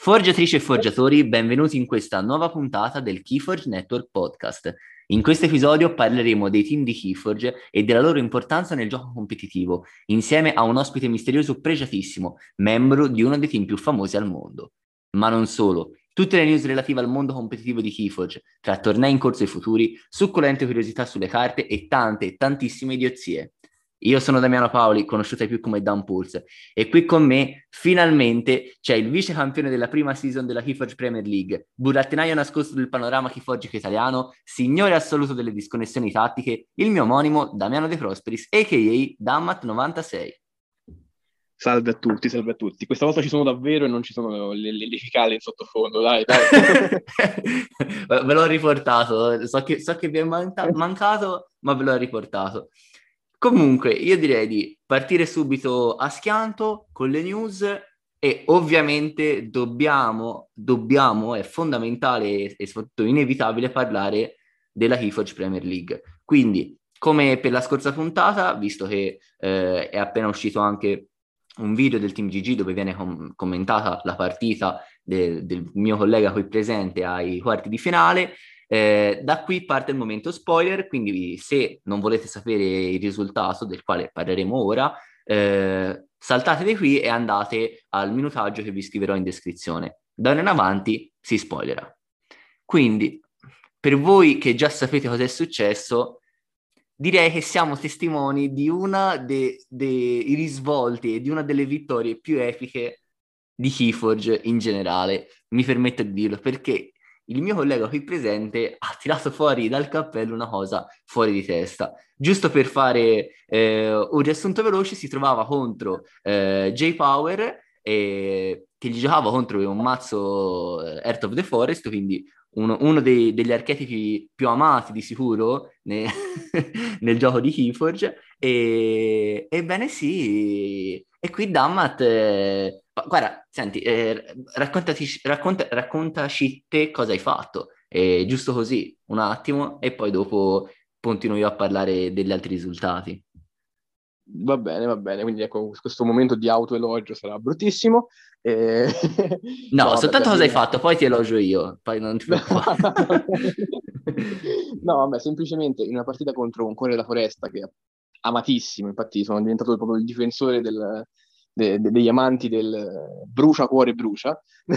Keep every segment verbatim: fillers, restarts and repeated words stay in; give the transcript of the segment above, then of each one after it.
Forgiatrici e forgiatori, benvenuti in questa nuova puntata del Keyforge Network Podcast. In questo episodio parleremo dei team di Keyforge e della loro importanza nel gioco competitivo, insieme a un ospite misterioso pregiatissimo, membro di uno dei team più famosi al mondo. Ma non solo, tutte le news relative al mondo competitivo di Keyforge, tra tornei in corso e futuri, succulente curiosità sulle carte e tante, tantissime idiozie. Io sono Damiano Paoli, conosciuto ai più come Downpulse, e qui con me finalmente c'è il vice campione della prima season della Keyforge Premier League, burattinaio nascosto del panorama keyforgico italiano, signore assoluto delle disconnessioni tattiche, il mio omonimo Damiano De Prosperis, a k a. Dammat novantasei. Salve a tutti, salve a tutti. Questa volta ci sono davvero e non ci sono le, le, le cicale in sottofondo, dai, dai. Ve l'ho riportato, so che, so che vi è manca- mancato, ma ve l'ho riportato. Comunque, io direi di partire subito a schianto con le news e ovviamente dobbiamo, dobbiamo, è fondamentale e soprattutto inevitabile parlare della Keyforge Premier League. Quindi, come per la scorsa puntata, visto che eh, è appena uscito anche un video del Team G G dove viene com- commentata la partita de- del mio collega qui presente ai quarti di finale, Eh, da qui parte il momento spoiler, quindi se non volete sapere il risultato del quale parleremo ora, eh, saltate di qui e andate al minutaggio che vi scriverò in descrizione. Da ora in avanti si spoilerà. Quindi, per voi che già sapete cosa è successo, direi che siamo testimoni di una dei de- risvolti e di una delle vittorie più epiche di Keyforge in generale. Mi permetto di dirlo perché il mio collega qui presente ha tirato fuori dal cappello una cosa fuori di testa. Giusto per fare eh, un riassunto veloce, si trovava contro eh, J-Power, eh, che gli giocava contro un mazzo eh, Heart of the Forest, quindi uno, uno dei, degli archetipi più amati di sicuro ne- nel gioco di Keyforge. E, ebbene sì, e qui Dammat... Eh, guarda, senti, eh, raccontati, racconta, raccontaci te cosa hai fatto, eh, giusto così, un attimo, e poi dopo continuo io a parlare degli altri risultati. Va bene, va bene. Quindi ecco, questo momento di autoelogio sarà bruttissimo. E... no, No, vabbè, soltanto per cosa hai dire... fatto, poi ti elogio io, poi non ti preoccupare. No, vabbè, semplicemente in una partita contro un Cuore della Foresta che è amatissimo, infatti sono diventato proprio il difensore del, de- de- degli amanti del brucia cuore brucia.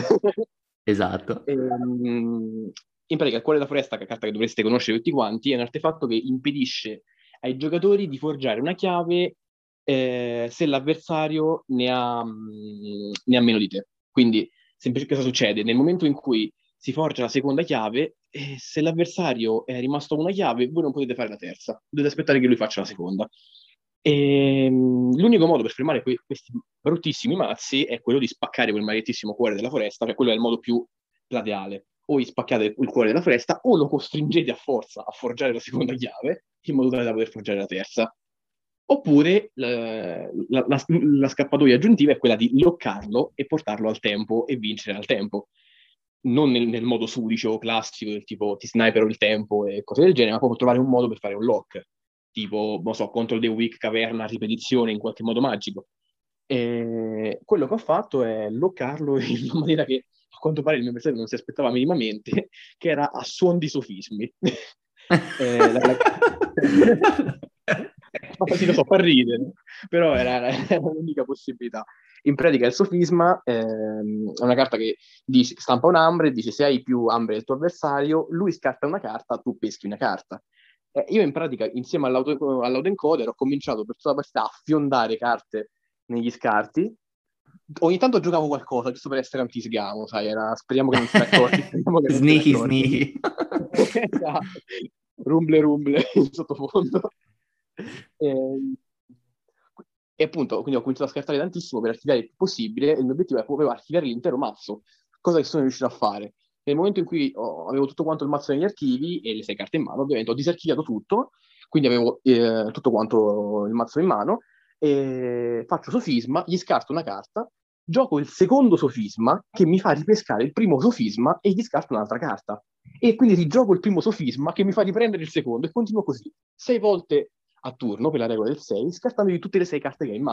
Esatto. E, mm, in pratica il Cuore della Foresta, che è una carta che dovreste conoscere tutti quanti, è un artefatto che impedisce ai giocatori di forgiare una chiave eh, se l'avversario ne ha, mh, ne ha meno di te. Quindi, semplicemente cosa succede? Nel momento in cui si forgia la seconda chiave, eh, se l'avversario è rimasto a una chiave, voi non potete fare la terza, dovete aspettare che lui faccia la seconda. E, mh, l'unico modo per fermare que- questi bruttissimi mazzi è quello di spaccare quel maledettissimo cuore della foresta, cioè quello è il modo più plateale. O gli spaccate il cuore della foresta o lo costringete a forza a forgiare la seconda chiave in modo tale da poter forgiare la terza. Oppure la, la- la- la scappatoia aggiuntiva è quella di loccarlo e portarlo al tempo e vincere al tempo. Non nel, nel modo sudicio classico del tipo ti snipero il tempo e cose del genere, ma proprio trovare un modo per fare un lock, tipo, non so, Control the Weak, caverna, ripetizione in qualche modo magico. E quello che ho fatto è loccarlo in una maniera che a quanto pare il mio avversario non si aspettava minimamente, che era a suon di sofismi. Eh, la- la- Sì, lo so, fa ridere, però era, era l'unica possibilità. In pratica il sofisma ehm, è una carta che dice, stampa un'ambre e dice se hai più ambre del tuo avversario, lui scarta una carta, tu peschi una carta. Eh, io in pratica, insieme all'auto, all'autoencoder, ho cominciato per tutta la partita a fiondare carte negli scarti. Ogni tanto giocavo qualcosa, giusto per essere antisgamo, sai, era, speriamo che non se ne accorgi, speriamo che non se ne Sneaky, accorgi. sneaky. Esatto. Rumble, rumble in sottofondo. E, e appunto, quindi ho cominciato a scartare tantissimo per archiviare il più possibile e il mio obiettivo era proprio archiviare l'intero mazzo, cosa che sono riuscito a fare. Nel momento in cui ho- avevo tutto quanto il mazzo negli archivi e le sei carte in mano, ovviamente ho disarchiviato tutto, quindi avevo eh, tutto quanto il mazzo in mano, e faccio sofisma, gli scarto una carta, gioco il secondo sofisma che mi fa ripescare il primo sofisma e gli scarto un'altra carta. E quindi rigioco il primo sofisma che mi fa riprendere il secondo e continuo così. Sei volte a turno per la regola del sei, scartandogli tutte le sei carte che ha in mano.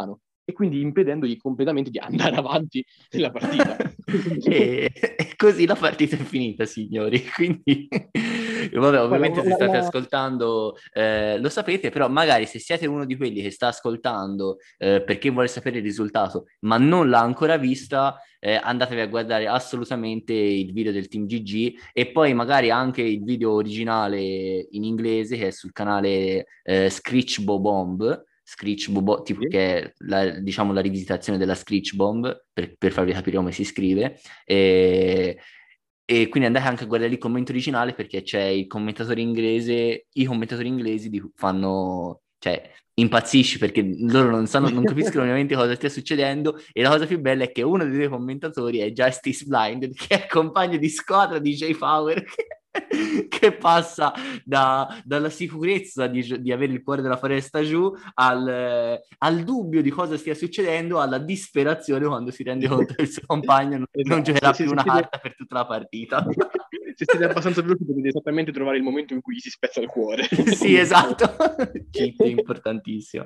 e quindi impedendogli completamente di andare avanti nella partita. e, e così la partita è finita, signori. Quindi, vabbè, ovviamente se state ascoltando eh, lo sapete, però magari se siete uno di quelli che sta ascoltando eh, perché vuole sapere il risultato, ma non l'ha ancora vista, eh, andatevi a guardare assolutamente il video del Team G G e poi magari anche il video originale in inglese che è sul canale eh, Screech Bo Bomb. Screech Bobo, tipo, che è la, diciamo la rivisitazione della Screech Bomb, per, per farvi capire come si scrive, e, e quindi andate anche a guardare il commento originale perché c'è il commentatore inglese, i commentatori inglesi di, fanno, cioè impazzisci perché loro non sanno, non capiscono ovviamente cosa stia succedendo e la cosa più bella è che uno dei due commentatori è Justice Blind, che è compagno di squadra di Jay Power, che che passa da, dalla sicurezza di, di avere il cuore della foresta giù al, al dubbio di cosa stia succedendo, alla disperazione quando si rende conto che il suo compagno non, esatto. non giocherà se, più se una siete... carta per tutta la partita. Se siete abbastanza veloci potete esattamente trovare il momento in cui gli si spezza il cuore. Sì, esatto. Cheat importantissimo.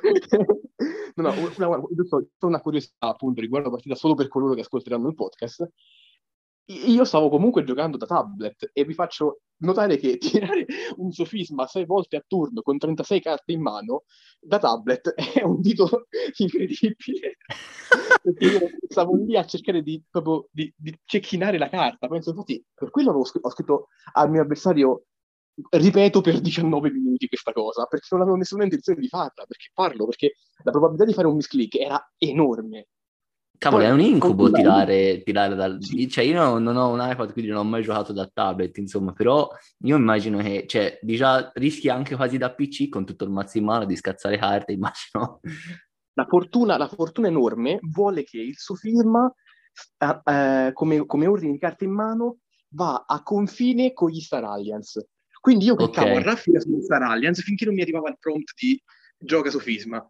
No, no, una, una, una curiosità appunto riguardo la partita solo per coloro che ascolteranno il podcast. Io stavo comunque giocando da tablet e vi faccio notare che tirare un sofisma sei volte a turno con trentasei carte in mano da tablet è un dito incredibile. Perché io stavo lì a cercare di proprio di, di cecchinare la carta. Penso, infatti, per quello avevo scritto, ho scritto al mio avversario, ripeto per diciannove minuti questa cosa, perché non avevo nessuna intenzione di farla, perché farlo, perché la probabilità di fare un misclick era enorme. Cavolo, Poi, è un incubo poi, tirare, tirare dal... sì. Cioè, io non, non ho un iPad, quindi non ho mai giocato da tablet, insomma, però io immagino che, cioè, di già rischi anche quasi da P C con tutto il mazzo in mano di scazzare carte, immagino. La fortuna, la fortuna enorme vuole che il suo firma, eh, eh, come, come ordine di carte in mano, va a confine con gli Star Alliance. Quindi io cliccavo Ok. a raffica su Star Alliance finché non mi arrivava il prompt di gioca sofisma.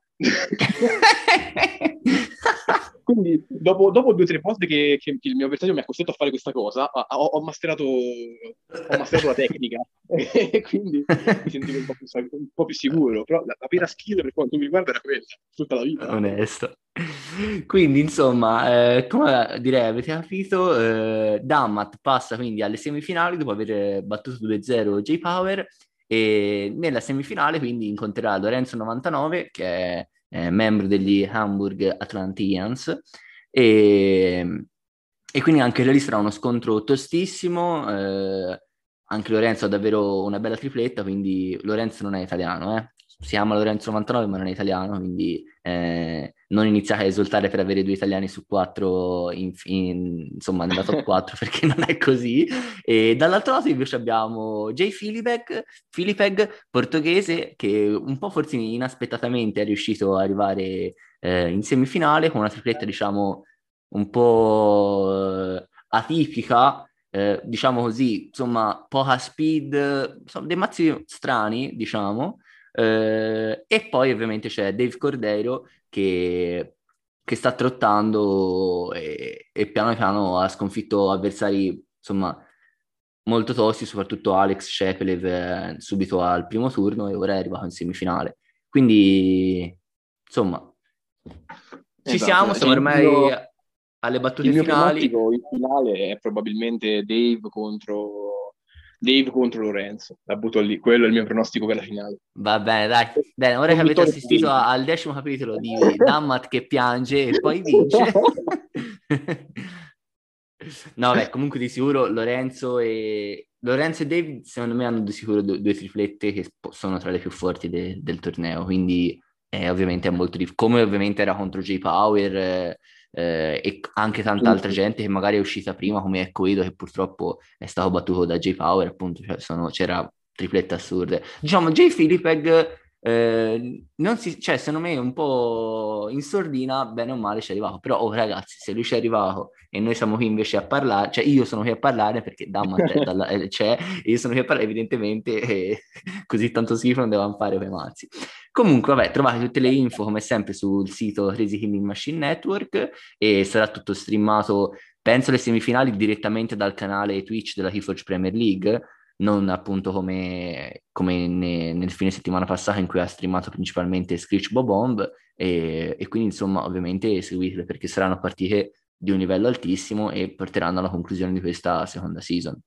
Quindi dopo, dopo due o tre volte che, che il mio avversario mi ha costretto a fare questa cosa, ho, ho, masterato, ho masterato la tecnica e quindi mi sentivo un po' più, un po' più sicuro. Però la, la vera skill per quanto mi riguarda era quella, tutta la vita. Onesto. Quindi, insomma, eh, come direi avete capito, eh, Dammat passa quindi alle semifinali dopo aver battuto due zero J-Power e nella semifinale quindi incontrerà Lorenzo novantanove che è eh, membro degli Hamburg Atlanteans e, e quindi anche lì sarà uno scontro tostissimo. Eh, anche Lorenzo ha davvero una bella tripletta, quindi Lorenzo non è italiano, eh. Si chiama Lorenzo novantanove ma non è italiano, quindi eh, non iniziate a esultare per avere due italiani su quattro in, in, insomma nella top quattro perché non è così. E dall'altro lato invece abbiamo Jay Filipeg, Filipeg portoghese, che un po' forse inaspettatamente è riuscito ad arrivare eh, in semifinale con una tripletta diciamo un po' eh, atipica. Eh, diciamo così, insomma, poca speed, insomma, dei mazzi strani, diciamo. Eh, e poi ovviamente c'è Dave Cordeiro che, che sta trottando e, e piano piano ha sconfitto avversari, insomma, molto tosti, soprattutto Alex Shepelev eh, subito al primo turno e ora è arrivato in semifinale. Quindi, insomma, ci Esatto, siamo, siamo il ormai mio, alle battute il mio finali. pronostico in finale è probabilmente Dave contro, Dave contro Lorenzo. La butto lì, quello è il mio pronostico per la finale. Va bene, dai. Bene, ora Con che avete vittoria assistito a- al decimo capitolo di Dammat che piange e poi vince. No, beh, comunque di sicuro Lorenzo e Lorenzo e David secondo me hanno di sicuro due, due triplette che sono tra le più forti de- del torneo, quindi eh, ovviamente è molto difficile, come ovviamente era contro J-Power eh, eh, e anche tanta altra gente che magari è uscita prima come Echo Edo che purtroppo è stato battuto da J-Power, appunto, cioè sono, c'era triplette assurde. Diciamo, J. Filipeg eh, non si, cioè, secondo me un po' in sordina, bene o male ci è arrivato, però oh, ragazzi, se lui ci è arrivato e noi siamo qui invece a parlare, cioè io sono qui a parlare perché Dammat dalla, eh, c'è e io sono qui a parlare evidentemente e così tanto schifo non devono fare quei mazzi. Comunque, vabbè, trovate tutte le info come sempre sul sito Crazy Killing Machine Network e sarà tutto streamato, penso le semifinali direttamente dal canale Twitch della Keyforge Premier League. non appunto come, come ne- nel fine settimana passato in cui ha streamato principalmente Screech Bomb e, e quindi insomma ovviamente seguitele perché saranno partite di un livello altissimo e porteranno alla conclusione di questa seconda season.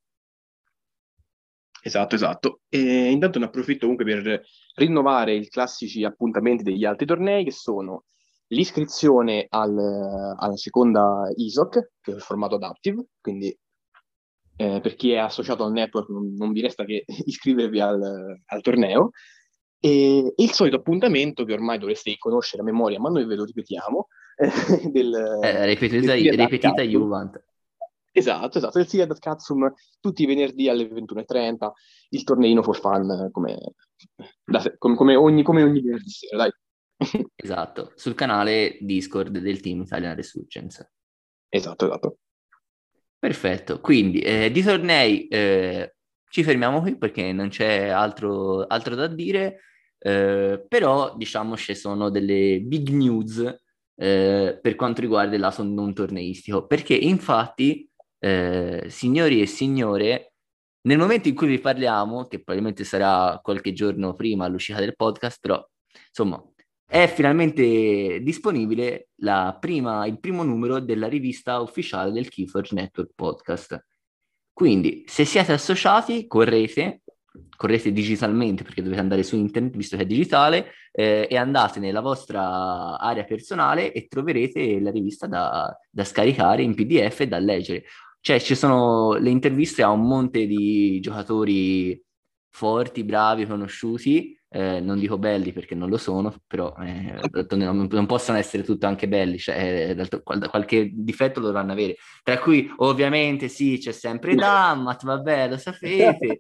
Esatto, esatto. E intanto ne approfitto comunque per rinnovare i classici appuntamenti degli altri tornei, che sono l'iscrizione al- alla seconda I S O C, che è il formato adaptive, quindi eh, per chi è associato al network non, non vi resta che iscrivervi al, al torneo. E il solito appuntamento che ormai dovreste conoscere a memoria, ma noi ve lo ripetiamo, eh, Eh, del, del ripetita, Serie ad ripetita Cazzo. Juvent. Esatto, esatto, il Serie ad Cazzum tutti i venerdì alle ventuno e trenta, il torneino for fun come, da se- come, come ogni, come ogni venerdì sera, dai. Esatto, sul canale Discord del team Italian Resurgence. Esatto, esatto. Perfetto, quindi eh, di tornei eh, ci fermiamo qui perché non c'è altro, altro da dire, eh, però diciamo ci sono delle big news eh, per quanto riguarda il lato non torneistico, perché infatti, eh, signori e signore, nel momento in cui vi parliamo, che probabilmente sarà qualche giorno prima all'uscita del podcast, però insomma è finalmente disponibile la prima- il primo numero della rivista ufficiale del Keyforge Network Podcast. Quindi, se siete associati, correte, correte digitalmente perché dovete andare su internet, visto che è digitale, eh, e andate nella vostra area personale e troverete la rivista da, da scaricare in P D F e da leggere. Cioè, ci sono le interviste a un monte di giocatori forti, bravi, conosciuti, eh, non dico belli perché non lo sono, però eh, d'altronde non, non possono essere tutti anche belli, cioè, eh, d'altro- qual- qualche difetto lo dovranno avere, tra cui ovviamente sì, c'è sempre Dammat, vabbè, lo sapete,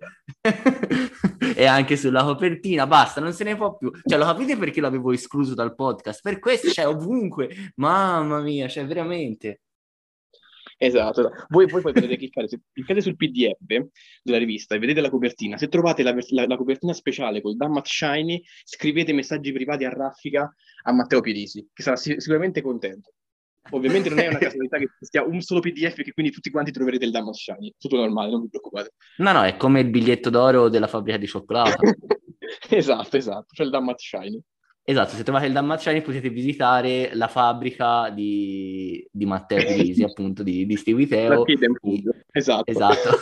e anche sulla copertina, basta, non se ne può più, cioè lo capite perché l'avevo escluso dal podcast, per questo c'è ovunque, mamma mia, cioè veramente. Esatto, esatto. Voi, voi poi potete cliccare, se cliccate sul P D F della rivista e vedete la copertina. Se trovate la, vers- la- la copertina speciale col Dammat Shiny, scrivete messaggi privati a raffica a Matteo Pirisi, che sarà si- sicuramente contento. Ovviamente non è una casualità che sia un solo P D F e che quindi tutti quanti troverete il Dammat Shiny. Tutto normale, non vi preoccupate. No, no, è come il biglietto d'oro della fabbrica di cioccolato. Esatto, esatto, c'è il Dammat Shiny. Esatto, se trovate il Dammacciani potete visitare la fabbrica di, di Matteo Pirisi, appunto, di, di Steve La Teo. Kid and Di- Food, esatto. Esatto.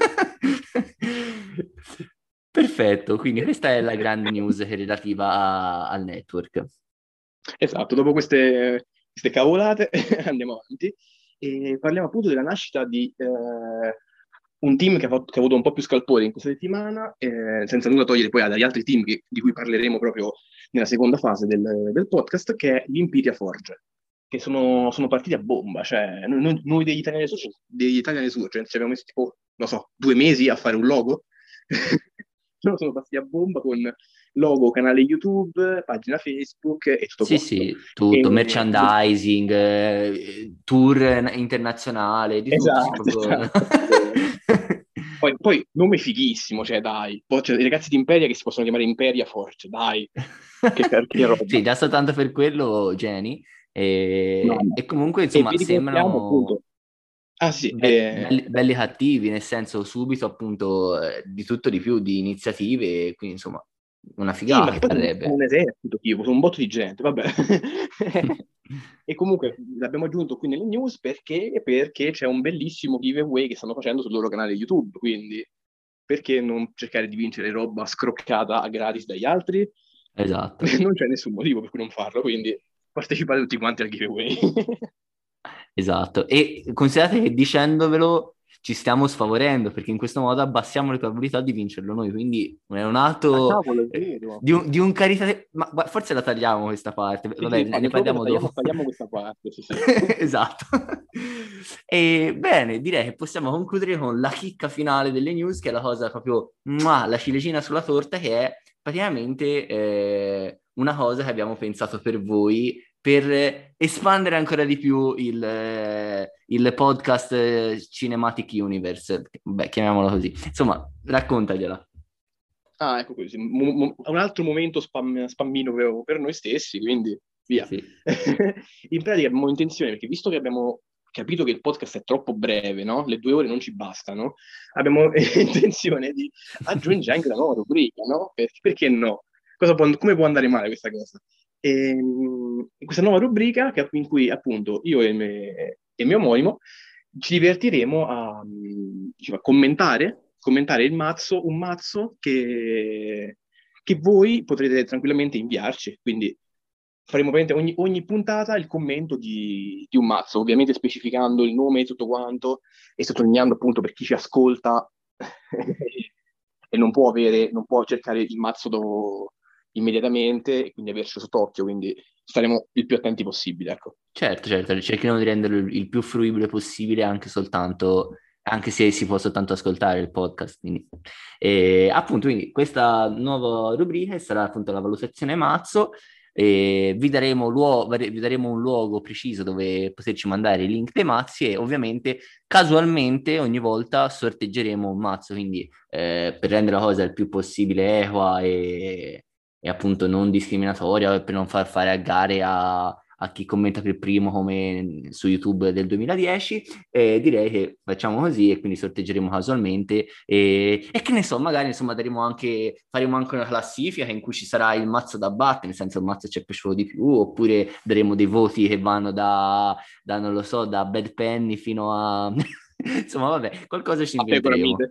Perfetto, quindi questa è la grande news che è relativa a- al network. Esatto, dopo queste, queste cavolate andiamo avanti e parliamo appunto della nascita di eh, un team che ha, fatto- che ha avuto un po' più scalpore in questa settimana, eh, senza nulla togliere poi agli altri team che- di cui parleremo proprio nella seconda fase del, del podcast, che è l'Imperia Forge, che sono, sono partiti a bomba, cioè noi, noi- noi degli Italiani Resurgence, degli Italiani Resurgence ci abbiamo messo tipo, non so, due mesi a fare un logo. Loro sono partiti a bomba con logo, canale YouTube, pagina Facebook e tutto Sì, quanto. sì, tutto, E- merchandising, eh, tour internazionale, di tutto, sì, Esatto, proprio... esatto. Poi, poi nome fighissimo, cioè dai, poi c'è i ragazzi di Imperia che si possono chiamare Imperia Forge, dai, che, che roba. Sì, già soltanto per quello, Geni. No, E, no. e comunque, E vi insomma, ricordiamo sembrano appunto, ah sì, be- eh, belli, belli cattivi, nel senso subito, appunto, eh, di tutto di più, di iniziative, quindi, insomma, una sì, ma figata che che poi sono, sono sarebbe. un esercito, tipo, sono un botto di gente, vabbè. E comunque l'abbiamo aggiunto qui nelle news perché, perché c'è un bellissimo giveaway che stanno facendo sul loro canale YouTube, quindi perché non cercare di vincere roba scroccata a gratis dagli altri? Esatto. Non c'è nessun motivo per cui non farlo, quindi partecipate tutti quanti al giveaway. Esatto, e considerate che dicendovelo ci stiamo sfavorendo perché in questo modo abbassiamo le probabilità di vincerlo noi, quindi è un Ah, atto cavolo, è eh, vero. di un, di un caritativo, ma gua- forse la tagliamo questa parte, Sì, sì, vabbè, ne, quando ne proprio parliamo tagliamo, dopo. tagliamo questa parte, sì, sì. Esatto. E bene, direi che possiamo concludere con la chicca finale delle news, che è la cosa proprio, mua, la ciliegina sulla torta, che è praticamente eh, una cosa che abbiamo pensato per voi per espandere ancora di più il, eh, il podcast eh, Cinematic Universe, beh, chiamiamolo così. Insomma, raccontagliela. Ah, ecco così, mo- mo- un altro momento spam, spammino per, per noi stessi, quindi Sì, via. sì. In pratica abbiamo intenzione, perché visto che abbiamo capito che il podcast è troppo breve, no? Le due ore non ci bastano, abbiamo intenzione di aggiungere anche una nuova rubrica, no? Per- perché no? Cosa può- come può andare male questa cosa? E, questa nuova rubrica che- in cui appunto io e il, me- e il mio omonimo ci divertiremo a, diciamo, a commentare, commentare il mazzo, un mazzo che, che voi potrete tranquillamente inviarci. Quindi faremo praticamente ogni, ogni puntata il commento di, di un mazzo, ovviamente specificando il nome e tutto quanto e sottolineando appunto per chi ci ascolta e non può avere, non può cercare il mazzo do- immediatamente e quindi averci sott'occhio, quindi staremo il più attenti possibile, ecco. Certo, certo, cerchiamo di renderlo il il più fruibile possibile anche soltanto, anche se si può soltanto ascoltare il podcast. Quindi. E, appunto, quindi questa nuova rubrica sarà appunto la valutazione mazzo. E vi daremo, luo- vi daremo un luogo preciso dove poterci mandare i link dei mazzi e ovviamente casualmente ogni volta sorteggeremo un mazzo, quindi eh, per rendere la cosa il più possibile equa e, e appunto non discriminatoria, e per non far fare a gare a a chi commenta per primo come su YouTube del duemiladieci, e direi che facciamo così e quindi sorteggeremo casualmente e, e che ne so, magari insomma daremo anche, faremo anche una classifica in cui ci sarà il mazzo da battere, nel senso il mazzo ci è piaciuto di più, oppure daremo dei voti che vanno da, da non lo so, da Bad Penny fino a... insomma vabbè, qualcosa ci A Pecora inventeremo. Mite.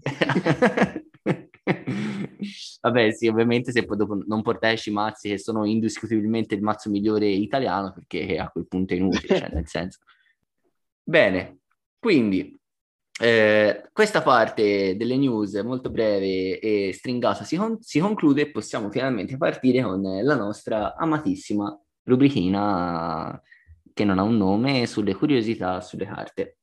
Vabbè, sì, ovviamente se poi dopo non portasci i mazzi che sono indiscutibilmente il mazzo migliore italiano, perché a quel punto è inutile, cioè nel senso. Bene, quindi eh, questa parte delle news molto breve e stringata si, con- si conclude e possiamo finalmente partire con la nostra amatissima rubrichina che non ha un nome sulle curiosità sulle carte.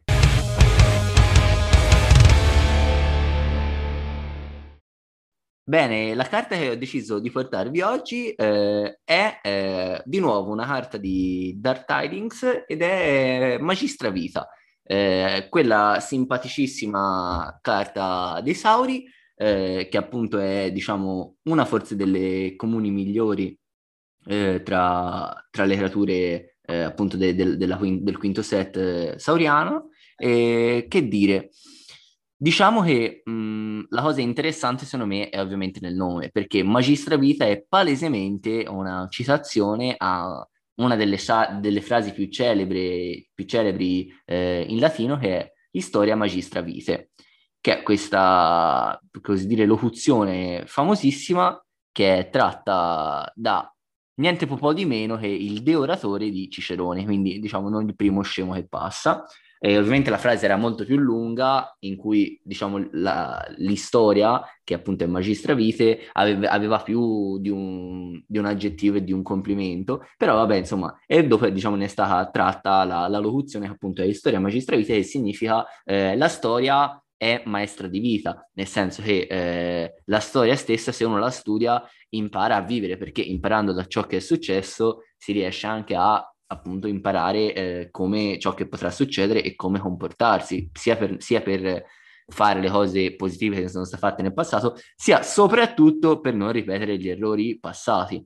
Bene, la carta che ho deciso di portarvi oggi eh, è eh, di nuovo una carta di Dark Tidings ed è Magistra Vita, eh, quella simpaticissima carta dei Sauri, eh, che appunto è, diciamo, una forse delle comuni migliori eh, tra, tra le creature eh, appunto de- del- della quin- del quinto set eh, sauriano. E che dire, diciamo che mh, la cosa interessante secondo me è ovviamente nel nome, perché Magistra Vita è palesemente una citazione a una delle, sa- delle frasi più celebri, più celebri eh, in latino, che è Historia Magistra Vitae, che è questa, per così dire, locuzione famosissima che è tratta da niente po' di meno che il De Oratore di Cicerone, quindi diciamo non il primo scemo che passa. E ovviamente la frase era molto più lunga, in cui diciamo la- l'istoria, che appunto è Magistra Vitae, aveva, aveva più di un, di un aggettivo e di un complimento, però vabbè insomma, e dopo diciamo ne è stata tratta la, la locuzione che appunto è Storia Magistra Vitae, che significa eh, la storia è maestra di vita, nel senso che eh, la storia stessa, se uno la studia, impara a vivere, perché imparando da ciò che è successo si riesce anche a appunto imparare eh, come ciò che potrà succedere e come comportarsi, sia per, sia per fare le cose positive che sono state fatte nel passato, sia soprattutto per non ripetere gli errori passati.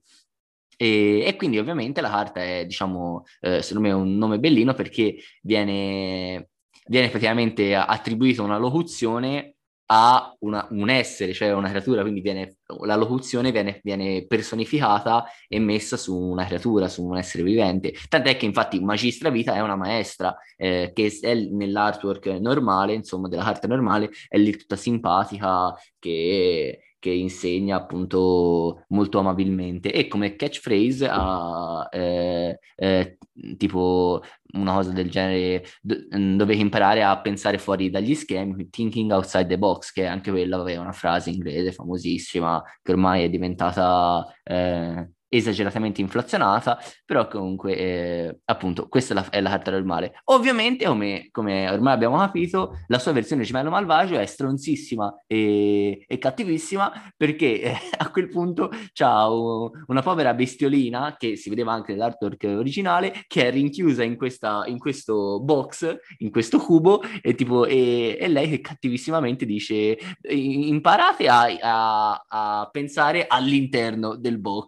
E, e quindi ovviamente la carta è, diciamo, eh, secondo me un nome bellino perché viene, viene praticamente attribuita una locuzione a una- un essere, cioè una creatura, quindi viene, la locuzione viene, viene personificata e messa su una creatura, su un essere vivente. Tant'è che infatti Magistra Vita è una maestra eh, che è nell'artwork normale, insomma, della carta normale, è lì tutta simpatica, che che insegna appunto molto amabilmente e come catchphrase ha eh, eh, tipo una cosa del genere do- dovete imparare a pensare fuori dagli schemi, thinking outside the box, che anche quella aveva una frase inglese famosissima che ormai è diventata eh, esageratamente inflazionata, però comunque eh, appunto questa è la, è la carta normale. Ovviamente come, come ormai abbiamo capito la sua versione gemello malvagio è stronzissima e, e cattivissima perché eh, a quel punto c'ha u- una povera bestiolina che si vedeva anche nell'artwork originale che è rinchiusa in, questa, in questo box, in questo cubo e, tipo, e, e lei che cattivissimamente dice imparate a, a, a pensare all'interno del box della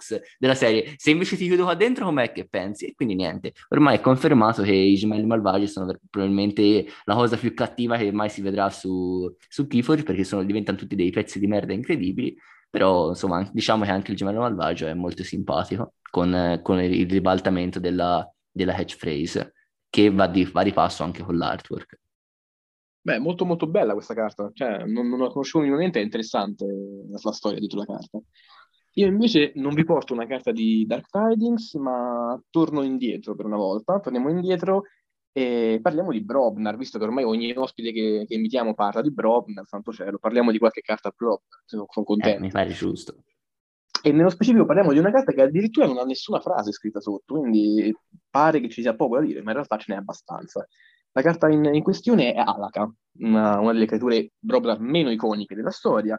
della serie, se invece ti chiudo qua dentro com'è che pensi? E quindi niente, ormai è confermato che i gemelli malvagi sono ver- probabilmente la cosa più cattiva che mai si vedrà su, su Keyforge, perché sono, diventano tutti dei pezzi di merda incredibili, però insomma diciamo che anche il gemello malvagio è molto simpatico, con, eh, con il ribaltamento della, della catchphrase, che va di, va di passo anche con l'artwork. Beh, molto molto bella questa carta, cioè non, non la conoscevo minimamente, è interessante la, la storia dietro la carta. Io invece non vi porto una carta di Dark Tidings, ma torno indietro per una volta, torniamo indietro e parliamo di Brobnar, visto che ormai ogni ospite che, che invitiamo parla di Brobnar, santo cielo, parliamo di qualche carta Brobnar, sono, sono Eh, mi contento. pare giusto. E nello specifico parliamo di una carta che addirittura non ha nessuna frase scritta sotto, quindi pare che ci sia poco da dire, ma in realtà ce n'è abbastanza. La carta in, in questione è Alaka, una, una delle creature Brobnar meno iconiche della storia.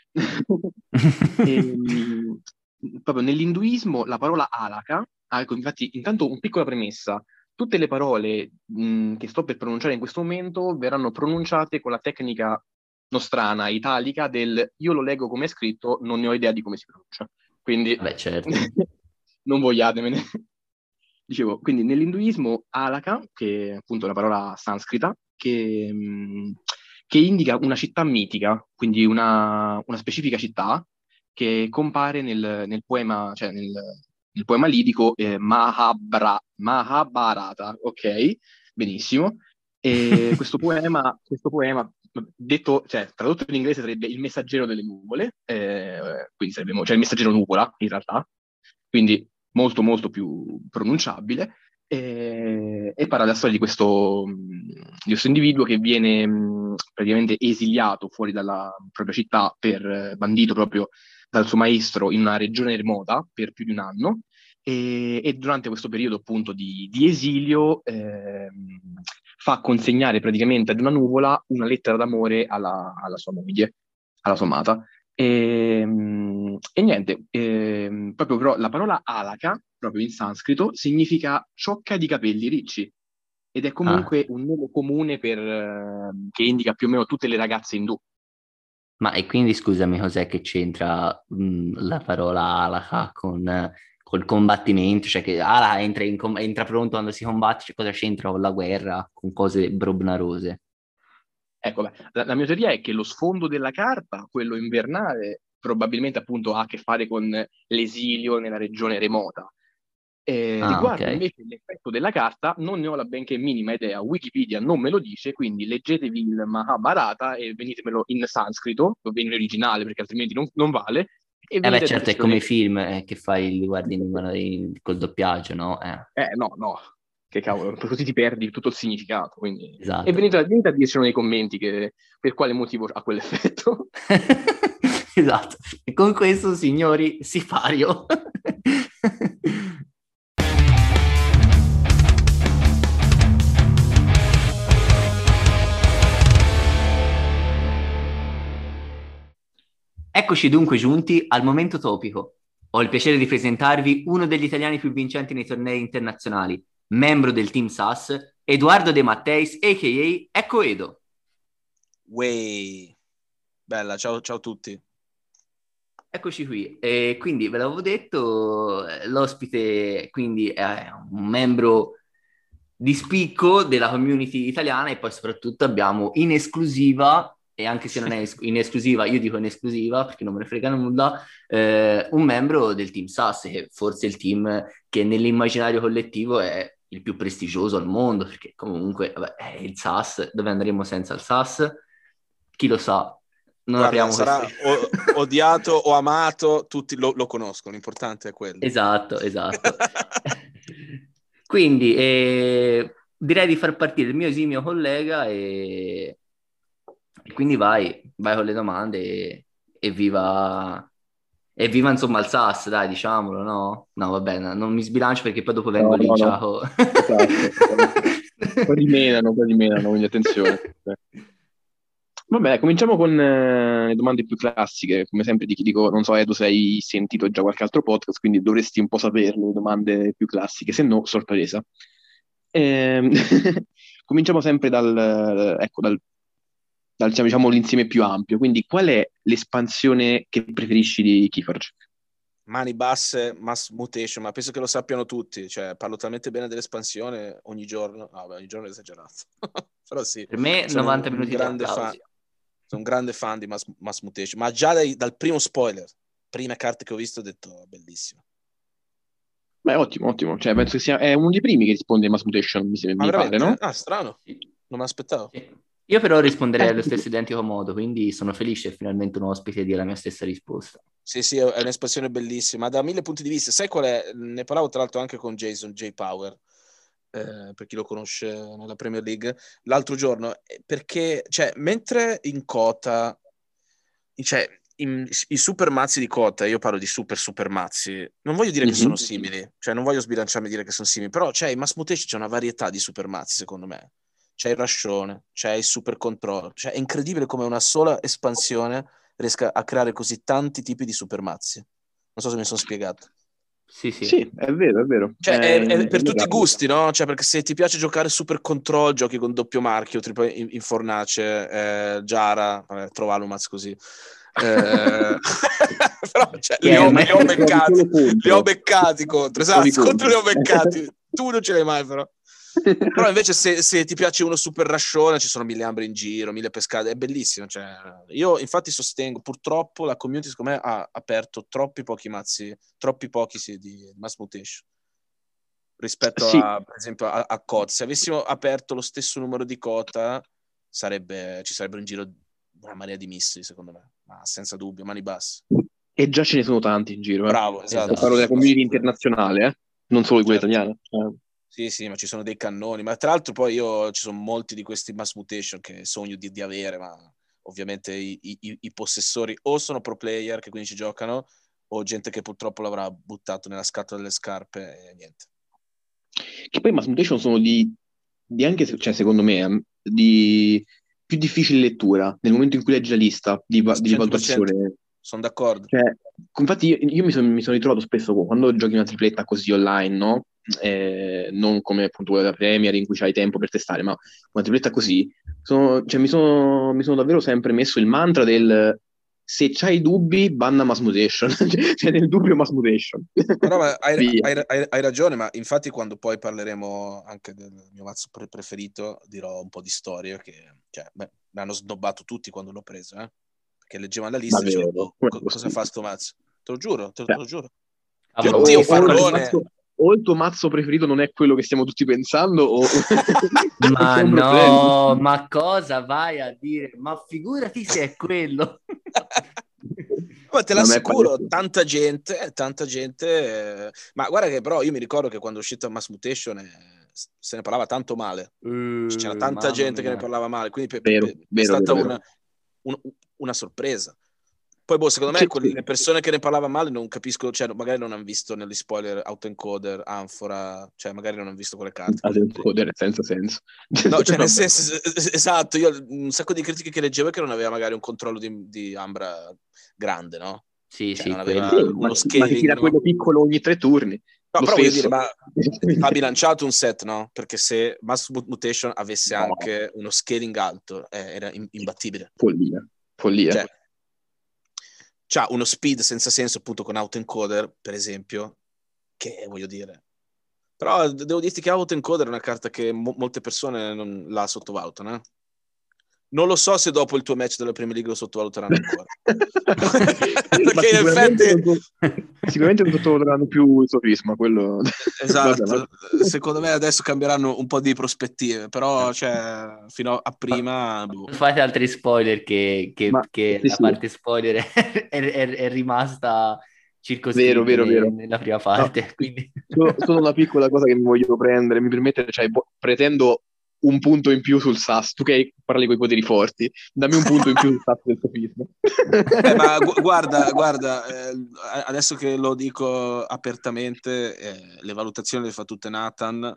E, mh, proprio nell'induismo la parola Alaka, ah, ecco, infatti, intanto una piccola premessa, tutte le parole mh, che sto per pronunciare in questo momento verranno pronunciate con la tecnica nostrana, italica, del io lo leggo come è scritto, non ne ho idea di come si pronuncia. Quindi Beh, certo. non vogliatemene. Dicevo, quindi nell'induismo Alaka, che è appunto una parola sanscrita, che, mh, che indica una città mitica, quindi una, una specifica città che compare nel, nel poema, cioè nel, nel poema lidico eh, Mahabra- Mahabharata, ok? Benissimo. E questo poema, questo poema detto, cioè, tradotto in inglese sarebbe il messaggero delle nuvole, eh, quindi sarebbe, cioè il messaggero nuvola in realtà, quindi molto molto più pronunciabile, e, e parla della storia di questo, di questo individuo che viene mh, praticamente esiliato fuori dalla propria città, per eh, bandito proprio dal suo maestro in una regione remota per più di un anno, e, e durante questo periodo appunto di, di esilio ehm, fa consegnare praticamente ad una nuvola una lettera d'amore alla, alla sua moglie, alla sua amata. E, mm, e niente, ehm, proprio però la parola alaka, proprio in sanscrito, significa ciocca di capelli ricci ed è Ah, comunque un nome comune per, eh, che indica più o meno tutte le ragazze indù. ma e quindi scusami, cos'è che c'entra mh, la parola alaka con col combattimento? Cioè che ala entra, in com- entra pronto quando si combatte, cioè cosa c'entra con la guerra, con cose brobnarose? Ecco, beh, la, la mia teoria è che lo sfondo della carta, quello invernale, probabilmente appunto ha a che fare con l'esilio nella regione remota. Eh, Ah, ok. riguardo invece l'effetto della carta, non ne ho la benché minima idea, Wikipedia non me lo dice, quindi leggetevi il Mahabharata e venitemelo in sanscrito, o in originale perché altrimenti non, non vale, e Eh beh, venite a certo, è dircelo come i nei film eh, che fai, li guardi in lingua- in- col doppiaggio, no? Eh, Eh, no, no, che cavolo, così ti perdi tutto il significato, quindi... E esatto. venite, venite a dircelo nei commenti che, per quale motivo ha quell'effetto. Esatto. E con questo, signori, sipario. Eccoci dunque giunti al momento topico. Ho il piacere di presentarvi uno degli italiani più vincenti nei tornei internazionali, membro del Team S A S, Edoardo De Matteis, a k a. Ecco Edo. Way. Bella, ciao, ciao a tutti. Eccoci qui. E quindi ve l'avevo detto, eh, l'ospite quindi è un membro di spicco della community italiana e poi soprattutto abbiamo in esclusiva, e anche se non è es- in esclusiva, io dico in esclusiva perché non me ne frega nulla, eh, un membro del team S A S, che forse è il team che nell'immaginario collettivo è il più prestigioso al mondo, perché comunque vabbè, è il S A S, dove andremo senza il S A S? Chi lo sa? Non Guarda, apriamo sarà queste... o- odiato o amato, tutti lo, lo conoscono, l'importante è quello. Esatto, esatto. Quindi eh, direi di far partire il mio esimio collega e, e quindi vai, vai con le domande e, e viva, e viva insomma il S A S, dai, diciamolo, no? No, va bene, non mi sbilancio perché poi dopo vengo No, no, no, linciato. esatto, esatto. Poi rimenano, poi rimenano, quindi attenzione. Vabbè, cominciamo con eh, le domande più classiche. Come sempre ti dico, non so, Edo, se hai sentito già qualche altro podcast, quindi dovresti un po' saperle, le domande più classiche, se no, sorpresa. Ehm, Cominciamo sempre dal, ecco, dal, dal, diciamo, diciamo, l'insieme più ampio. Quindi, qual è l'espansione che preferisci di Keyforge? mani basse, mass mutation, ma penso che lo sappiano tutti, cioè parlo talmente bene dell'espansione ogni giorno, no, beh, ogni giorno è esagerato, però sì, Per me sono novanta un, un minuti di grande fan, applausi. sono un grande fan di mass, mass mutation, ma già dai, dal primo spoiler, prime carte che ho visto ho detto bellissimo. Beh, ottimo, ottimo. Cioè, penso che sia è uno dei primi che risponde a Mass Mutation, mi, mi Ma mi pare, no? veramente? Ah, strano, Sì. non me l'aspettavo. Sì. Io però risponderei Eh, allo sì, sì. stesso identico modo, quindi sono felice che finalmente un ospite dia la mia stessa risposta. Sì, sì, è un'espansione bellissima, da mille punti di vista. Sai qual è? Ne parlavo tra l'altro anche con Jason J. Power, eh, per chi lo conosce nella Premier League, l'altro giorno, eh, perché, cioè, mentre in Cota, cioè, in- i super mazzi di Cota, io parlo di super super mazzi, non voglio dire che Mhm. sono simili, cioè non voglio sbilanciarmi e dire che sono simili, però c'è in Mass Mutation c'è una varietà di super mazzi, secondo me. C'è il rascione, c'è il super controllo, cioè è incredibile come una sola espansione riesca a creare così tanti tipi di super mazzi. Non so se mi sono spiegato. Sì, sì. Sì, è vero, è vero. Cioè, È, è, è è per tutti i innegabile. gusti, no? Cioè, perché se ti piace giocare super control, giochi con doppio marchio, tipo in, in fornace, eh, Giara, vabbè, Trovalumaz così. Eh, però cioè, Chi li, è? ho, Me- li ho Ne trovi beccati, solo li ho contro. beccati contro, Ne trovi esatto, contro li ho contro. beccati. Tu non ce l'hai mai, però. Però invece se, se ti piace uno super rascione, ci sono mille ambre in giro, mille pescate, è bellissimo. Cioè, io infatti sostengo, purtroppo la community secondo me ha aperto troppi pochi mazzi, troppi pochi sì, di Mass Mutation rispetto Sì, a, per esempio, a, a Cota. Se avessimo aperto lo stesso numero di Cota, sarebbe, ci sarebbero in giro una marea di missili, secondo me, ma senza dubbio, mani basse. e già ce ne sono tanti in giro, eh. Bravo, esatto. E parlo della Esatto. community internazionale, eh. Non solo di quella Certo. italiana. Eh. Sì, sì, ma ci sono dei cannoni, ma tra l'altro poi io ci sono molti di questi Mass Mutation che sogno di, di avere, ma ovviamente i, i, i possessori o sono pro player che quindi ci giocano o gente che purtroppo l'avrà buttato nella scatola delle scarpe e niente. Che poi i Mass Mutation sono di, di anche, se- cioè, secondo me, eh, di più difficile lettura nel momento in cui leggi la lista di, Ma va- di cento per cento rivalutazione. sono d'accordo. Cioè, infatti io, io mi, son- mi sono ritrovato spesso quando giochi una tripletta così online, no? Eh, non come appunto quella della Premier in cui c'hai tempo per testare, ma una tripletta così, sono- cioè, mi sono, mi sono davvero sempre messo il mantra del se c'hai dubbi, banna Mass Mutation, cioè nel dubbio Mass Mutation. No, no, ma hai, Via. hai- hai- hai ragione, ma infatti quando poi parleremo anche del mio mazzo pre- preferito, dirò un po' di storie che cioè, beh, mi hanno snobbato tutti quando l'ho preso, eh? Perché leggevano la lista e dicevano, Davvero, "Oh, come è co- cosa fa possibile? sto mazzo? Te lo giuro, te, te Cioè, lo giuro. cioè, Cavolo, ma o, Oddio, che o il tuo storie. farlone! mazzo, o il tuo mazzo preferito non è quello che stiamo tutti pensando, o, o Ma c'è un problema. no, ma cosa vai a dire? Ma figurati se è quello. Ma te No, ma è l'assicuro, palese. tanta gente, eh, tanta gente, eh, ma guarda che però io mi ricordo che quando è uscito Mass Mutation eh, s- se ne parlava tanto male, c'era Uh, tanta mamma gente che ne mia. parlava male, quindi per- per- Vero, per- è vero, stata vero, vero. una, un- una sorpresa. Poi, boh, secondo me Sì, sì. quelle persone che ne parlavano male non capiscono, cioè magari non hanno visto negli spoiler autoencoder, Anfora, cioè magari non hanno visto quelle carte. Ad Quindi... encodere senza senso. No, cioè nel Vabbè. senso, es- es- esatto, io un sacco di critiche che leggevo è che non aveva magari un controllo di, di Ambra grande, no? Sì, Cioè sì, non aveva quello. Sì, ma, uno ma ti scaling, tira no? quello piccolo ogni tre turni, No, lo però voglio dire, stesso. ma va bilanciato un set, no? Perché se Mass Mutation avesse No, anche uno scaling alto, eh, era im- imbattibile. follia, follia. Cioè, c'ha uno speed senza senso appunto con autoencoder, per esempio, che voglio dire. Però devo dirti che autoencoder è una carta che mo- molte persone non la sottovalutano, eh? Non lo so se dopo il tuo match della Premier League lo sottovaluteranno ancora. Ma Perché in sicuramente effetti... non, so- sicuramente non sottovaluteranno più il suo prisma, quello... Vabbè, ma... Esatto, secondo me adesso cambieranno un po' di prospettive, però cioè, fino a prima... boh. Non fate altri spoiler che, che- ma che sì, la sì, parte spoiler è, è- è rimasta vero, circoscritta vero, ne- vero. nella prima No, parte, quindi... solo, solo una piccola cosa che mi voglio prendere, mi permette, cioè, vo- pretendo un punto in più sul sasso. Tu che parli con i poteri forti, dammi un punto in più sul sasso del sofisma. Eh, ma gu- guarda, guarda, eh, adesso che lo dico apertamente, eh, le valutazioni le fa tutte Nathan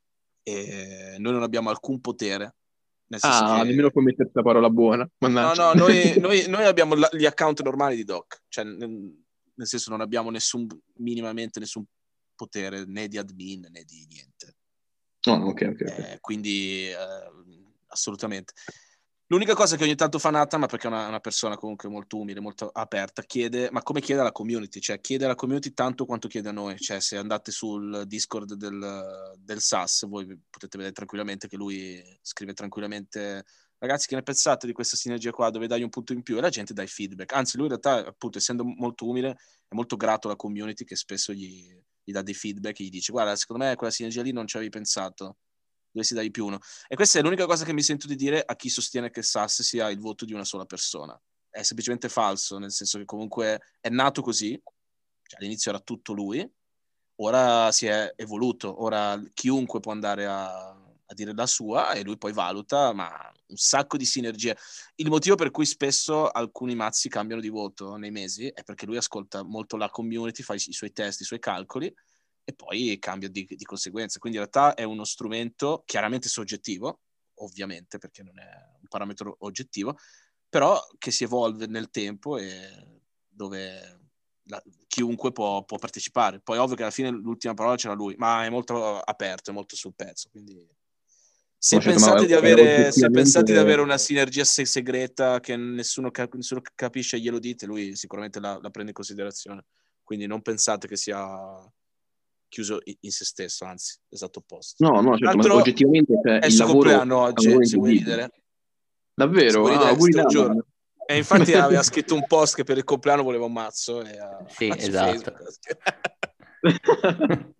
e noi non abbiamo alcun potere, nel senso Ah, nemmeno che... puoi metterti la parola buona, No, mannaggia. no, noi, noi- noi abbiamo la- gli account normali di Doc, cioè nel, nel senso non abbiamo nessun, minimamente nessun potere né di admin né di niente. No, ok, ok, ok. Eh, quindi eh, assolutamente. L'unica cosa che ogni tanto fa Nathan, ma perché è una, una persona comunque molto umile, molto aperta, chiede, ma come chiede alla community, cioè chiede alla community tanto quanto chiede a noi, cioè se andate sul Discord del, del S A S, voi potete vedere tranquillamente che lui scrive tranquillamente, ragazzi che ne pensate di questa sinergia qua, dove dai un punto in più, e la gente dà i feedback, anzi lui in realtà appunto essendo molto umile è molto grato alla community che spesso gli, gli dà dei feedback e gli dice guarda secondo me quella sinergia lì non ci avevi pensato, dovresti dargli più uno. E questa è l'unica cosa che mi sento di dire a chi sostiene che S A S sia il voto di una sola persona. È semplicemente falso, nel senso che comunque è nato così, cioè, all'inizio era tutto lui, ora si è evoluto, ora chiunque può andare a, a dire la sua e lui poi valuta, ma un sacco di sinergie. Il motivo per cui spesso alcuni mazzi cambiano di voto nei mesi è perché lui ascolta molto la community, fa i, i suoi test, i suoi calcoli, e poi cambia di, di conseguenza. Quindi in realtà è uno strumento chiaramente soggettivo, ovviamente, perché non è un parametro oggettivo, però che si evolve nel tempo e dove la, chiunque può, può partecipare. Poi ovvio che alla fine l'ultima parola c'era lui, ma è molto aperto, è molto sul pezzo, quindi... Se, No, certo, pensate ma di avere, se oggettivamente... pensate di avere una sinergia se- segreta che nessuno, cap- nessuno capisce, glielo dite, lui sicuramente la, la prende in considerazione. Quindi non pensate che sia chiuso in se stesso, anzi, esatto opposto. No, no, Tra certo, ma l'altro oggettivamente cioè, è il il suo lavoro compleanno è un lavoro oggi, se vuoi invisibile. ridere. Se Davvero? vuoi Ah, ridere, auguri te lo giuro. Nathan. E infatti aveva scritto un post che per il compleanno voleva un mazzo e, uh, Sì, su esatto. Facebook.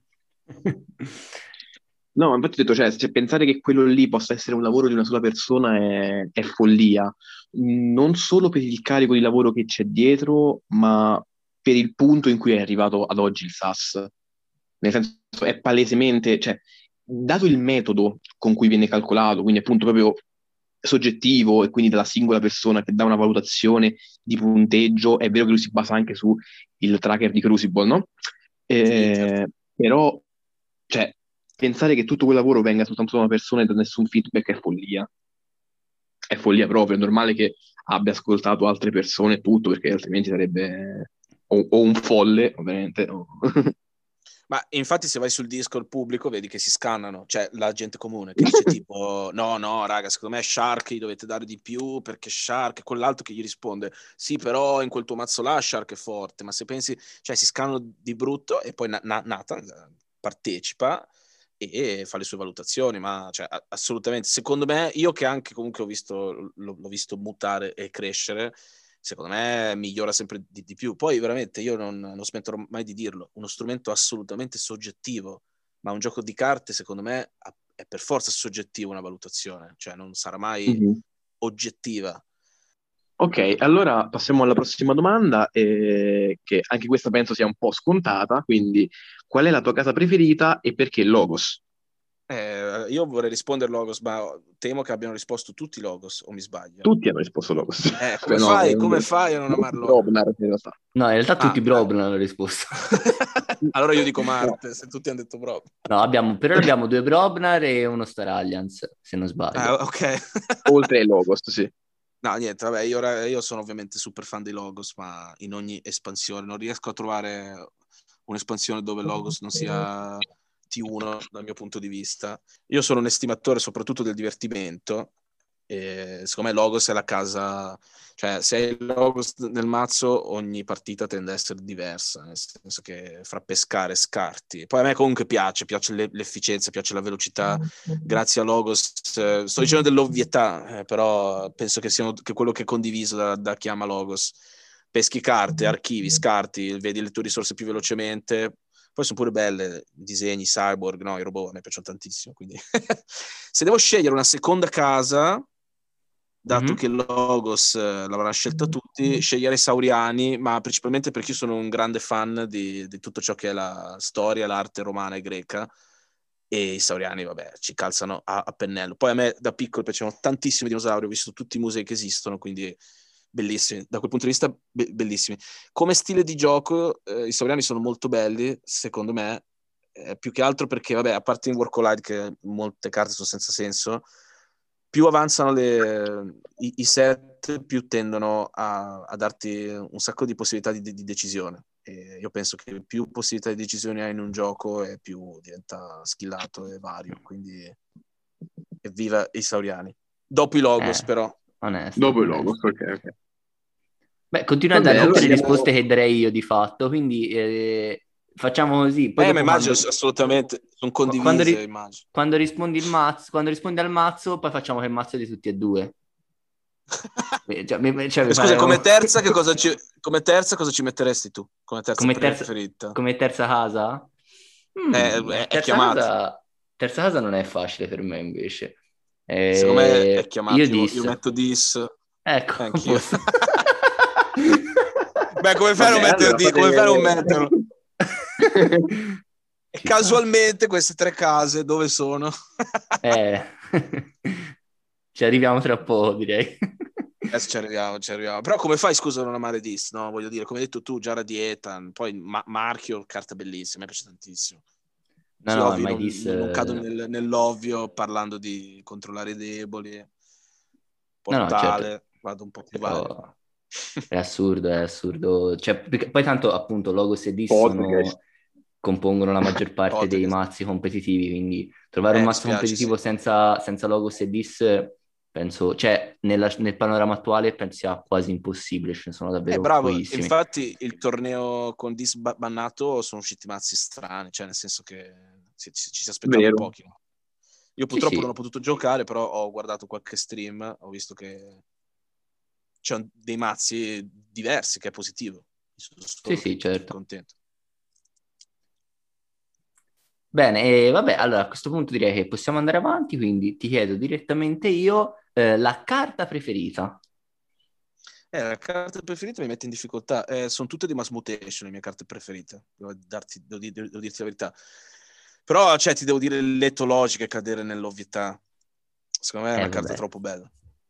No, infatti ho detto, cioè, se pensare che quello lì possa essere un lavoro di una sola persona è, è follia. Non solo per il carico di lavoro che c'è dietro, ma per il punto in cui è arrivato ad oggi il S A S. Nel senso, è palesemente, cioè, dato il metodo con cui viene calcolato, quindi appunto proprio soggettivo e quindi dalla singola persona che dà una valutazione di punteggio, è vero che lui si basa anche su il tracker di Crucible, no? Sì, Eh, certo. però, cioè, pensare che tutto quel lavoro venga soltanto da una persona e da nessun feedback è follia. È follia proprio, è normale che abbia ascoltato altre persone e tutto, perché altrimenti sarebbe o, o un folle, ovviamente. O... Ma infatti se vai sul Discord pubblico vedi che si scannano, cioè la gente comune che dice tipo no, no, raga, secondo me Shark gli dovete dare di più perché Shark è quell'altro che gli risponde sì, però in quel tuo mazzo là Shark è forte, ma se pensi, cioè si scannano di brutto e poi Na- Na- Nathan partecipa e fa le sue valutazioni, ma cioè, assolutamente, secondo me, io che anche comunque ho visto, l'ho, l'ho visto mutare e crescere, secondo me migliora sempre di, di più. Poi veramente io non, non smetterò mai di dirlo, uno strumento assolutamente soggettivo, ma un gioco di carte secondo me è per forza soggettivo una valutazione, cioè non sarà mai Mhm. oggettiva. Ok, allora passiamo alla prossima domanda, eh, che anche questa penso sia un po' scontata, quindi qual è la tua casa preferita e perché Logos? Eh, io vorrei rispondere Logos, ma temo che abbiano risposto tutti Logos, o mi sbaglio? Tutti hanno risposto Logos. Eh, Cioè, come no, fai? eh, Come fai a non amare molti Logos? Brobnar in realtà. No, in realtà Ah, tutti Brobn hanno risposto. allora io dico No. Marte, se tutti hanno detto Brobnar. No, abbiamo, per ora abbiamo due Brobnar e uno Star Alliance, se non Ah, sbaglio. ok. Oltre ai Logos, sì. No, niente, vabbè, io, io sono ovviamente super fan dei Logos, ma in ogni espansione non riesco a trovare un'espansione dove Logos non sia T uno dal mio punto di vista. Io sono un estimatore soprattutto del divertimento e secondo me Logos è la casa, cioè se hai Logos nel mazzo ogni partita tende ad essere diversa, nel senso che fra pescare e scarti. Poi a me comunque piace, piace l'efficienza, piace la velocità, grazie a Logos, eh, sto dicendo dell'ovvietà, eh, però penso che sia che quello che è condiviso da, da chi ama Logos. Peschi carte, archivi, scarti, vedi le tue risorse più velocemente. Poi sono pure belle, i disegni, cyborg, no, i robot, a me piacciono tantissimo. Quindi se devo scegliere una seconda casa, dato Mhm. che Logos eh, l'avranno scelta tutti, sceglierei Sauriani, ma principalmente perché io sono un grande fan di, di tutto ciò che è la storia, l'arte romana e greca, e i Sauriani, vabbè, ci calzano a, a pennello. Poi a me da piccolo piacevano tantissimi dinosauri, ho visto tutti i musei che esistono, quindi bellissimi. Da quel punto di vista, be- bellissimi. Come stile di gioco, eh, i Sauriani sono molto belli, secondo me, eh, più che altro perché, vabbè, a parte in Workolide, che molte carte sono senza senso, più avanzano le, i, i set, più tendono a, a darti un sacco di possibilità di, di decisione. E io penso che più possibilità di decisione hai in un gioco e più diventa skillato e vario. Quindi evviva i Sauriani. Dopo i Logos, Eh. però. Onesto. Dopo il onesto. Logos, ok, ok. Beh, continua a Vabbè, dare tutte allora le andiamo- risposte che darei io di fatto, quindi eh, facciamo così. Poi Eh, ma dopo immagino quando, assolutamente, sono qu- quando, condivise, ri- immagino. quando rispondi il mazzo, quando rispondi al mazzo, poi facciamo che il mazzo è di tutti e due. Eh, Cioè, mi, cioè, mi E scusa, pare come un- terza, che cosa ci, come terza cosa ci metteresti tu? Come terza come terza, preferita? come terza casa? Eh, Mm, è, è terza chiamato. casa, terza casa non è facile per me invece. Secondo me è Eh, io chiamato. Io, io dis, metto Dis. ecco, a Anch'io. posto. Beh, come fai a non Vabbè, mettere allora D? Come fai a non fate- metterlo? E Ci sta. casualmente queste tre case dove sono? Eh, ci arriviamo tra poco, direi. Adesso ci arriviamo, ci arriviamo. Però come fai, scusa, a non amare Dis? No, voglio dire, come hai detto tu, già la dieta, poi Ma- Marchio, carta bellissima, mi piace tantissimo. No, Sì, no, ovvio, mai non, dis... non- non cado No, nel- nell'ovvio parlando di controllare i deboli, no, certo, portale, vado un po' più vario. però è assurdo, è assurdo. Cioè, perché poi tanto, appunto, Logos e Dis Podcast. sono... compongono la maggior parte dei Podcast. mazzi competitivi, quindi trovare un Eh, mi mazzo spiace, competitivo sì. senza, senza Logos e Dis, penso, cioè, nella- nel panorama attuale penso sia quasi impossibile, ce ne sono Eh, davvero bravo, pochissimi. infatti il torneo con Dis ba- bannato sono usciti mazzi strani, cioè nel senso che ci, ci- ci si aspettava Vero. pochi. No? Io Sì, purtroppo sì. non ho potuto giocare, però ho guardato qualche stream, ho visto che c'è dei mazzi diversi, che è positivo. Sono solo Sì, sì, che- certo. contento. Bene, e vabbè, allora a questo punto direi che possiamo andare avanti, quindi ti chiedo direttamente io eh, la carta preferita. Eh, la carta preferita mi mette in difficoltà. Eh, sono tutte di Mass Mutation le mie carte preferite. Devo, darti, devo, di- devo dirti la verità. Però, cioè, ti devo dire il letto logico e cadere nell'ovvietà. Secondo me è Eh, una carta vabbè. troppo bella.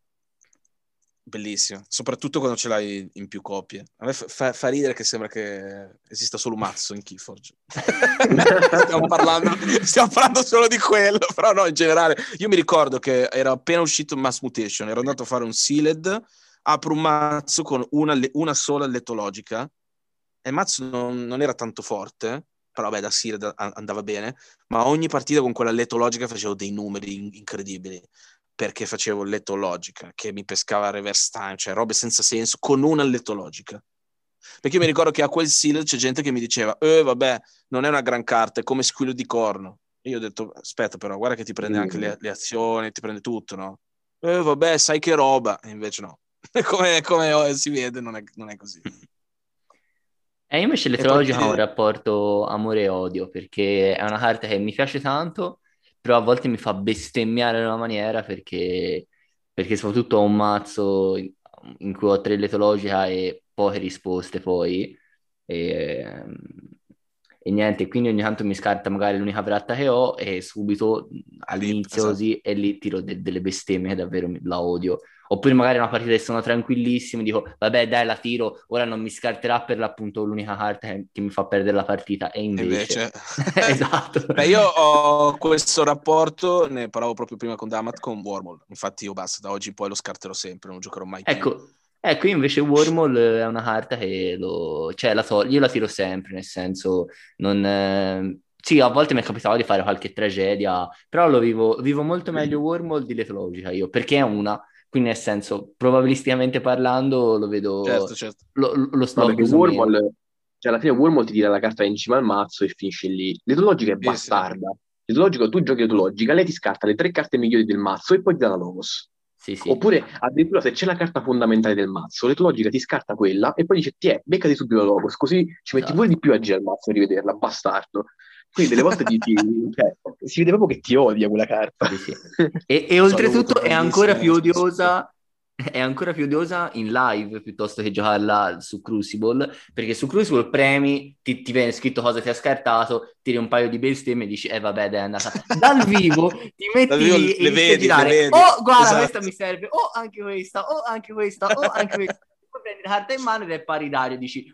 Bellissima. Soprattutto quando ce l'hai in più coppie. A me fa, fa ridere che sembra che esista solo un mazzo in Keyforge. stiamo, parlando, stiamo parlando solo di quello. Però no, in generale. Io mi ricordo che era appena uscito Mass Mutation. Ero andato a fare un sealed. Apro un mazzo con una, una sola lettologica e il mazzo non, non era tanto forte, però vabbè da sealed andava bene, ma ogni partita con quella lettologica facevo dei numeri incredibili, perché facevo lettologica, che mi pescava reverse time, cioè robe senza senso, con una lettologica. Perché io mi ricordo che a quel sealed c'è gente che mi diceva, eh vabbè, non è una gran carta, è come Squillo di Corno. E io ho detto, aspetta però, guarda che ti prende anche le, le azioni, ti prende tutto, no? Eh vabbè, sai che roba, e invece no. come, come si vede non è, non è così. E invece E poi l'etrologica ha un ti... rapporto amore e odio, perché è una carta che mi piace tanto, però a volte mi fa bestemmiare in una maniera perché, perché soprattutto ho un mazzo in, in cui ho tre letologica e poche risposte poi, e, e niente, quindi ogni tanto mi scarta magari l'unica tratta che ho e subito Rip, all'inizio esatto. così e lì tiro de- delle bestemmie che davvero mi- la odio. Oppure magari una partita che sono tranquillissimo, dico vabbè dai la tiro, ora non mi scarterà per l'appunto l'unica carta che, che mi fa perdere la partita e E invece... invece... Esatto. Beh, io ho questo rapporto, ne parlavo proprio prima con Damat, con Wormhole. Infatti io basta, da oggi in poi lo scarterò sempre, non giocherò mai più. Ecco, ecco, io invece Wormhole è una carta che lo... cioè la to- io la tiro sempre, nel senso, non... eh, Sì, a volte mi è capitato di fare qualche tragedia, però lo vivo, vivo molto meglio Wormhole di Letologica io, perché è una, quindi nel senso, probabilisticamente parlando, lo vedo, Certo, certo. lo, lo, lo Vabbè, che chiuso meno. Wormhole, cioè alla fine Wormhole ti tira la carta in cima al mazzo e finisce lì. L'etologica è Sì, sì. bastarda. L'etologica, tu giochi l'etologica, lei ti scarta le tre carte migliori del mazzo e poi ti dà la Logos. Sì, sì. Oppure addirittura se c'è la carta fondamentale del mazzo, l'etologica ti scarta quella e poi dice ti è, beccati subito la Logos, così ci metti pure Esatto. di più a girare il mazzo a rivederla, bastardo. Quindi delle volte ti, ti- cioè, si vede proprio che ti odia quella carta. Sì, sì. E, e Non so, io ho avuto oltretutto è ancora più bellissime... odiosa, è ancora più odiosa in live piuttosto che giocarla su Crucible, perché su Crucible premi, ti, ti viene scritto cosa ti ha scartato, tiri un paio di bestemmie e dici, eh vabbè, dai, è andata. Dal vivo ti Dal metti vivo lì e le inizi a vedi, le girare, vedi. oh, guarda, Esatto. questa mi serve, oh, anche questa, oh, anche questa, oh, anche questa. Poi prendi la carta in mano ed è paritario, dici,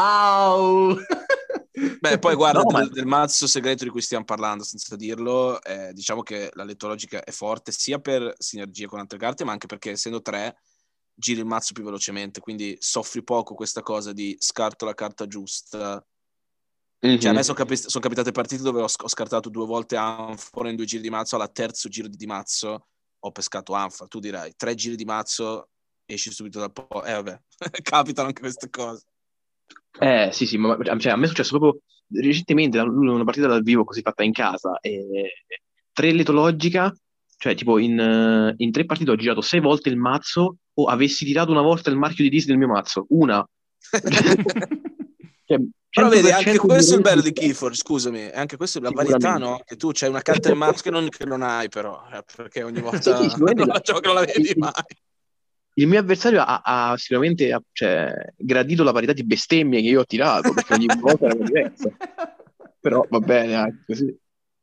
wow! Beh, poi guarda, No, ma- del, del mazzo segreto di cui stiamo parlando, senza dirlo, eh, diciamo che la lettologica è forte sia per sinergia con altre carte, ma anche perché essendo tre giri il mazzo più velocemente, quindi soffri poco questa cosa di scarto la carta giusta. Mhm. Cioè a me sono capi- son capitate partite dove ho, sc- ho scartato due volte Anfora in due giri di mazzo, alla terzo giro di, di mazzo ho pescato Anfa. Tu dirai, tre giri di mazzo, esci subito dal po'. Eh vabbè, capitano anche queste cose. Eh sì sì, ma cioè, a me è successo proprio recentemente una partita dal vivo così fatta in casa, e tre letologica, cioè tipo in, eh, in tre partite ho girato sei volte il mazzo, o avessi tirato una volta il marchio di Disney del mio mazzo, una. Cioè, Però vedi, anche cento per cento questo è il di bello di Keyforge, scusami, anche questo è la varietà, sicuramente. no? Che tu c'hai una carta in mazzo che non, che non hai però, eh, perché ogni Sì, volta sì, sicuramente non la- la giochi, non la vedi il, mai. il mio avversario ha, ha sicuramente ha, cioè, gradito la varietà di bestemmie che io ho tirato, perché ogni volta era diversa. Però va bene anche così.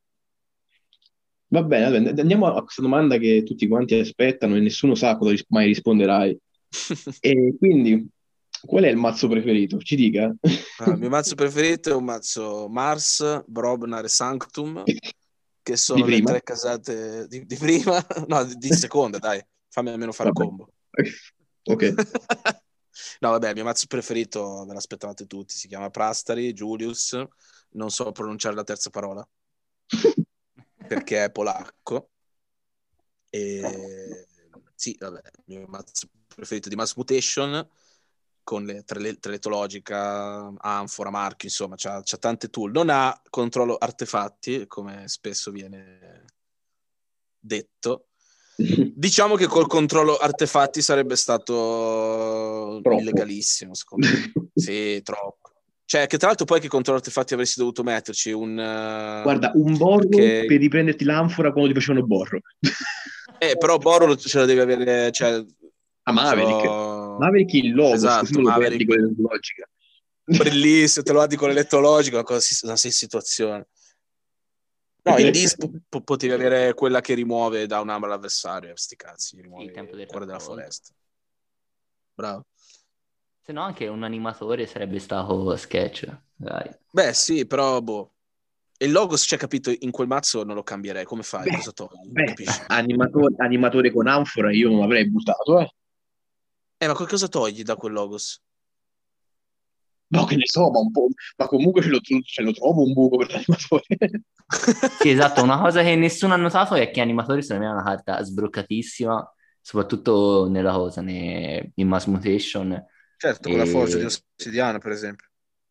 Va bene, allora, andiamo a questa domanda che tutti quanti aspettano e nessuno sa cosa ris- mai risponderai. E quindi, qual è il mazzo preferito? Ci dica. Allora, il mio mazzo preferito è un mazzo Mars, Brobnar e Sanctum, che Di sono le prima? tre casate di, di prima, no, di, di seconda, dai, fammi almeno fare Vabbè. combo. Ok. No, vabbè, il mio mazzo preferito, ve l'aspettate tutti, si chiama Prastari, Julius, non so pronunciare la terza parola, perché è polacco. E sì, vabbè, il mio mazzo preferito di Mass Mutation, con le tre, tre letologica, Anfora, Marchio, insomma, c'ha, c'ha tante tool. Non ha controllo artefatti, come spesso viene detto. Diciamo che col controllo artefatti sarebbe stato Troppo. illegalissimo, secondo me. Sì, troppo. Cioè, che tra l'altro poi che controllo artefatti avresti dovuto metterci? Un, uh, Guarda, un borro perché... per riprenderti l'anfora quando ti facevano borro. Eh, però Boro ce la devi avere, cioè... A Maverick. So... Maverick il logo, così Esatto, non lo perdi Maverick. con l'etologica. Bellissimo, te lo addi con l'elettrologico, una, cosa, una situazione. No, in dis po- potevi avere quella che rimuove da un'arma l'avversario, sti cazzi, rimuove il tempo del il cuore della raccolto. foresta. Bravo. Se no anche un animatore sarebbe stato Sketch, dai. Beh, sì, però boh. E il logo, se c'è capito, in quel mazzo non lo cambierei. Come fai? Beh, Cosa togli? beh, Capisci? animatore, animatore con anfora io non l'avrei buttato, eh. Eh, ma cosa togli da quel logos? No, che ne so, ma un po', ma comunque ce lo, ce lo trovo un buco per l'animatore. Sì, esatto, una cosa che nessuno ha notato è che animatori secondo me è una carta sbroccatissima, soprattutto nella cosa, ne, in Mass Mutation. Certo, E... con la forgia di ossidiana, per esempio.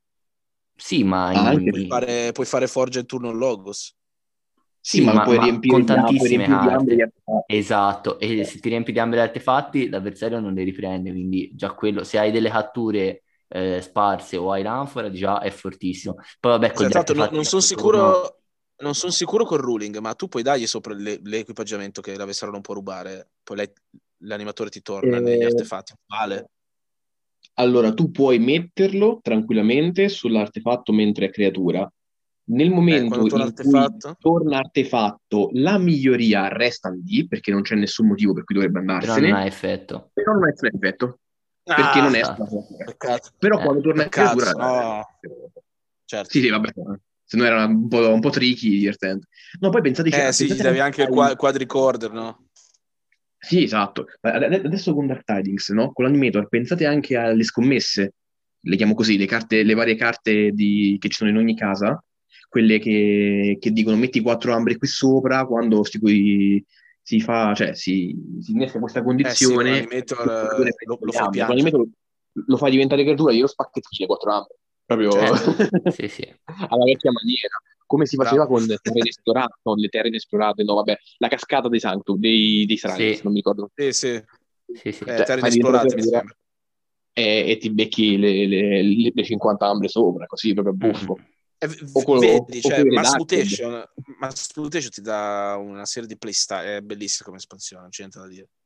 Sì, ma... Ah, anche. Puoi fare, puoi fare forgia in turno logos. Sì, Sì, ma lo ma, puoi ma riempire con di, puoi tantissime riempire di ambre di carte. artefatti. Esatto, e se ti riempi di ambre di artefatti, l'avversario non le riprende, quindi già quello, se hai delle catture eh, sparse o hai l'anfora, già è fortissimo. Poi vabbè, con gli Esatto, no, artefatti non a sono quel turno... sicuro, non sono sicuro col ruling, ma tu puoi dargli sopra le- l'equipaggiamento che l'avversario non può rubare, poi lei- l'animatore ti torna negli Eh, artefatti. Vale. allora, tu puoi metterlo tranquillamente sull'artefatto mentre è creatura. Nel Eh, quando momento torna in cui artefatto? torna artefatto, la miglioria resta lì, perché non c'è nessun motivo per cui dovrebbe però non ha andarsene, effetto. però non ha nessun effetto, perché non Ah, è sulla Esatto. creatura. peccato. Però Eh. quando torna in Peccato, creatura... no. eh, Certo. Sì, sì, vabbè, se no era un po', un po' tricky, divertente. No, poi pensateci, Eh sì, gli pensate davi anche il qua- ai... quadricorder, no? Sì, esatto. Ma ade- Adesso con Dark Tidings, no? Con l'animator, pensate anche alle scommesse, le chiamo così, le carte, le varie carte di- che ci sono in ogni casa, quelle che, che dicono metti quattro ambre qui sopra quando si, qui- si fa, cioè si, si innesca questa Eh sì, un condizione, animator il giocatore eh, prende lo, lo quelle fai ambre. Con piangere. l'animator lo fai diventare creatura, glielo spacchetti le quattro ambre. Proprio Certo. Sì, sì. alla vecchia maniera, come si faceva Bravo. con le terre inesplorate, no, le terre inesplorate, no, vabbè, la cascata dei Sanctum, dei, dei Shrines, non Sì, mi ricordo. Sì, sì. sì, sì. Eh, Cioè, terre fai diventare inesplorate, mi creatura sembra. e, e ti becchi le, le, le- le cinquanta ambre sopra, così proprio Mm-mm. buffo. Eh, O, v- con, o, vedi, o cioè, con i Mass Redacted. Mutation, Mass Mutation ti dà una serie di playstyle, è bellissima come espansione, non c'è niente da dire.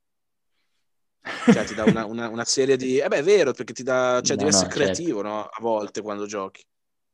Cioè, ti dà una, una, una serie di... Eh beh, è vero, perché ti dà... Cioè, No, devi essere no, certo. creativo, no? A volte, quando giochi.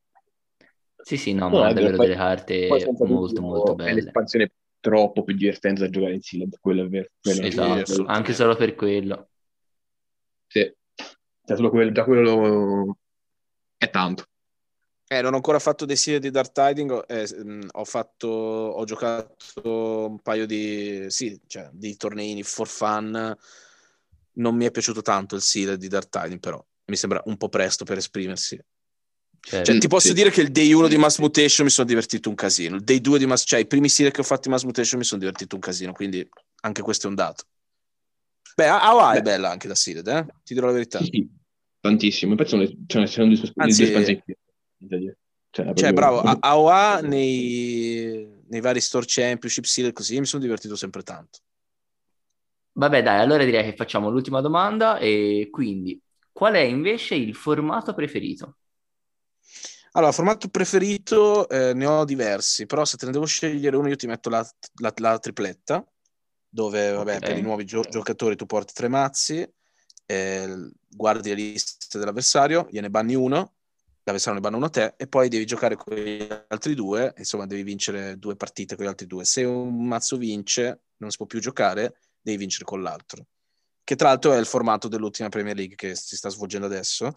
Sì, sì, no, No, ma è vero, davvero poi, delle poi carte senza molto, molto dubbio è belle. l'espansione troppo più divertente da giocare in Sealed, quello è vero. Quello non c'è Sì, niente. Esatto, anche assolutamente. solo per quello. Sì. Cioè, solo quello, da quello lo- è tanto. Eh, non ho ancora fatto dei serie di Dark Tiding, eh, mh, ho fatto, ho giocato un paio di, sì, cioè, di torneini for fun. Non mi è piaciuto tanto il serie di Dark Tiding, però mi sembra un po' presto per esprimersi. Certo. Cioè, ti Mm, posso sì. dire che il day uno di Mass Mutation mi sono divertito un casino. Il day due di Mass, cioè i primi serie che ho fatto di Mass Mutation mi sono divertito un casino, quindi Anche questo è un dato. Beh, A O A Beh, è bella anche da Seeded, eh? Ti dirò la verità. sì, sì, tantissimo. Infatti sono le, cioè, sono le due, le Anzi, due espansioni più- cioè, cioè, proprio, bravo, proprio- A- AOA nei, nei vari store championship, Seeded, così, mi sono divertito sempre tanto. Vabbè, dai, allora direi che facciamo l'ultima domanda e quindi, qual è invece il formato preferito? Allora, formato preferito eh, ne ho diversi, però se te ne devo scegliere uno io ti metto la, la- la tripletta, dove vabbè, per i Ok, nuovi gio- giocatori tu porti tre mazzi, eh, guardi le liste dell'avversario, gliene banni uno, l'avversario ne banna uno a te e poi devi giocare con gli altri due, insomma devi vincere due partite con gli altri due. Se un mazzo vince, non si può più giocare, devi vincere con l'altro. Che tra l'altro è il formato dell'ultima Premier League che si sta svolgendo adesso.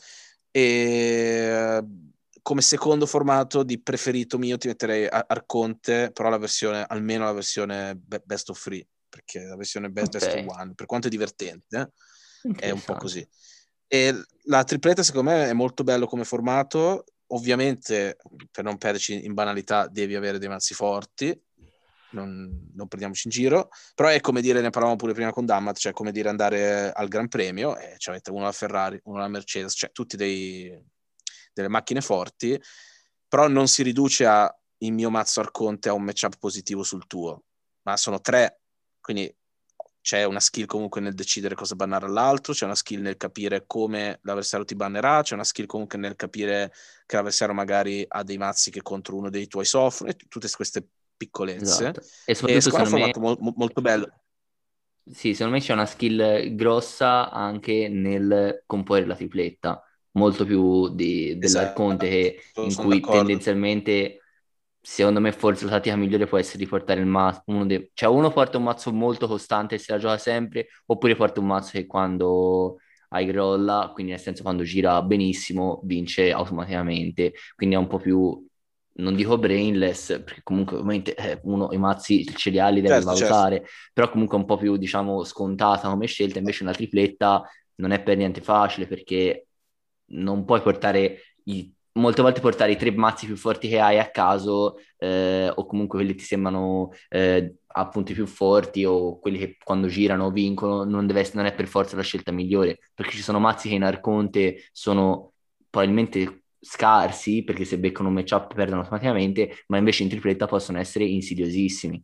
E come secondo formato di preferito mio ti metterei Arconte, però la versione, almeno la versione best of three, perché la versione best, best of ok, one, per quanto è divertente, è un po' interessante. così. E la tripletta secondo me è molto bello come formato, ovviamente per non perderci in banalità devi avere dei mazzi forti, non, non prendiamoci in giro, però è come dire, ne parlavamo pure prima con Dammat, cioè come dire andare al Gran Premio e cioè avete uno alla Ferrari, uno alla Mercedes, cioè tutti dei, delle macchine forti, però non si riduce a il mio mazzo Arconte a un matchup positivo sul tuo, ma sono tre, quindi c'è una skill comunque nel decidere cosa bannare all'altro, c'è una skill nel capire come l'avversario ti bannerà, c'è una skill comunque nel capire che l'avversario magari ha dei mazzi che contro uno dei tuoi soffrono, e tutte queste piccolezze. Esatto. E E soprattutto secondo me è secondo un me, formato mo- molto bello. sì, secondo me c'è una skill grossa anche nel comporre la tripletta, molto più di, dell'Arconte che- Esatto, in sono cui d'accordo. tendenzialmente, secondo me forse la tattica migliore può essere di portare il mazzo, uno dei- cioè uno porta un mazzo molto costante e se la gioca sempre, oppure porta un mazzo che quando hai grolla, quindi nel senso quando gira benissimo, vince automaticamente, quindi è un po' più, non dico brainless, perché comunque ovviamente eh, uno i mazzi ce li ha, li deve Certo, certo. valutare, però comunque un po' più, diciamo, scontata come scelta, invece una tripletta non è per niente facile perché non puoi portare i, molte volte portare i tre mazzi più forti che hai a caso eh, o comunque quelli che ti sembrano eh, appunto i più forti o quelli che quando girano vincono, non deve essere, non è per forza la scelta migliore, perché ci sono mazzi che in Arconte sono probabilmente scarsi perché se beccano un matchup perdono automaticamente, ma invece in tripletta possono essere insidiosissimi.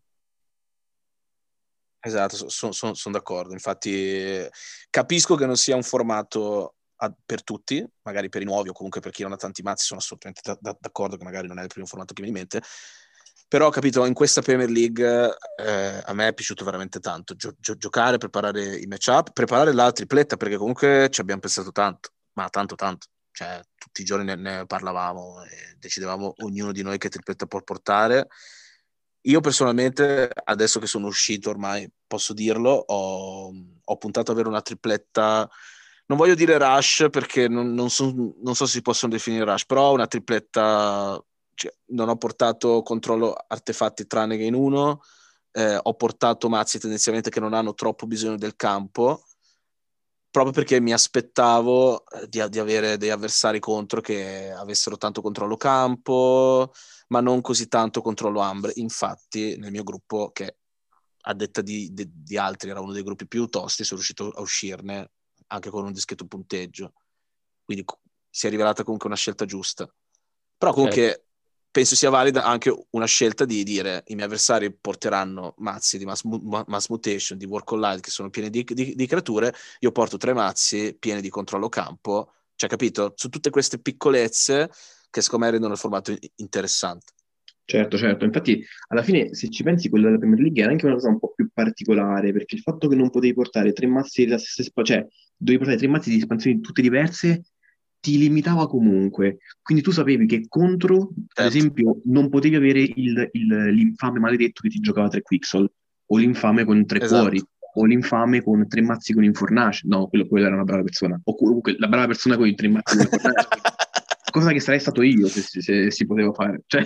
Esatto, sono son, son d'accordo. Infatti eh, capisco che non sia un formato a- per tutti, magari per i nuovi o comunque per chi non ha tanti mazzi, sono assolutamente da- da- d'accordo che magari non è il primo formato che mi viene in mente. Però ho capito, in questa Premier League eh, a me è piaciuto veramente tanto Gio- gio- giocare, preparare i matchup, preparare la tripletta, perché comunque ci abbiamo pensato tanto, ma tanto tanto. Cioè, tutti i giorni ne, ne parlavamo e decidevamo ognuno di noi che tripletta può portare. Io personalmente, adesso che sono uscito ormai, posso dirlo, ho, ho puntato ad avere una tripletta, non voglio dire rush perché non, non, son- non so se si possono definire rush, però una tripletta, cioè, non ho portato controllo artefatti tranne che in uno, eh, ho portato mazzi tendenzialmente che non hanno troppo bisogno del campo, proprio perché mi aspettavo eh, di, di avere dei avversari contro che avessero tanto controllo campo, ma non così tanto controllo ambre. Infatti, nel mio gruppo, che a detta di, di, di altri era uno dei gruppi più tosti, sono riuscito a uscirne anche con un discreto punteggio. Quindi si è rivelata comunque una scelta giusta. Però Certo. comunque penso sia valida anche una scelta di dire i miei avversari porteranno mazzi di mass, mass mutation, di work collide che sono pieni di, di, di creature, io porto tre mazzi pieni di controllo campo, cioè capito? Su tutte queste piccolezze che secondo me rendono il formato interessante. Certo, certo. Infatti, alla fine, se ci pensi, quella della Premier League era anche una cosa un po' più particolare, perché il fatto che non potevi portare tre mazzi della stessa espansione, cioè dovevi portare tre mazzi di espansioni tutte diverse, ti limitava comunque. Quindi tu sapevi che contro, ad Certo. esempio, non potevi avere il- il- l'infame maledetto che ti giocava tre Quixel, o l'infame con tre cuori, Esatto. o l'infame con tre mazzi con Infornace. No, quello, quella era una brava persona. O comunque la brava persona con i tre mazzi con Infornace. Cosa che sarei stato io se, se- se si poteva fare. Cioè...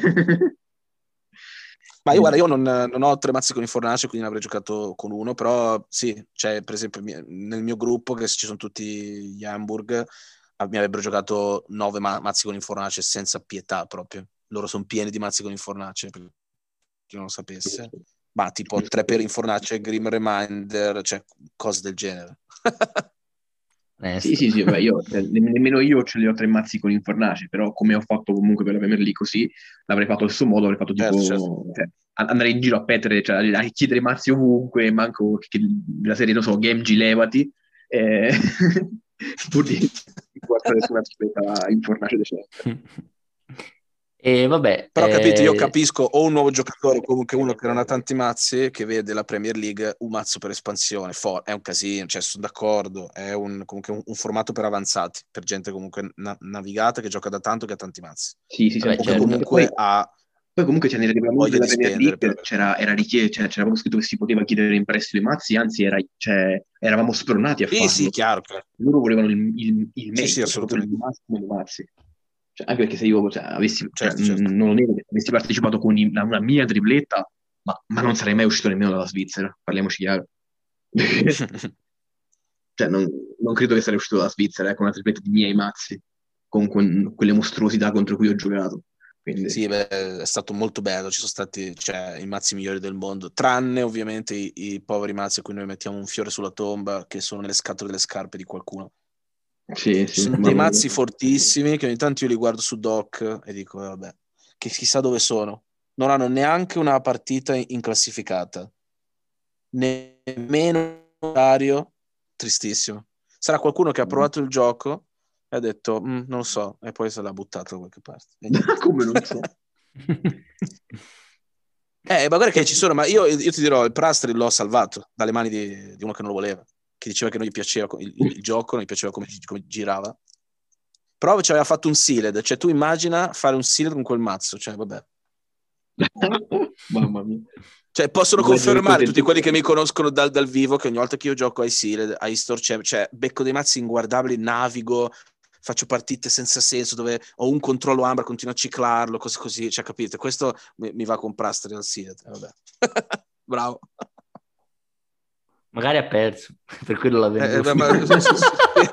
Ma io Mm. guarda, io non, non ho tre mazzi con i fornaci, quindi ne avrei giocato con uno, però sì, cioè, per esempio mi- nel mio gruppo, che ci sono tutti gli Hamburg, a- mi avrebbero giocato nove ma- mazzi con il fornace senza pietà proprio. Loro sono pieni di mazzi con il fornace, per chi non lo sapesse. ma tipo tre per Infornace, Grim Reminder, cioè cose del genere. Sì, sì, sì, beh, io, cioè, ne- nemmeno io ce li ho tre mazzi con Infornace, però come ho fatto comunque per la Premier League così, l'avrei fatto allo stesso modo, avrei fatto Certo, tipo, certo. cioè, an- andrei in giro a petere, cioè, a chiedere mazzi ovunque, manco che, che la serie, non so, Gamegi levati, eh, pur di di guardare su una tripletta Infornace decente. E vabbè, Però capito, io eh, capisco o un nuovo giocatore, comunque uno che non ha tanti mazzi, che vede la Premier League un mazzo per espansione, for- è un casino, cioè sono d'accordo, è un, comunque un, un formato per avanzati, per gente comunque na- navigata che gioca da tanto che ha tanti mazzi, Sì, sì, sì, vabbè, o che assolutamente. certo. E poi, comunque ha poi comunque c'è nel regolamento voglia della di Premier spendere. League Per... c'era, era richiesto, cioè, c'era proprio scritto che si poteva chiedere in prestito i mazzi, anzi era, cioè, eravamo spronati a Sì, sì, farlo. chiaro, chiaro. Loro volevano il, il, il Sì, sì, meglio, cioè proprio il assolutamente. massimo dei mazzi. Cioè, anche perché se io cioè, avessi, cioè, Certo, certo. mh, non lo nego, se avessi partecipato con i- una, una mia tripletta, ma, ma non sarei mai uscito nemmeno dalla Svizzera, parliamoci chiaro. Cioè, non, non credo che sarei uscito dalla Svizzera eh, con una tripletta di miei mazzi, con, con quelle mostruosità contro cui ho giocato. Quindi, Sì, beh, è stato molto bello, ci sono stati cioè, i mazzi migliori del mondo, tranne ovviamente i, i poveri mazzi a cui noi mettiamo un fiore sulla tomba, che sono nelle scatole delle scarpe di qualcuno. sì, Ci sì, sono dei mamma mia. mazzi fortissimi che ogni tanto io li guardo su Doc e dico, vabbè, che chissà dove sono. Non hanno neanche una partita in, in classificata, nemmeno un orario, tristissimo. Sarà qualcuno che ha provato il gioco e ha detto, "Mm, non lo so", e poi se l'ha buttato da qualche parte. E niente. Come non so. Eh, ma guarda che ci sono, ma io, io ti dirò, il Prastri l'ho salvato dalle mani di, di uno che non lo voleva, che diceva che non gli piaceva il, il- il gioco, non gli piaceva come, come girava. Però ci aveva fatto un sealed, cioè tu immagina fare un sealed con quel mazzo, cioè vabbè. Mamma mia. Cioè possono Immagino che confermare così tutti quelli che mi conoscono dal, dal vivo che ogni volta che io gioco ai sealed, ai store, cioè, cioè becco dei mazzi inguardabili, navigo, faccio partite senza senso dove ho un controllo ambra, continuo a ciclarlo, cose così, cioè capite? Questo mi, mi va con Prastri al sealed, eh, vabbè. Bravo. Magari ha perso, per quello l'ha Eh, eh, venduto. ma- sì, sì, sì.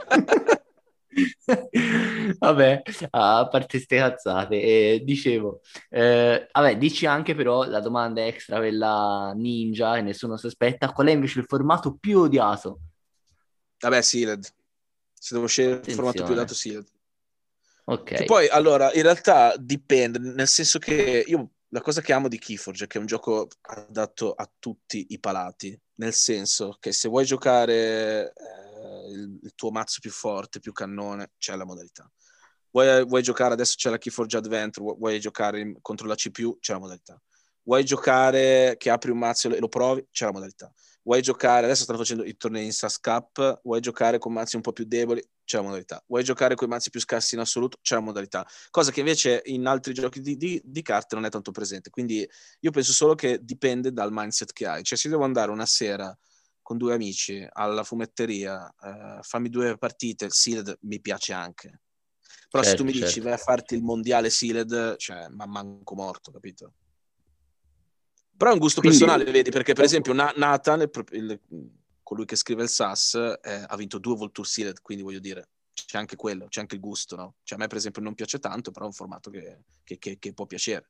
Vabbè, a parte ste cazzate, eh, dicevo, eh, vabbè, dici anche però la domanda extra, quella ninja, e nessuno si aspetta, qual è invece il formato più odiato? Vabbè, sealed. Se devo scegliere il formato più dato, Attenzione, sealed. ok, Che poi, allora, in realtà dipende, nel senso che io la cosa che amo di Keyforge è che è un gioco adatto a tutti i palati, nel senso che se vuoi giocare eh, il, il tuo mazzo più forte, più cannone, c'è la modalità. Vuoi, vuoi giocare, adesso c'è la Keyforge Adventure, vuoi, vuoi giocare in- contro la C P U, c'è la modalità. Vuoi giocare che apri un mazzo e lo provi, c'è la modalità. Vuoi giocare, adesso stanno facendo i tornei in S A S Cup, vuoi giocare con mazzi un po' più deboli, c'è la modalità. Vuoi giocare con i mazzi più scarsi in assoluto, c'è la modalità. Cosa che invece in altri giochi di, di, di carte non è tanto presente. Quindi io penso solo che dipende dal mindset che hai. Cioè se devo andare una sera con due amici alla fumetteria, eh, fammi due partite, il Sealed mi piace anche. Però se tu certo, mi dici certo. vai a farti il mondiale Sealed, cioè ma manco morto, capito? Però è un gusto Quindi, personale, vedi, perché per esempio Na- Nathan, il, il, colui che scrive il S A S, eh, ha vinto due Vulture Sealed, quindi voglio dire, c'è anche quello, c'è anche il gusto, no? Cioè a me per esempio non piace tanto, però è un formato che, che, che, che può piacere.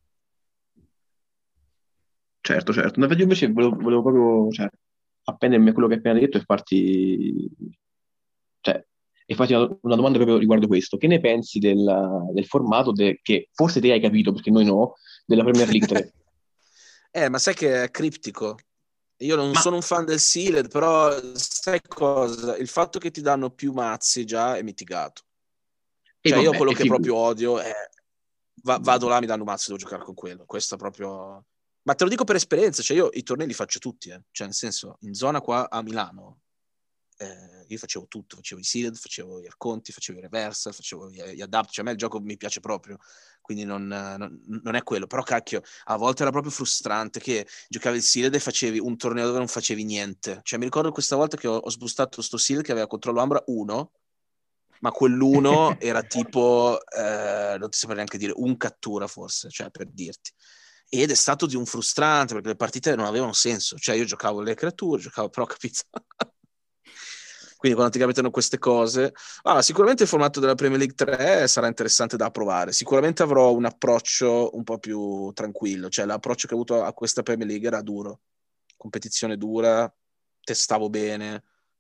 certo, certo. No, io invece volevo, volevo proprio, cioè, appendermi a quello che hai appena detto e farti, cioè, e farti una, una domanda proprio riguardo questo. Che ne pensi del, del formato de- che forse te hai capito, perché noi no, della Premier League tre? Eh, ma sai che è criptico? Io non Ma, sono un fan del Sealed, però sai cosa? Il fatto che ti danno più mazzi già è mitigato. e Cioè io vabbè, quello è che figo. proprio odio è va- vado là, mi danno un mazzo, devo giocare con quello. Questo è proprio... Ma te lo dico per esperienza, cioè io i tornei li faccio tutti, eh. Cioè nel senso, in zona qua a Milano, eh, io facevo tutto, facevo i sealed, facevo gli arconti, facevo i reversal, facevo gli, gli adapt, cioè a me il gioco mi piace proprio, quindi non, non, non è quello. Però cacchio, a volte era proprio frustrante che giocavi il sealed e facevi un torneo dove non facevi niente. Cioè mi ricordo questa volta che ho, ho sbustato sto sealed che aveva controllo Ambra uno, ma quell'uno era tipo, eh, non ti saprei neanche dire, un cattura forse, cioè per dirti. Ed è stato di un frustrante perché le partite non avevano senso, cioè io giocavo le creature, giocavo però, capito? quindi quando ti capitano queste cose, allora, sicuramente il formato della Premier League tre sarà interessante da provare. Sicuramente avrò un approccio un po' più tranquillo, cioè l'approccio che ho avuto a questa Premier League era duro, competizione dura, testavo bene,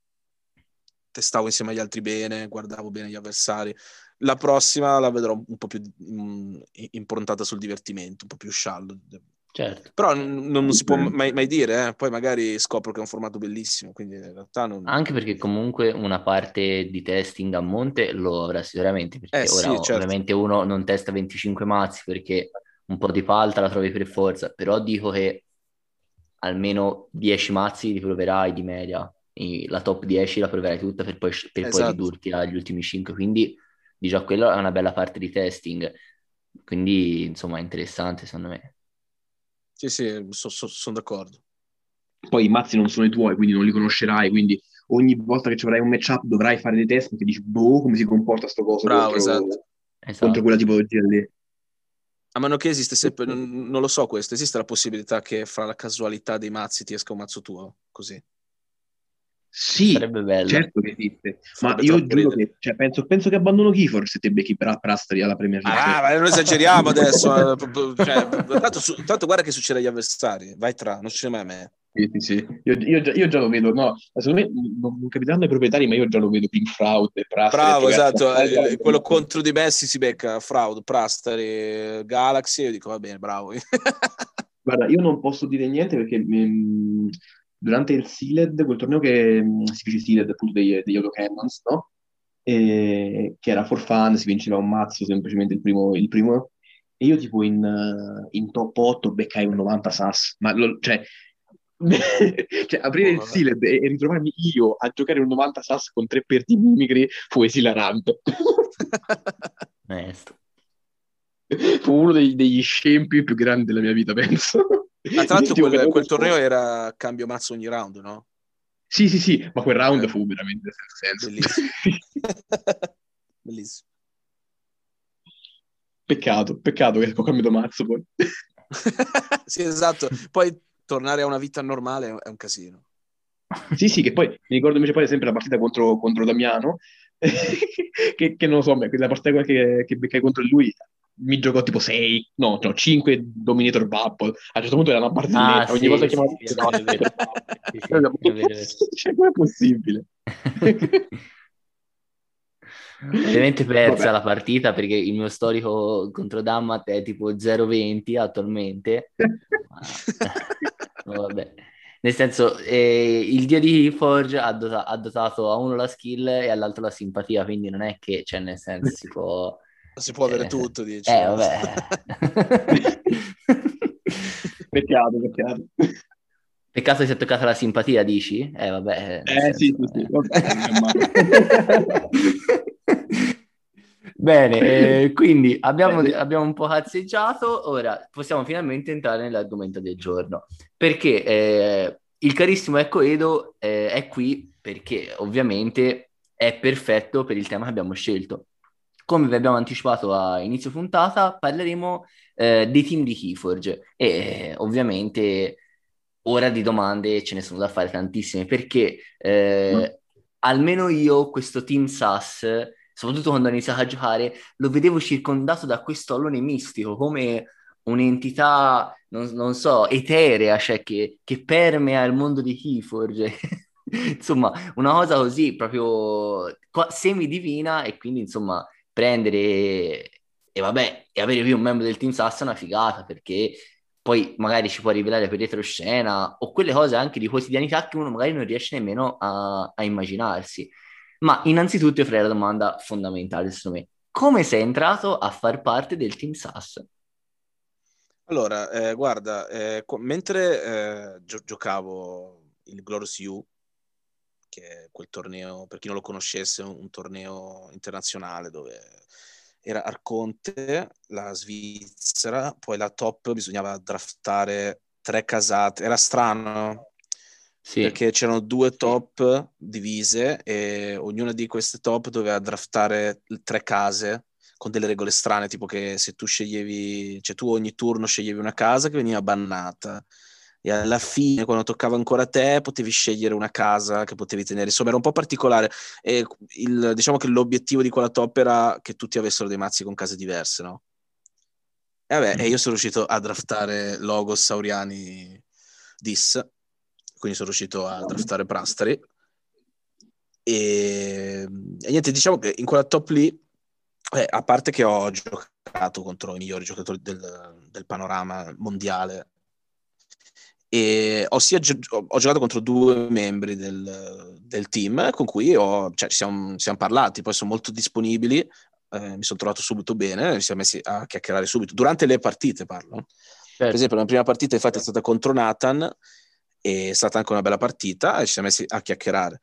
testavo insieme agli altri bene, guardavo bene gli avversari. La prossima la vedrò un po' più mh, improntata sul divertimento, un po' più sciallo. Certo. Però n- non si può mai, mai dire, eh. Poi magari scopro che è un formato bellissimo, quindi in realtà non... Anche perché comunque una parte di testing a monte lo avrà sicuramente, Eh perché ora sì, certo. ovviamente uno non testa venticinque mazzi perché un po' di palta la trovi per forza, però dico che almeno dieci mazzi li proverai di media, I- la top dieci la proverai tutta per poi, per poi Esatto. ridurti agli ultimi cinque, quindi di già quello è una bella parte di testing, quindi insomma è interessante secondo me. Sì, sì, sono d'accordo. Poi i mazzi non sono i tuoi, quindi non li conoscerai, quindi ogni volta che ci avrai un matchup dovrai fare dei test perché dici, boh, come si comporta sto coso Bravo, contro, esatto. contro quella Esatto. tipologia lì. A meno che esiste sempre, non, non lo so questo, esiste la possibilità che fra la casualità dei mazzi ti esca un mazzo tuo, così. Sì, Sarebbe bello. certo che esiste, ma Farebbe io troppo giuro ridere. che, cioè, penso, penso che abbandono Keyforge se te becchi Pra- Prastri alla Premier Ah, League. ma non esageriamo adesso. eh, p- p- cioè, tanto, su- tanto guarda che succede agli avversari. Vai tra, non succede mai a me. Sì, sì, sì. Io, io già, io già lo vedo, no, secondo me non, non capiteranno ai proprietari, ma io già lo vedo Pink Fraud e Prastri a Bravo, giocare a esatto. Italia. eh, Quello contro di Messi si becca Fraud, Prastari, Galaxy. Io dico, va bene, bravo. Guarda, io non posso dire niente perché mm, durante il Sealed, quel torneo che mm, si fece Sealed appunto degli, degli Autocannons, no? E, che era for fun, si vinceva un mazzo semplicemente il primo, il primo e io tipo in, eh, in top otto beccai un novanta sass, ma lo- cioè, cioè aprire il Buono. Sealed e, e ritrovarmi io a giocare un novanta sass con tre per di mimicry fu esilarante. Onesto. Fu uno dei- degli scempi più grandi della mia vita, penso. Ah, tra l'altro Tipo, quel, vedevo quel torneo questo- era cambio mazzo ogni round, no? Sì, sì, sì, ma quel round Eh, fu veramente senza senso. bellissimo. Bellissimo. Peccato, peccato che ho cambiato mazzo poi. Sì, esatto. Poi tornare a una vita normale è un casino. Sì, sì, che poi mi ricordo invece poi sempre la partita contro, contro Damiano, che, che non lo so, quella partita che, che beccai contro lui mi giocò tipo sei, no, no, cinque Dominator Bubble. A un certo punto era una Ah barzelletta, ogni volta sì, che sì, chiamavo sì, è vero, è vero. Sì, sì, Super è Bubble. vero, è vero. Cioè, com'è possibile? Ovviamente persa Vabbè. la partita perché il mio storico contro Dammat è tipo zero venti attualmente. Ma... vabbè. Nel senso, eh, il dio di Forge ha, dota- ha dotato a uno la skill e all'altro la simpatia, quindi non è che, cioè, nel senso, si può... Si può cioè, avere nel sen- tutto, dici. Eh, vabbè. Peccato, peccato. Peccato che si è toccata la simpatia, dici? Eh, vabbè, nel Eh sì, senso... sì, sì, vabbè, non è male. eh. Bene, eh, quindi abbiamo, Bene. abbiamo un po' cazzeggiato, ora possiamo finalmente entrare nell'argomento del giorno, perché eh, il carissimo Ecco Edo eh, è qui perché ovviamente è perfetto per il tema che abbiamo scelto. Come vi abbiamo anticipato a inizio puntata, parleremo eh, dei team di Keyforge e eh, ovviamente ora di domande ce ne sono da fare tantissime perché eh, almeno io questo team S A S, soprattutto quando ho iniziato a giocare, lo vedevo circondato da questo allone mistico come un'entità, non, non so, eterea, cioè che, che permea il mondo di Keyforge. Insomma, una cosa così proprio qua- semidivina e quindi insomma prendere e, e vabbè e avere qui un membro del team S A S è una figata perché poi magari ci può rivelare per retroscena o quelle cose anche di quotidianità che uno magari non riesce nemmeno a, a immaginarsi. Ma innanzitutto io farei la domanda fondamentale, secondo me. Come sei entrato a far parte del team S A S? Allora, eh, guarda, eh, qu- mentre eh, gio- giocavo il Glorious U, che è quel torneo, per chi non lo conoscesse, un, un torneo internazionale dove era Arconte, la Svizzera, poi la top bisognava draftare tre casate, era strano Sì. perché c'erano due top divise e ognuna di queste top doveva draftare tre case con delle regole strane, tipo che se tu sceglievi, cioè tu ogni turno sceglievi una casa che veniva bannata, e alla fine, quando toccava ancora a te, potevi scegliere una casa che potevi tenere. Insomma, era un po' particolare. E il, diciamo che l'obiettivo di quella top era che tutti avessero dei mazzi con case diverse, no? E vabbè, e io sono riuscito a draftare Logos, Sauriani, Dis, quindi sono riuscito a draftare Prastari. E, e niente, diciamo che in quella top lì, eh, a parte che ho giocato contro i migliori giocatori del, del panorama mondiale, e ho, sia gio- ho giocato contro due membri del, del team con cui ho, cioè, ci siamo, siamo parlati, poi sono molto disponibili, eh, mi sono trovato subito bene, ci siamo messi a chiacchierare subito, durante le partite parlo. Per Certo. esempio la prima partita infatti è stata contro Nathan, è stata anche una bella partita e ci siamo messi a chiacchierare.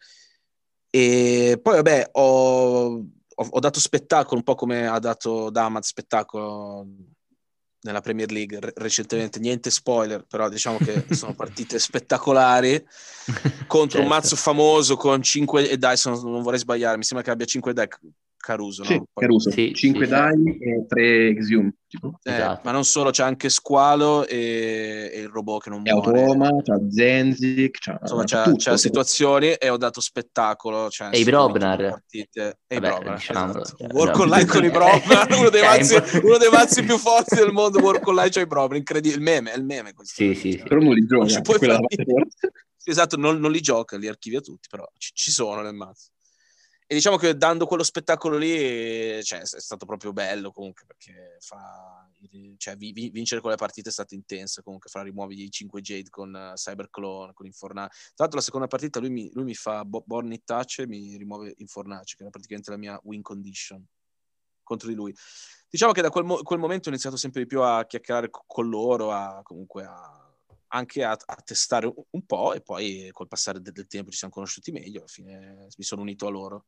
E poi vabbè ho, ho, ho dato spettacolo un po' come ha dato Damad spettacolo nella Premier League re- recentemente, niente spoiler, però diciamo che sono partite spettacolari contro un Certo. mazzo famoso con cinque e dai, sono, non vorrei sbagliare, mi sembra che abbia cinque deck Caruso, Sì, no? Poi- Caruso, Sì, cinque sì, sì. dai e tre Exium, tipo. eh, Esatto. ma non solo, c'è anche Squalo e, e il robot che non E muore. Automa, c'ha Zenzik, c'ha, Insomma, c'ha c'è, tutto. c'è situazioni e ho dato spettacolo, cioè E i sono vinto due Brobnar. partite. E i Vabbè, Brobnar, diciamolo. esatto. Cioè, Work no. online con i Brobnar, uno dei Cioè, mazzi, è un po'- uno dei mazzi più forti del mondo, Work online c'è i Brobnar, incredibile, il meme, è il meme questo. Sì, meme, sì, cioè, sì. Però non li non gioca, ci è puoi quella fare la parte niente. forte. Sì, esatto, non, non li gioca, li archivia tutti, però ci, ci sono nel mazzo. E diciamo che dando quello spettacolo lì, cioè, è stato proprio bello comunque, perché fa, cioè, vi- vi- vincere quelle partite è stata intensa comunque, fra rimuovi i cinque Jade con uh, Cyberclone, con Infornace. Tra l'altro la seconda partita lui mi, lui mi fa Bo- Born It Touch e mi rimuove Infornace, che era praticamente la mia win condition contro di lui. Diciamo che da quel, mo- quel momento ho iniziato sempre di più a chiacchierare co- con loro, a, comunque a, anche a, a testare un, un po', e poi col passare de- del tempo ci siamo conosciuti meglio, alla fine mi sono unito a loro.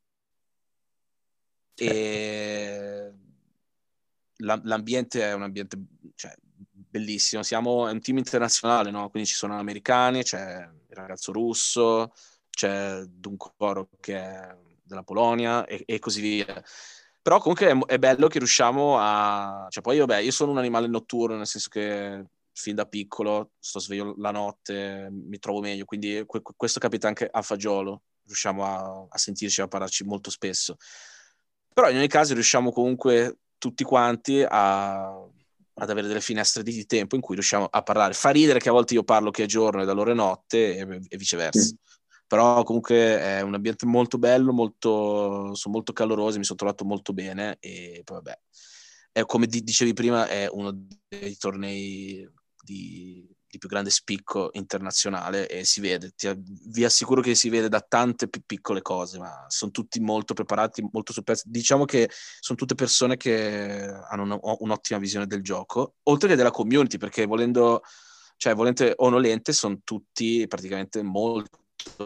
Certo. E la- l'ambiente è un ambiente, cioè, bellissimo. Siamo è un team internazionale, no? Quindi ci sono americani, c'è il ragazzo russo, c'è Dunkoro che è della Polonia e, e così via. Però comunque è, è bello che riusciamo a... Cioè, poi vabbè, io sono un animale notturno, nel senso che fin da piccolo sto sveglio la notte, mi trovo meglio, quindi que- questo capita anche a Fagiolo, riusciamo a, a sentirci, a parlarci molto spesso. Però in ogni caso riusciamo comunque tutti quanti a, ad avere delle finestre di tempo in cui riusciamo a parlare. Fa ridere che a volte io parlo che è giorno e da loro è notte e, e viceversa. Mm. Però comunque è un ambiente molto bello, molto, sono molto calorosi, mi sono trovato molto bene e poi vabbè. È, come di, dicevi prima, è uno dei tornei di, di più grande spicco internazionale e si vede, ti, vi assicuro che si vede da tante più piccole cose, ma sono tutti molto preparati, molto sul pezzo. Diciamo che sono tutte persone che hanno una, un'ottima visione del gioco, oltre che della community, perché volendo, cioè volente o nolente, sono tutti praticamente molto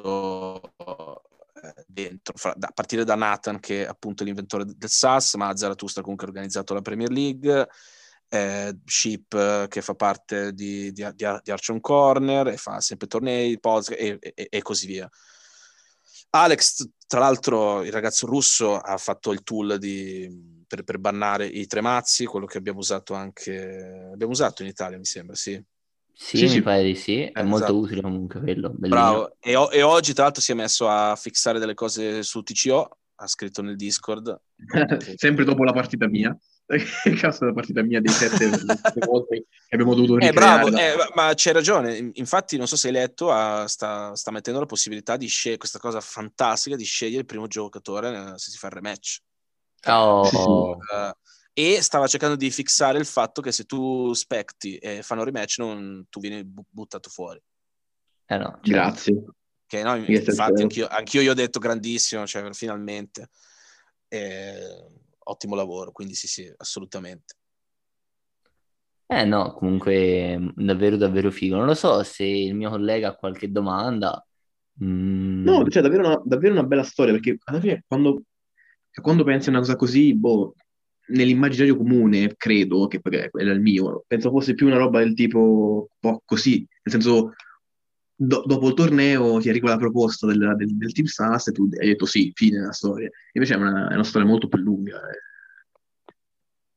dentro, fra, da, a partire da Nathan che è appunto l'inventore del S A S, ma Zarathustra comunque ha organizzato la Premier League, eh, Ship che fa parte di, di, di, di Archon Corner e fa sempre tornei, podcast e, e, e così via. Alex, tra l'altro il ragazzo russo, ha fatto il tool di, per, per bannare i tre mazzi, quello che abbiamo usato anche abbiamo usato in Italia, mi sembra, sì. Sì, Sì, mi sì. pare di sì. È Eh, molto esatto. utile comunque quello, bellino. Bravo. E, o- e oggi tra l'altro si è messo a fissare delle cose su T C O, ha scritto nel Discord. Che... Sempre dopo la partita mia. Il caso della partita mia dei sette le volte che abbiamo dovuto Eh, ricreare. bravo, Da... eh, ma c'hai ragione. Infatti, non so se hai letto, ah, sta, sta mettendo la possibilità di scegliere questa cosa fantastica di scegliere il primo giocatore eh, se si fa il rematch. Sì, sì. Oh, Eh, e stava cercando di fissare il fatto che se tu specti e fanno rematch, non, tu vieni bu- buttato fuori. eh no, certo. Grazie. Che no, Grazie al infatti, cielo. anch'io, anch'io gli ho detto grandissimo, cioè finalmente. Eh, ottimo lavoro, quindi sì, sì, assolutamente. Eh no, comunque mh, davvero davvero figo. Non lo so se il mio collega ha qualche domanda. Mm, No, cioè davvero una, davvero una bella storia, perché alla fine quando, cioè, quando pensi a una cosa così, boh, nell'immaginario comune, credo, che poi è quello è il mio, penso fosse più una roba del tipo un po' così, nel senso, do- dopo il torneo ti arriva la proposta del, del, del Team S A S e tu hai detto sì, fine della storia. Invece è una, è una storia molto più lunga. eh.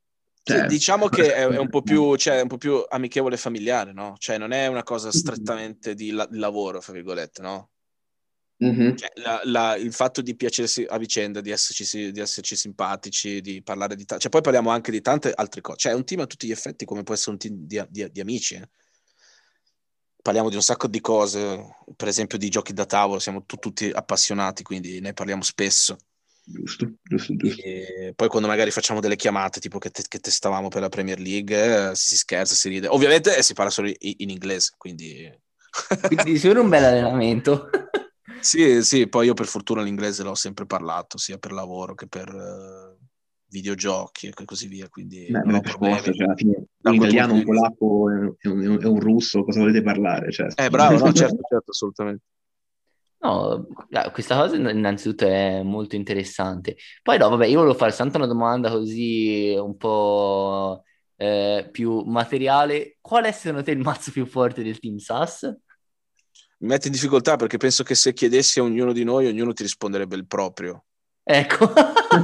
Cioè, diciamo che è, è un po' più, cioè, un po' più amichevole e familiare, no? Cioè, non è una cosa strettamente di, la- di lavoro, fra virgolette, no? Mm-hmm. Cioè, la- la- il fatto di piacersi a vicenda, di esserci, di esserci simpatici, di parlare di... ta- cioè, poi parliamo anche di tante altre cose. Cioè, è un team a tutti gli effetti, come può essere un team di, di- di amici, eh. Parliamo di un sacco di cose, per esempio di giochi da tavolo, siamo tu- tutti appassionati, quindi ne parliamo spesso. Giusto, giusto, giusto. E poi quando magari facciamo delle chiamate tipo che, te- che testavamo per la Premier League, eh, si, si scherza, si ride. Ovviamente eh, si parla solo in, in inglese, quindi... Quindi solo un bel allenamento. Sì, sì, poi io per fortuna l'inglese l'ho sempre parlato, sia per lavoro che per eh, videogiochi e così via, quindi Beh, non beh, ho per problemi forza, cioè, alla fine da un quel italiano, punto un di vista. polacco e un, e un- e un russo, cosa volete parlare? Cioè, Eh, bravo, no, certo, certo, assolutamente. No, eh, questa cosa innanzitutto è molto interessante. Poi no, vabbè, io volevo fare soltanto una domanda così un po' eh, più materiale. Qual è secondo te il mazzo più forte del Team Sass? Mi metti in difficoltà perché penso che se chiedessi a ognuno di noi, ognuno ti risponderebbe il proprio. Ecco.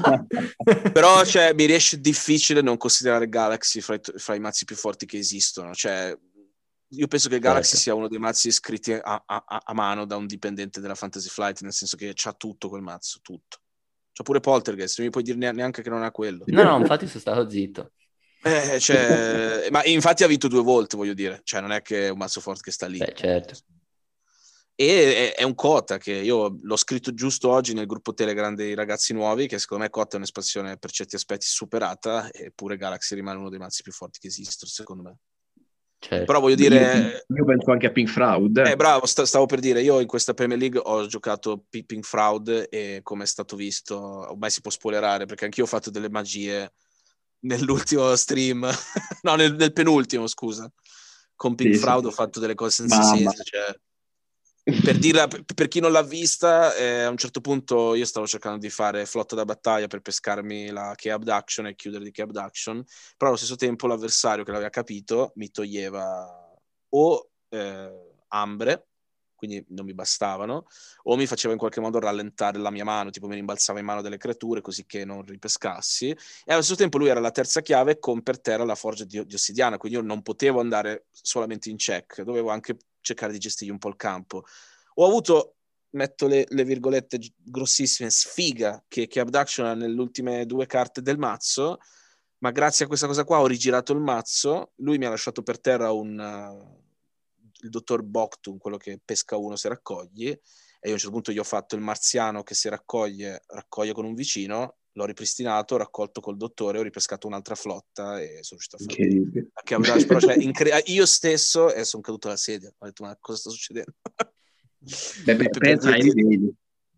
Però cioè, mi riesce difficile non considerare Galaxy fra i, fra i mazzi più forti che esistono. Cioè, io penso che Galaxy Certo. sia uno dei mazzi scritti a, a, a mano da un dipendente della Fantasy Flight, nel senso che c'ha tutto quel mazzo, tutto. C'ha pure Poltergeist, non mi puoi dire neanche che non ha quello. No, no, infatti sono stato zitto. Eh, cioè, ma infatti ha vinto due volte, voglio dire. Cioè, non è che è un mazzo forte che sta lì. Beh, certo. E è, è un Kota che io l'ho scritto giusto oggi nel gruppo Telegram dei ragazzi nuovi, che secondo me Kota è un'espansione per certi aspetti superata, eppure Galaxy rimane uno dei mazzi più forti che esistono, secondo me. Certo. Però voglio io, dire... io penso anche a Pink Fraud. Eh, bravo, st- stavo per dire, io in questa Premier League ho giocato P- Pink Fraud e come è stato visto, ormai si può spoilerare, perché anch'io ho fatto delle magie nell'ultimo stream, no, nel, nel penultimo, scusa. Con Pink Sì, Fraud sì. ho fatto delle cose senza Mamma. senso, cioè... Per dirla, per, per chi non l'ha vista, eh, a un certo punto io stavo cercando di fare flotta da battaglia per pescarmi la Key Abduction e chiudere di Key Abduction, però allo stesso tempo l'avversario che l'aveva capito mi toglieva o eh, ambre, quindi non mi bastavano, o mi faceva in qualche modo rallentare la mia mano, tipo mi rimbalzava in mano delle creature così che non ripescassi, e allo stesso tempo lui era la terza chiave con per terra la forgia di, di ossidiana, quindi io non potevo andare solamente in check, dovevo anche cercare di gestirgli un po' il campo. Ho avuto, metto le, le virgolette grossissime, sfiga che, che Abduction ha nelle ultime due carte del mazzo, ma grazie a questa cosa qua ho rigirato il mazzo, lui mi ha lasciato per terra un, uh, il dottor Boctun, quello che pesca uno se raccogli, e io a un certo punto gli ho fatto il marziano che se raccoglie, raccoglie con un vicino, l'ho ripristinato, ho raccolto col dottore, ho ripescato un'altra flotta e sono riuscito a fare anche Abduction, però cioè, incre- io stesso e sono caduto alla sedia, ho detto ma cosa sta succedendo? Beh, beh, per, per pensa ai dirti, livelli.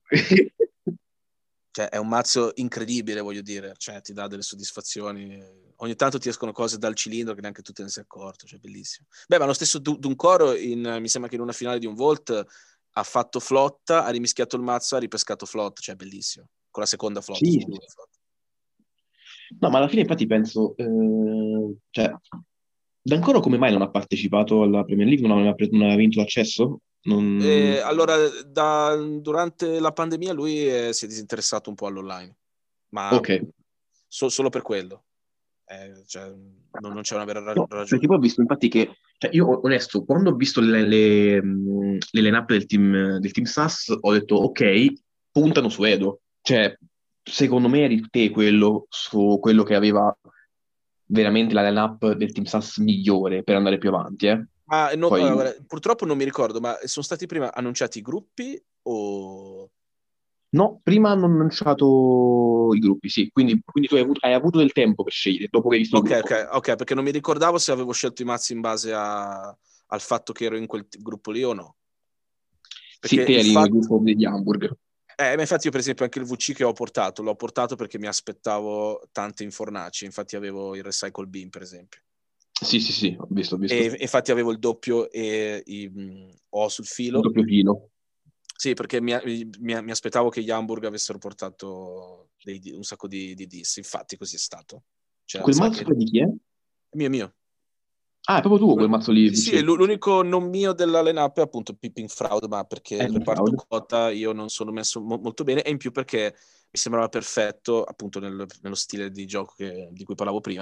cioè, è un mazzo incredibile, voglio dire, cioè, ti dà delle soddisfazioni. Ogni tanto ti escono cose dal cilindro che neanche tu te ne sei accorto, cioè bellissimo. Beh, ma lo stesso Du- Duncoro, in, mi sembra che in una finale di un Volt ha fatto flotta, ha rimischiato il mazzo, ha ripescato flotta, cioè bellissimo. Con la seconda flotta, Sì, sono sì. due flotte. No, ma alla fine infatti penso, eh, cioè, D'Ancora come mai non ha partecipato alla Premier League? Non aveva, preso- non aveva vinto l'accesso? Non... E allora, da, durante la pandemia lui eh, si è disinteressato un po' all'online, ma Ok. so- solo per quello. Eh, cioè, non, non c'è una vera ra- No, perché ragione. poi ho visto infatti che, cioè io onesto, quando ho visto le, le, mh, le line-up del team, del team Sass, ho detto ok, puntano su Edo. Cioè, secondo me eri te quello, su quello che aveva veramente la line-up del team Sass migliore per andare più avanti, eh. Ma no, Poi, allora, purtroppo non mi ricordo, ma sono stati prima annunciati i gruppi o... no, prima hanno annunciato i gruppi, sì, quindi, quindi tu hai avuto, hai avuto del tempo per scegliere, dopo che hai visto il Ok, gruppo. ok, ok, perché non mi ricordavo se avevo scelto i mazzi in base a- al fatto che ero in quel t- gruppo lì o no. Sì, Perché te il eri nel fatto... gruppo degli hamburger. Eh, ma infatti io per esempio anche il V C che ho portato, l'ho portato perché mi aspettavo tante infornaci, infatti avevo il Recycle Beam per esempio. Sì, sì, sì, ho visto, ho visto. E infatti avevo il doppio e i, mh, O sul Un filo. doppio filo. Sì, perché mi, mi- mi aspettavo che gli Hamburg avessero portato dei- un sacco di, di diss, infatti così è stato. Cioè, mi Quel sa mazzo che... poi di chi è? Mio, mio. Ah, è proprio tuo quel mazzo lì, Sì, sì, è V C. l'unico non mio della line-up è appunto Pippin Fraud, ma perché È il un reparto fraud. quota io non sono messo mo- molto bene e in più perché mi sembrava perfetto, appunto nel- nello stile di gioco che- di cui parlavo prima,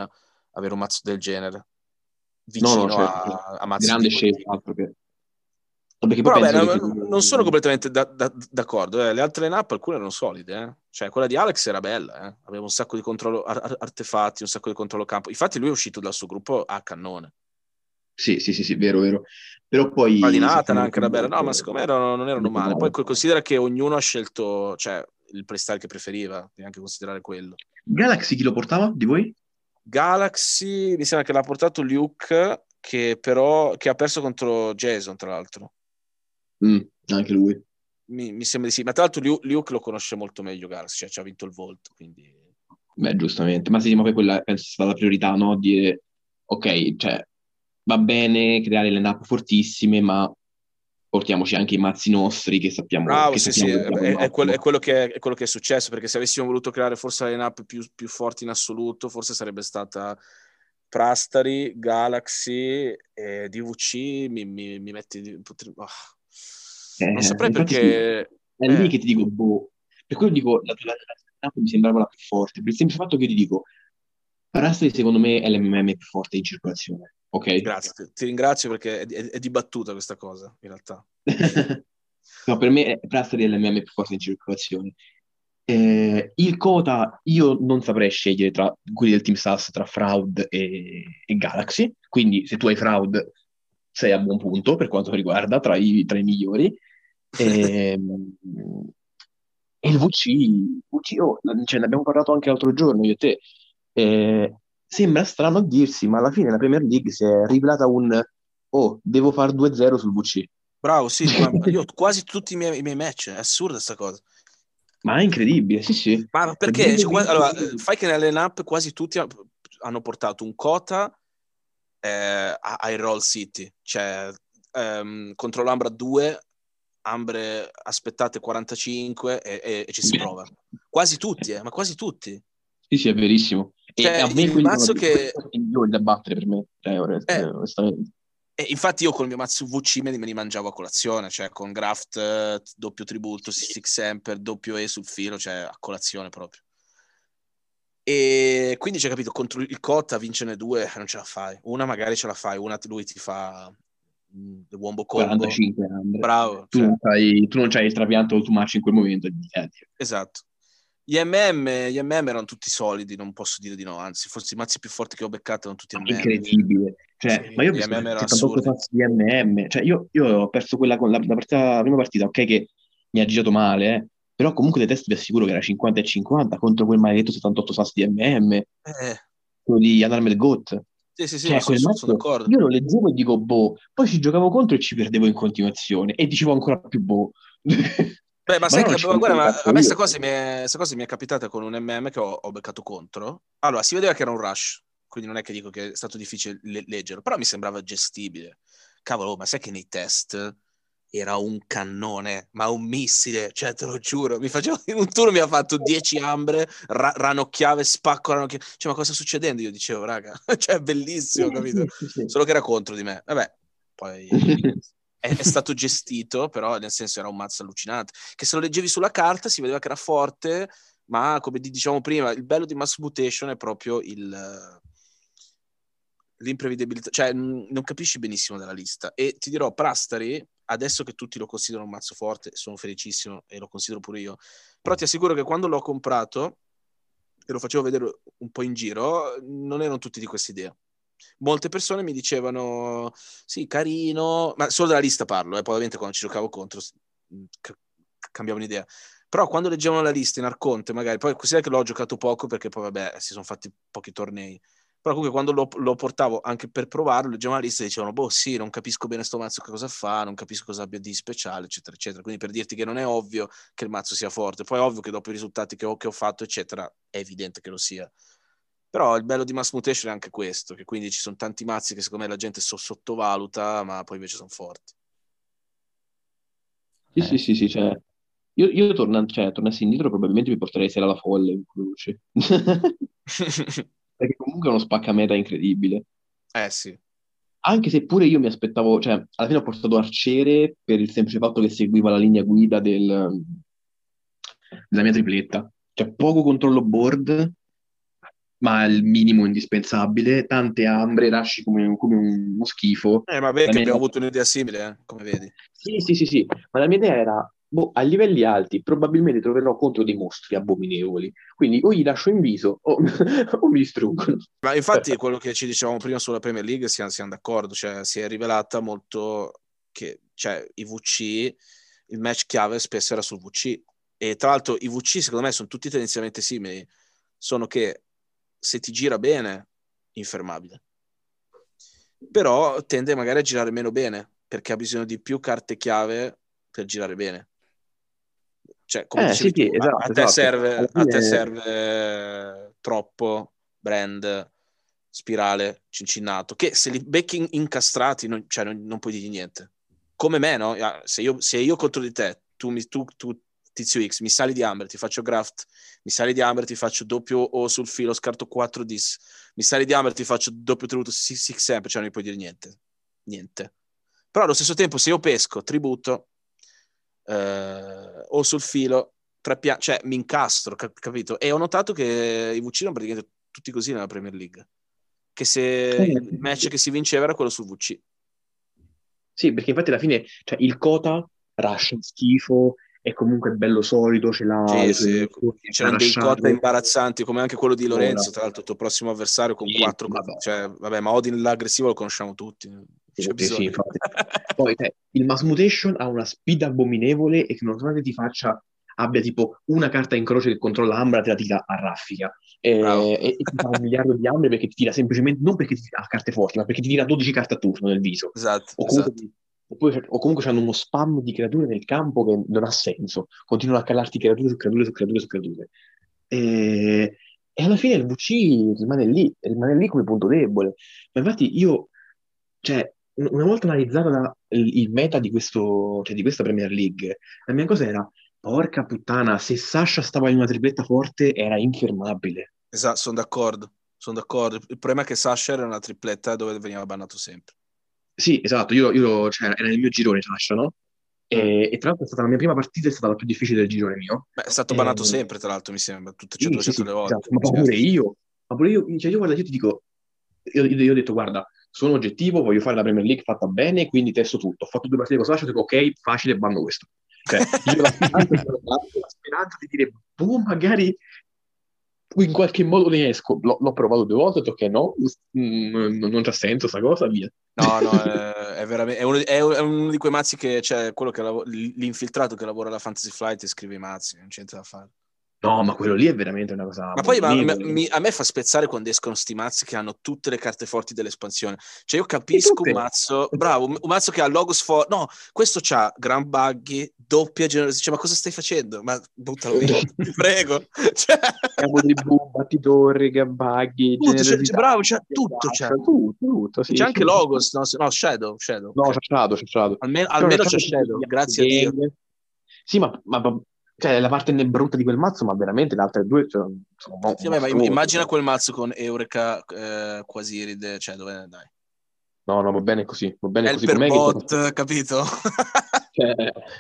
avere un mazzo del genere, No, vicino no, certo. a, a mazzi Grande di quel scelta, tipo. altro che... No, perché poi Però vabbè, penso che no, tipo... non sono completamente da- da- d'accordo. eh. Le altre line-up, alcune erano solide. eh. Cioè, quella di Alex era bella. eh. Aveva un sacco di controllo ar- ar- artefatti, un sacco di controllo campo. Infatti lui è uscito dal suo gruppo a cannone. Sì, sì, sì, sì, vero, vero. Però Quella di poi se Nathan stiamo anche era bella. No, guardando... ma secondo me erano- non erano detto male. Poi male. co- considera che ognuno ha scelto, cioè, il playstyle che preferiva. Devi anche considerare quello. Galaxy chi lo portava di voi? Galaxy, mi sembra che l'ha portato Luke, che però che ha perso contro Jason, tra l'altro. Mm, anche lui. Mi, mi sembra di sì. Ma tra l'altro Liu- Luke lo conosce molto meglio Galaxy, cioè ci ha vinto il volto, quindi... Beh, giustamente. Ma sì, ma poi quella penso sia stata la priorità, no? Dire, ok, cioè, va bene creare le nappe fortissime, ma portiamoci anche i mazzi nostri che sappiamo Bravo, che sì, sì, sappiamo che è, abbiamo il è quello, è massimo. quello che è, è quello che è successo, perché se avessimo voluto creare forse le line-up più, più forti in assoluto, forse sarebbe stata Prastari, Galaxy e D V C, mi, mi, mi metti... di- potre- ah. Non Eh, saprei infatti sì, perché... è lì Eh, che ti dico, boh, per quello dico, la, la, la nappe mi sembrava la più forte, per il semplice fatto che io ti dico, Parastri secondo me è l'M M M più forte in circolazione, ok? grazie, ti, ti ringrazio perché è, è, è dibattuta questa cosa, in realtà. No, per me è Prastri è l'M M M più forte in circolazione. Eh, il Kota io non saprei scegliere tra quelli del Team Sass tra Fraud e, e Galaxy, quindi se tu hai Fraud sei a buon punto per quanto mi riguarda, tra i, tra i migliori. Ehm, E, il V C, V C oh, ce ne abbiamo parlato anche l'altro giorno, io e te. Eh, sembra strano a dirsi, ma alla fine la Premier League si è rivelata un oh, devo fare due zero sul V C. Bravo, sì, ma io ho quasi tutti i miei, i miei match, è assurda sta cosa. Ma è incredibile, sì, sì. Ma Cioè, perché? vedo Cioè, qua- allora, vinci- eh, fai che nelle line-up quasi tutti ha- hanno portato un Kota eh, a- ai Roll City, cioè ehm, contro l'Ambra due, Ambre aspettate quarantacinque e, e- e ci si prova. Quasi tutti, eh, ma quasi tutti. Sì, sì, è verissimo. E Cioè, a me il quelli sono mazzo quelli che... sono i migliori da battere per me, cioè, onest- eh, onestamente. E infatti io con il mio mazzo V C me li, me li mangiavo a colazione, cioè con Graft, eh, doppio tributo, Six Emper, doppio E sul filo, cioè a colazione proprio. E quindi c'è capito, contro il Cotta vincerne due non ce la fai. Una magari ce la fai, una lui ti fa mm, il wombo combo. quarantacinque Andre. Bravo, Tu cioè, non c'hai, tu non c'hai il trapianto too much in quel momento. E dici, eh, Dio. esatto. Gli M M, gli M M erano tutti solidi, non posso dire di no, anzi, forse i mazzi più forti che ho beccato erano tutti Ma è M M. incredibile. Sì, Cioè, ma io ho gli visto M M erano settantotto assurdi. passi di M M. Cioè, io, io ho perso quella con la, la partita- la prima partita, ok, che mi ha girato male, eh. Però comunque dei test vi assicuro che era cinquanta e cinquanta contro quel maledetto settantotto sassi di M M, Eh, quello di Unarmed Goat. sì, sì, sì, ma Cioè, sono, quel sono mazzo, d'accordo. io lo leggevo e dico, boh, poi ci giocavo contro e ci perdevo in continuazione e dicevo ancora più boh. Beh, ma Ma sai no, che, non ci ma guarda, pensavo ma cazzo a me sta io. cosa mi è, sta cosa mi è capitata con un M M che ho, ho beccato contro. Allora, si vedeva che era un rush, quindi non è che dico che è stato difficile le- leggerlo, però mi sembrava gestibile. Cavolo, ma sai che nei test era un cannone, ma un missile, cioè te lo giuro, mi facevo, in un turno mi ha fatto dieci ambre, ra- ranocchiave, spacco ranocchiave. Cioè, ma cosa sta succedendo? Io dicevo, raga, cioè è bellissimo, Sì, capito? sì, sì, sì. Solo che era contro di me. Vabbè, poi è, è stato gestito, però nel senso era un mazzo allucinante, che se lo leggevi sulla carta si vedeva che era forte, ma come diciamo prima, il bello di Mass Mutation è proprio il, l'imprevedibilità, cioè non capisci benissimo della lista. E ti dirò, Prastari, adesso che tutti lo considerano un mazzo forte, sono felicissimo e lo considero pure io, però ti assicuro che quando l'ho comprato e lo facevo vedere un po' in giro, non erano tutti di questa idea. Molte persone mi dicevano sì, carino, ma solo della lista parlo, eh, poi ovviamente quando ci giocavo contro c- cambiavano idea. Però quando leggevano la lista in Arconte, magari, poi considera che l'ho giocato poco perché poi vabbè si sono fatti pochi tornei. Però comunque quando lo, lo portavo anche per provarlo, leggevano la lista e dicevano, boh sì, non capisco bene sto mazzo che cosa fa, non capisco cosa abbia di speciale, eccetera, eccetera. Quindi per dirti che non è ovvio che il mazzo sia forte, poi è ovvio che dopo i risultati che ho, che ho fatto, eccetera, è evidente che lo sia. Però il bello di Mass Mutation è anche questo, che quindi ci sono tanti mazzi che secondo me la gente so- sottovaluta, ma poi invece sono forti. Sì, sì, sì, sì, cioè, io, io torna- cioè, tornassi indietro probabilmente mi porterei Sera la folle in croce. Perché comunque è uno spaccameta incredibile. Eh sì. Anche se pure io mi aspettavo, cioè, alla fine ho portato Arciere per il semplice fatto che seguiva la linea guida del- della mia tripletta. Cioè, poco controllo board, ma il minimo indispensabile, tante ambre, lasci come, come uno schifo. Eh, vabbè, La che mia abbiamo idea- avuto un'idea simile, eh, come vedi. Sì, sì, sì, sì, ma la mia idea era, boh, a livelli alti probabilmente troverò contro dei mostri abominevoli, quindi o gli lascio in viso o, o mi distruggono. Ma infatti quello che ci dicevamo prima sulla Premier League siamo, siamo d'accordo, cioè si è rivelata molto che cioè, i V C, il match chiave spesso era sul V C e tra l'altro i V C secondo me sono tutti tendenzialmente simili, sono che se ti gira bene, infermabile, però tende magari a girare meno bene perché ha bisogno di più carte chiave per girare bene. Cioè, come Eh, sì, dicevi sì, tu, a, a esatto, te esatto. Alla serve, a te fine, serve eh, troppo brand, spirale, cincinnato, che se li becchi in- incastrati non, cioè, non, non puoi dirgli niente. Come me, no? Ah, Se io, se io contro di te, tu, mi, tu, tu tizio X, mi sali di Amber, ti faccio graft, mi sali di Amber, ti faccio doppio O sul filo, scarto quattro dis, mi sali di Amber, ti faccio doppio tributo sei sempre, cioè non mi puoi dire niente. Niente. Però allo stesso tempo, se io pesco, tributo, eh, o sul filo, tre pia- cioè mi incastro, cap- capito? E ho notato che i V C erano praticamente tutti così nella Premier League, che se il match che si vinceva era quello sul V C. sì, perché infatti alla fine, cioè, il Kota rascia schifo, è comunque bello solido, ce l'ha Sì, le sue sì, munizioni, sa c'erano dei cotta rasciare. imbarazzanti, come anche quello di Ora, Lorenzo, tra l'altro il tuo prossimo avversario con sì, quattro, vabbè, cioè, vabbè, ma Odin l'aggressivo lo conosciamo tutti, non c'è sì, sì, bisogno. infatti. Poi cioè, il Mass Mutation ha una speed abominevole e che nonostante ti faccia, abbia tipo una carta in croce che controlla Ambra, te la tira a raffica. Bravo. E, e ti fa un miliardo di Ambre perché ti tira semplicemente, non perché ti tira carte forti, ma perché ti tira dodici carte a turno nel viso. Esatto, O comunque, esatto. oppure- o comunque hanno uno spam di creature nel campo che non ha senso. Continuano a calarti creature su creature su creature su creature. E, e alla fine il V C rimane lì, rimane lì come punto debole. Ma infatti io, cioè, un- una volta analizzato la- il, il meta di questo, cioè di questa Premier League, la mia cosa era, porca puttana, se Sasha stava in una tripletta forte era infermabile. Esatto, sono d'accordo, sono d'accordo. Il problema è che Sasha era una tripletta dove veniva bannato sempre. Sì, esatto, io, io- cioè, era nel mio girone Sasha, no? Mm. E, e tra l'altro è stata la mia prima partita, è stata la più difficile del girone mio. Beh, è stato E, bannato sempre, tra l'altro, mi sembra, tutte, cioè sì, sì, duecento sì, le esatto, volte. ma Certo. pure io, ma pure io, cioè io guarda, io ti dico, io, io- io ho detto, guarda, sono oggettivo, voglio fare la Premier League fatta bene, quindi testo tutto. Ho fatto due partite con Sasha, ho detto, ok, facile, bando questo. Cioè, io la speranza, la speranza di dire, boh, magari in qualche modo ne esco. L'ho, l'ho provato due volte, ho detto che no, mm, non, non c'ha senso sta cosa, via. No, no, è, è veramente è uno, è uno di quei mazzi che c'è quello che lav- l'infiltrato che lavora alla Fantasy Flight e scrive i mazzi, non c'è niente da fare. No, ma quello lì è veramente una cosa Ma poi ma- ma- abominevole. mi- a me fa spezzare quando escono sti mazzi che hanno tutte le carte forti dell'espansione. Cioè, io E capisco un tutte. mazzo, bravo, un un mazzo che ha logos forti. No, questo c'ha Gran Buggy, doppia generosità. Cioè, ma cosa stai facendo? Ma buttalo via, ti prego. Cioè, Siamo di boom, battitore, gambaghi, tutto, c'è- c'è- generosità, bravo, c'è tutto, c'è. tutto, tutto, C'è sì, anche sì. logos, no, no, Shadow, Shadow, No, ok. Shashado, Shashado. Almeno, Però almeno c'è Shashado c'è Shadow, gli grazie a Dio. Gang. Sì, ma, ma- ma- cioè, la parte ne- brutta di quel mazzo, ma veramente le altre due cioè, sono mo- Sì, vabbè, ma im- mostruose. immagina quel mazzo con Eureka, eh, Quasiride, cioè dove dai? No, no, va bene così, va bene così Helper com'è che bot, capito? cioè,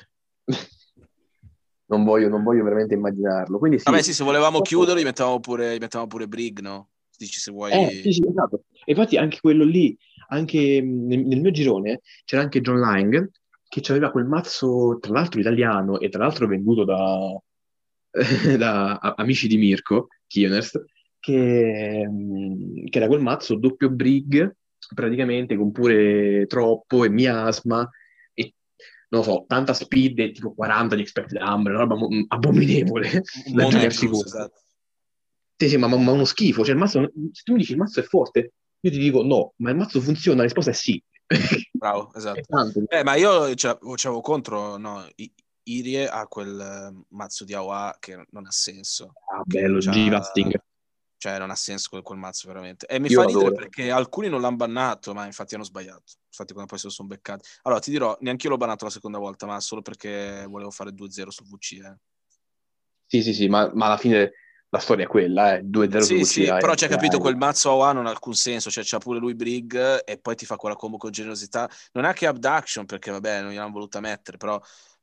non voglio, non voglio veramente immaginarlo. Quindi Vabbè, sì, sì, se volevamo purtroppo- chiudere, gli mettevamo pure, gli mettevamo pure Brig, no? Dici se eh, sì, vuoi. sì, esatto. E infatti anche quello lì, anche mh, nel, nel mio girone, c'era anche John Lang, che aveva quel mazzo, tra l'altro italiano, e tra l'altro venduto da, da a- amici di Mirko, Kioners, che, mh, che era quel mazzo doppio Brig, praticamente con pure troppo e miasma, e non lo so, tanta speed e tipo quaranta di expected number, una roba mo- abominevole Un da mondo di giocarsi plus, contro. esatto. Sì, sì, ma, ma- ma uno schifo. Cioè, il mazzo, se tu mi dici il mazzo è forte, io ti dico no, ma il mazzo funziona, la risposta è sì. Bravo, È esatto. tanto. Eh, ma io c'avevo c'avevo contro, no, I- Irie ha quel eh, mazzo di A O A che non ha senso. Ah, Che bello, c'ha- G-Vasting. Cioè, non ha senso quel, quel mazzo veramente. E mi Io fa lo ridere adoro. perché alcuni non l'hanno bannato, ma infatti hanno sbagliato. Infatti, quando poi se lo sono beccati. Allora, ti dirò, neanche io l'ho bannato la seconda volta, ma solo perché volevo fare due zero sul V C. Eh. Sì, sì, sì, ma, ma alla fine la storia è quella, eh. due zero su Sì, V C, sì, dai. però c'è capito, Dai. quel mazzo A O A non ha alcun senso, cioè c'ha pure lui Brig e poi ti fa quella combo con generosità. Non è che abduction, perché vabbè, non gliel'hanno voluta mettere, però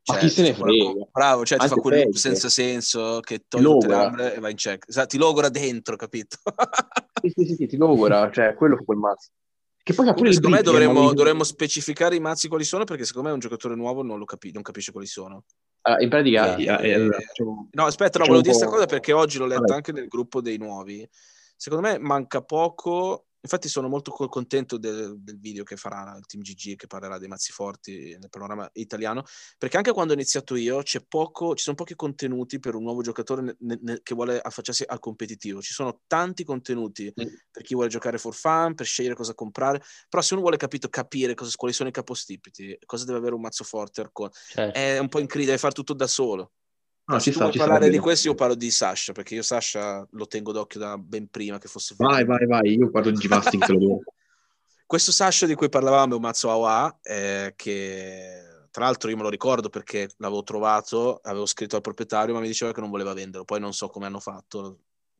Cioè, chi se ne ti fa quella- frega? bravo, cioè ti Anche fa quel loop peggio. senza senso che Ti toglie tutte le logora. ambre e va in check. Esatto, ti logora dentro, capito? Sì, sì, sì, sì, ti logora, cioè quello fu quel mazzo. Che poi ha pure Comunque, il secondo me brick, che è dovremmo, maledetto. dovremmo specificare i mazzi quali sono, perché secondo me un giocatore nuovo non, lo capi- non capisce quali sono. Allora, in pratica, Esatto. eh, eh, E- allora, facciamo, No, aspetta, no, facciamo volevo un dire questa po'... cosa perché oggi l'ho letta Vabbè, anche nel gruppo dei nuovi. Secondo me manca poco. Infatti sono molto co- contento del, del video che farà il Team G G, che parlerà dei mazzi forti nel panorama italiano, perché anche quando ho iniziato io c'è poco, ci sono pochi contenuti per un nuovo giocatore ne- ne- ne- che vuole affacciarsi al competitivo. Ci sono tanti contenuti per chi vuole giocare for fun, per scegliere cosa comprare, però se uno vuole capito, capire cosa, quali sono i capostipiti, cosa deve avere un mazzo forte, hardcore, Certo. è un po' incredibile, deve fare tutto da solo. no, Però se ci tu sta, vuoi ci sta, è parlare di vero. questo, io parlo di Sasha, perché io Sasha lo tengo d'occhio da ben prima che fosse Vai, venuto. vai, vai, io guardo G-Fasting, te lo dico. Questo Sasha di cui parlavamo è un mazzo A O A, eh, che tra l'altro io me lo ricordo perché l'avevo trovato, avevo scritto al proprietario, ma mi diceva che non voleva venderlo. Poi non so come hanno fatto,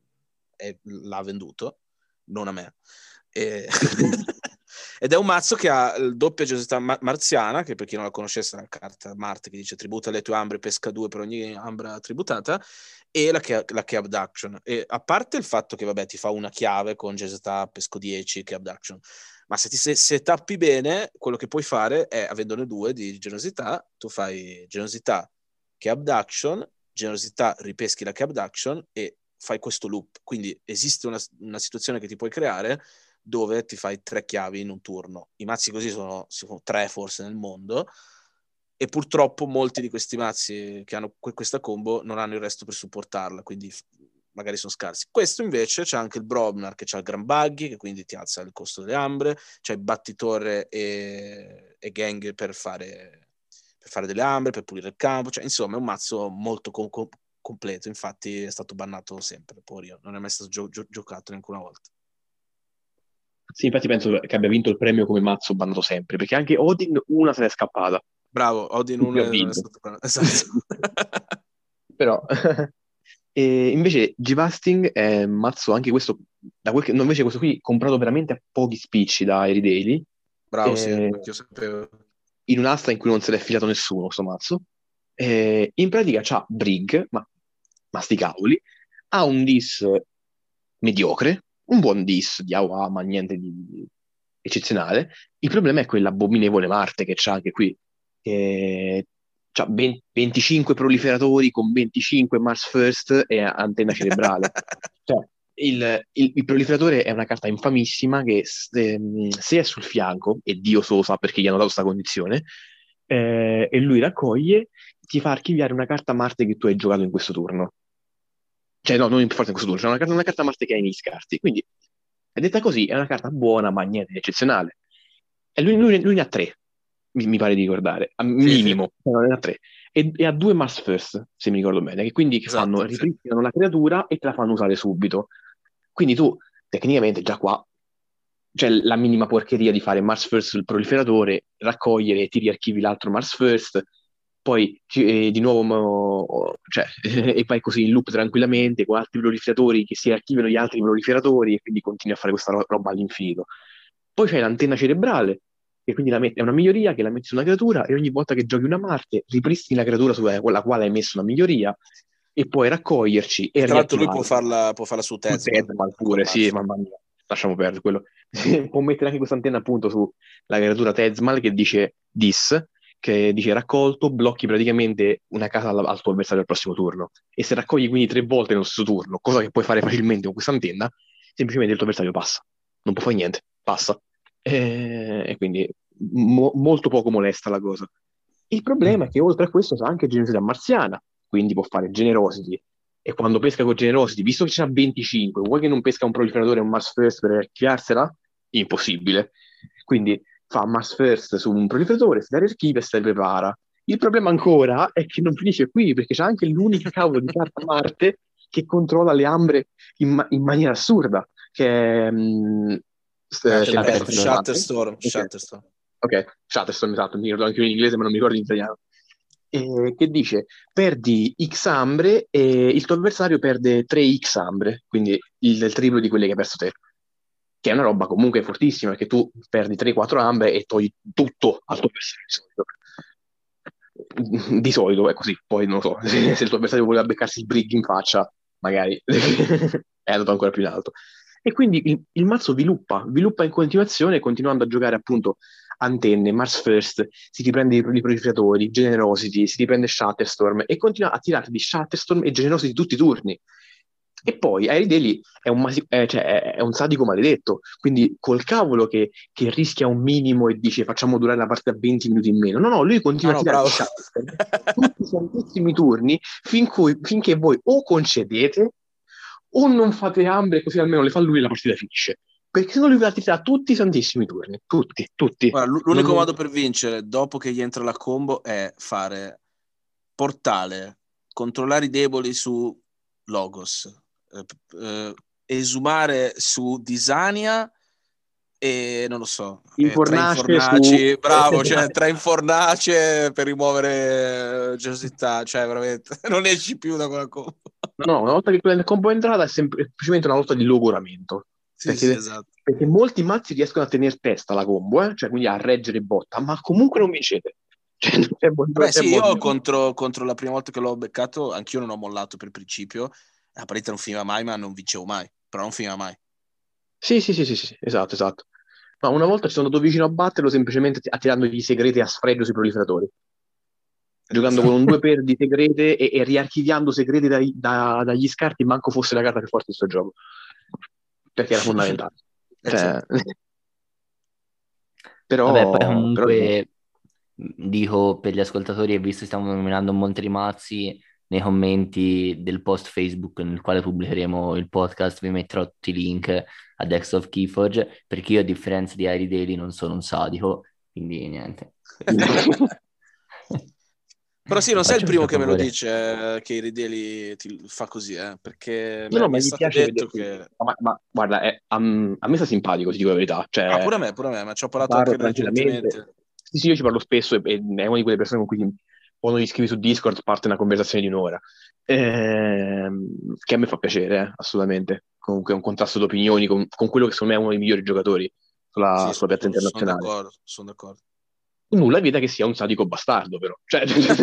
e l'ha venduto, non a me. E... Ed è un mazzo che ha il doppia gelosità ma- marziana, che per chi non la conoscesse è una carta Marte che dice tributa le tue ambre, pesca due per ogni ambra tributata, e la che, la che abduction. E a parte il fatto che vabbè ti fa una chiave con gelosità pesco dieci che abduction, ma se ti se, se tappi bene, quello che puoi fare è, avendone due di generosità, tu fai generosità che abduction, generosità ripeschi la che abduction e fai questo loop. Quindi esiste una, una situazione che ti puoi creare dove ti fai tre chiavi in un turno. I mazzi così sono, sono tre forse nel mondo, e purtroppo molti di questi mazzi che hanno questa combo non hanno il resto per supportarla, quindi magari sono scarsi. Questo invece c'è anche il Brobnar che c'ha il Gran Buggy, che quindi ti alza il costo delle ambre, c'è il Battitore e, e Gang per fare, per fare delle ambre, per pulire il campo, cioè insomma è un mazzo molto com- com- completo, infatti è stato bannato sempre, poi non è mai stato gio- gio- giocato neanche una volta. Sì, infatti penso che abbia vinto il premio come mazzo bannato sempre, perché anche Odin una se l'è scappata. Bravo, Odin Tutti uno ha è vinto. stato bannato. Esatto. Però e invece G-Fasting è un mazzo anche questo, da quel che, no, invece questo qui comprato veramente a pochi spicci da Eri Daily, Bravo, sì, eh, anche io sapevo. in un'asta in cui non se l'è filato nessuno, sto mazzo. Eh, in pratica c'ha Brig, ma, ma sti cavoli, ha un dis mediocre, un buon dis di A O A, ma niente di eccezionale. Il problema è quell'abominevole Marte che c'ha anche qui, che c'ha venti venticinque proliferatori con venticinque Mars First e antenna cerebrale. Cioè, il, il- il proliferatore è una carta infamissima che se, se è sul fianco, e Dio solo sa perché gli hanno dato questa condizione, eh, e lui raccoglie, ti fa archiviare una carta Marte che tu hai giocato in questo turno. Cioè, no, non in forza in questo turno, c'è una carta, una carta Marte che hai nei scarti. Quindi, è detta così, è una carta buona, ma niente di eccezionale. E lui, lui- lui ne ha tre, mi, mi pare di ricordare, a Sì, sì, minimo, no, ne ha tre. E, e ha due Mars First, se mi ricordo bene, che quindi che fanno, esatto, sì. ripristinano la creatura e te la fanno usare subito. Quindi tu, tecnicamente, già qua c'è la minima porcheria di fare Mars First sul proliferatore, raccogliere e ti riarchivi l'altro Mars First, poi ci- eh, di nuovo mo- cioè, e vai così in loop tranquillamente con altri proliferatori che si archiviano gli altri proliferatori e quindi continui a fare questa ro- roba all'infinito. Poi c'hai l'antenna cerebrale, che quindi la metti- è una miglioria che la metti su una creatura e ogni volta che giochi una Marte ripristini la creatura sulla la quale hai messo una miglioria e puoi raccoglierci E e tra l'altro lui può riattivarla. farla, può farla su Sul Tezmal, Tedman col pure, sì, Mars. mamma mia, lasciamo perdere quello. Può mettere anche questa antenna appunto sulla creatura Tezmal che dice dis, che dice raccolto, blocchi praticamente una casa al, al tuo avversario al prossimo turno. E se raccogli quindi tre volte nello stesso turno, cosa che puoi fare facilmente con questa antenna, semplicemente il tuo avversario passa. Non può fare niente, passa. E, e quindi mo- molto poco molesta la cosa. Il problema è che oltre a questo c'è anche generosità marziana, quindi può fare generosity. E quando pesca con generosity, visto che ce n'ha venticinque, vuoi che non pesca un proliferatore e un Mars First per archiviarsela? Impossibile. Quindi fa Mars First su un proliferatore, se la riarchivia e se la prepara. Il problema ancora è che non finisce qui, perché c'è anche l'unica cavolo di carta Marte che controlla le ambre in, ma- in maniera assurda, che è mm, s- Ah, eh, tempesta, tempesta Shatterstorm. pesante. Shatterstorm, Ok, Shatterstorm. ok, Shatterstorm, esatto, mi ricordo anche io in inglese, ma non mi ricordo in italiano. Eh, che dice, perdi X ambre e il tuo avversario perde tre X ambre, quindi il, il triplo di quelle che hai perso te. Che è una roba comunque fortissima, perché tu perdi tre quattro ambre e togli tutto al tuo avversario di solito. di solito è così, poi non lo so, se, se il tuo avversario voleva beccarsi il brig in faccia, magari è andato ancora più in alto. E quindi il, il mazzo viluppa, viluppa in continuazione, continuando a giocare appunto antenne, Mars First, si riprende i, i proliferatori, Generosity, si riprende Shatterstorm e continua a tirare di Shatterstorm e Generosity tutti i turni. E poi Aerie Daily è un, masi- eh, cioè, è, è un sadico maledetto, quindi col cavolo che, che rischia un minimo e dice facciamo durare la partita venti minuti in meno. No, no, lui continua No, a no, tirare bravo. Shatterstorm tutti i santissimi turni fin cui- finché voi o concedete o non fate hambre, così almeno le fa lui e la partita finisce. Perché se no lui va a tirare tutti i santissimi turni, tutti, tutti. Guarda, l- l'unico Non- modo per vincere dopo che gli entra la combo è fare portale, controllare i deboli su Logos, eh, eh, esumare su Disania e non lo so, eh, tre Infornace infornaci, su... bravo, cioè tre infornace per rimuovere eh, gelosità, cioè veramente non esci più da quella combo. No, no, una volta che quella combo è entrata è semplicemente una lotta di logoramento. Sì, sì, Perché, esatto. perché molti mazzi riescono a tenere testa la combo, eh? Cioè quindi a reggere botta, ma comunque non vincete. Cioè, non c'è buon- non Vabbè, c'è sì, buon- io contro, contro la prima volta che l'ho beccato, anch'io non ho mollato per principio, la partita non finiva mai, ma non vincevo mai, però non finiva mai. Sì, sì, sì, sì, sì, esatto, esatto. Ma una volta ci sono andato vicino a batterlo semplicemente attirandogli i segreti a sfregio sui proliferatori. Giocando con un due per di segrete e, e riarchiviando segreti dai- da- dagli scarti, manco fosse la carta più forte di questo gioco. Perché era fondamentale. Eh, Cioè, certo. Vabbè, poi però, però comunque mh, dico per gli ascoltatori, e visto che stiamo nominando un monte di mazzi, nei commenti del post Facebook nel quale pubblicheremo il podcast vi metterò tutti i link ad X of Keyforge, perché io a differenza di Airi Daily non sono un sadico, quindi niente. Però sì, non sei il Faccio primo questo che me lo favore. dice, eh, che i Rideli ti fa così, eh, perché no, beh, no, mi ma è gli stato piace detto vedere. che... Ma, ma guarda, è- a, a me sta simpatico, ti dico la verità. Ah, Cioè, pure a me, pure a me, ma ci ho parlato parlo anche tranquillamente. recentemente. Sì, sì, io ci parlo spesso e, e è una di quelle persone con cui quando gli scrivi su Discord parte una conversazione di un'ora. Ehm, che a me fa piacere, eh, assolutamente. Comunque è un contrasto di opinioni con, con quello che secondo me è uno dei migliori giocatori sulla, Sì, sulla piazza sono internazionale. d'accordo, sono d'accordo. Nulla vieta che sia un sadico bastardo, però. Cioè,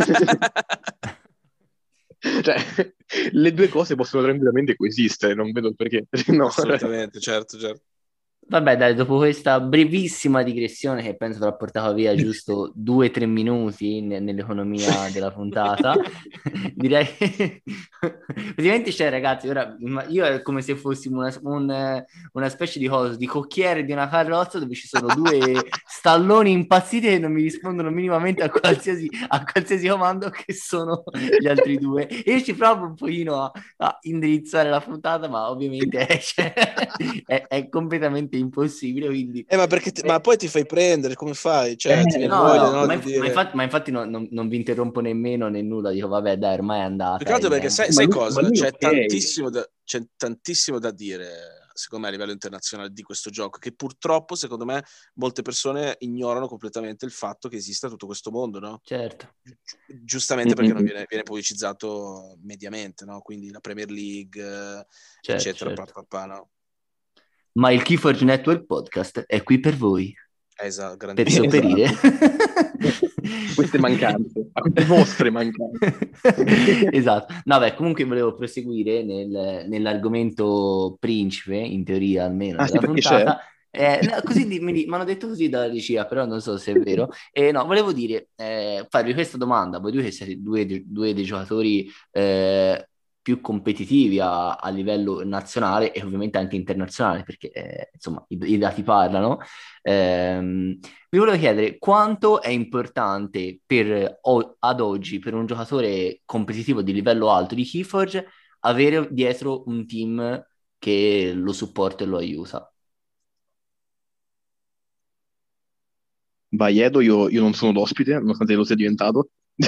cioè, le due cose possono tranquillamente coesistere, non vedo il perché. No. Assolutamente, certo, certo. Vabbè, dai, dopo questa brevissima digressione che penso avrà portato via giusto due o tre minuti ne- nell'economia della puntata, direi che praticamente c'è, ragazzi, ora ma io è come se fossimo una, un- una specie di cosa, di cocchiere di una carrozza dove ci sono due stalloni impazziti che non mi rispondono minimamente a qualsiasi, a qualsiasi comando che sono gli altri due. E io ci provo un pochino a, a indirizzare la puntata, ma ovviamente è, cioè, è, è completamente impossibile, quindi... Eh, ma perché ti- ma Eh, poi ti fai prendere, come fai? Cioè, ti Eh, viene no, voglia, no, no, ma, di inf- ma dire... infatti, ma infatti no- non, non vi interrompo nemmeno né nulla, dico vabbè dai, ormai è Più che andata, altro perché evidente. sai, ma sai lui, ma cosa? lui C'è ok. tantissimo da, c'è tantissimo da dire, secondo me, a livello internazionale di questo gioco, che purtroppo, secondo me, molte persone ignorano completamente il fatto che esista tutto questo mondo, no? Certo, Gi- Giustamente perché non Mm-mm. viene, viene pubblicizzato mediamente, no? Quindi la Premier League, eh, certo, eccetera, pa, certo. pa, pa, no? Ma il Keyforge Network Podcast è qui per voi, Esatto, per grandissimo. sopperire. Esatto. A queste mancanze, a queste vostre mancanze. Esatto. No, beh, comunque volevo proseguire nel- nell'argomento principe, in teoria almeno, Ah sì, della perché c'è? puntata. Eh, no, così di- mi di- mi hanno detto così dalla regia, però non so se è vero. E no, volevo dire, eh, farvi questa domanda, voi due che siete due, de- due dei giocatori eh, più competitivi a, a livello nazionale e ovviamente anche internazionale, perché eh, insomma i, i dati parlano. Ehm, Vi volevo chiedere quanto è importante per, o- ad oggi per un giocatore competitivo di livello alto di Keyforge avere dietro un team che lo supporta e lo aiuta. Vai Edo, io, io non sono l'ospite, nonostante lo sia diventato.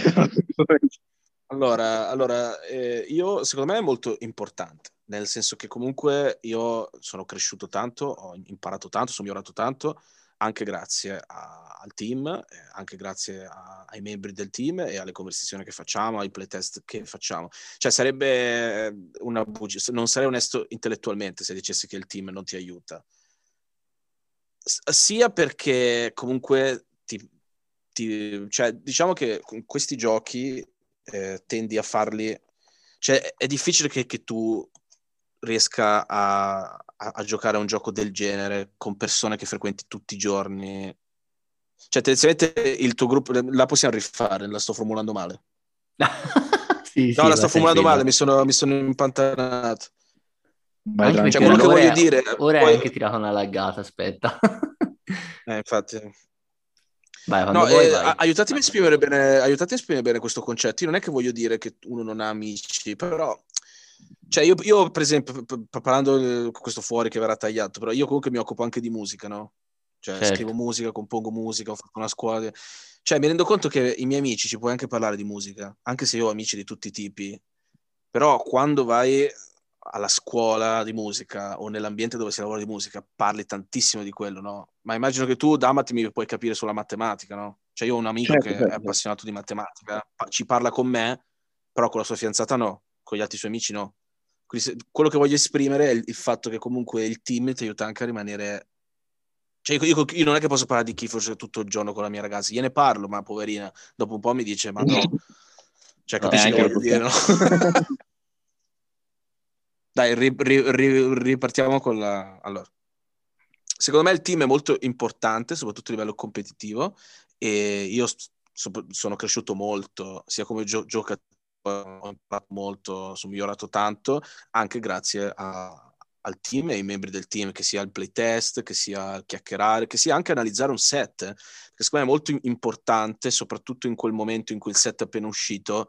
Allora, allora eh, io secondo me è molto importante, nel senso che comunque io sono cresciuto tanto, ho imparato tanto, sono migliorato tanto, anche grazie a- al team, eh, anche grazie a- ai membri del team e alle conversazioni che facciamo, ai playtest che facciamo. Cioè sarebbe eh, una bugia, non sarei onesto intellettualmente se dicessi che il team non ti aiuta. S- sia perché comunque ti, ti, cioè, diciamo che con questi giochi eh, tendi a farli, cioè è difficile che, che tu riesca a, a, a giocare a un gioco del genere con persone che frequenti tutti i giorni. Cioè, tendenzialmente il tuo gruppo la possiamo rifare, la sto formulando male. Sì, No, sì, la sto va formulando tranquillo. male, mi sono, mi sono impantanato. Vai Anche perché Cioè, quello che ora, voglio è- dire, ora è poi, anche tirata una laggata, aspetta. eh, infatti, Vai, quando no, vuoi, eh, vai. a- aiutatemi a esprimere bene, aiutatemi a esprimere bene questo concetto. Io non è che voglio dire che uno non ha amici, però, cioè, io, io per esempio, p- p- parlando di questo fuori che verrà tagliato, però io comunque mi occupo anche di musica, no? Cioè, scrivo Certo, musica, compongo musica, ho fatto una scuola. di- Cioè, mi rendo conto che i miei amici ci puoi anche parlare di musica, anche se io ho amici di tutti i tipi, però quando vai alla scuola di musica o nell'ambiente dove si lavora di musica parli tantissimo di quello, no? Ma immagino che tu, Damat, mi puoi capire sulla matematica, no? Cioè io ho un amico Certo, che è certo, certo. appassionato di matematica, pa- ci parla con me, però con la sua fidanzata no, con gli altri suoi amici no. Quindi se- quello che voglio esprimere è il, il fatto che comunque il team ti aiuta anche a rimanere. Cioè, io, io- io non è che posso parlare di chi fosse tutto il giorno con la mia ragazza, gliene parlo, ma poverina, dopo un po' mi dice, ma no, cioè no, Eh, capisci che anche voglio perché. dire, no? Dai, ri- ri- ri- ripartiamo con la. Allora, secondo me il team è molto importante, soprattutto a livello competitivo, e io s- so- sono cresciuto molto, sia come gio- giocatore, ho imparato molto, sono migliorato tanto, anche grazie a- al team e ai membri del team, che sia il playtest, che sia il chiacchierare, che sia anche analizzare un set, eh, che secondo me è molto importante, soprattutto in quel momento in cui il set è appena uscito,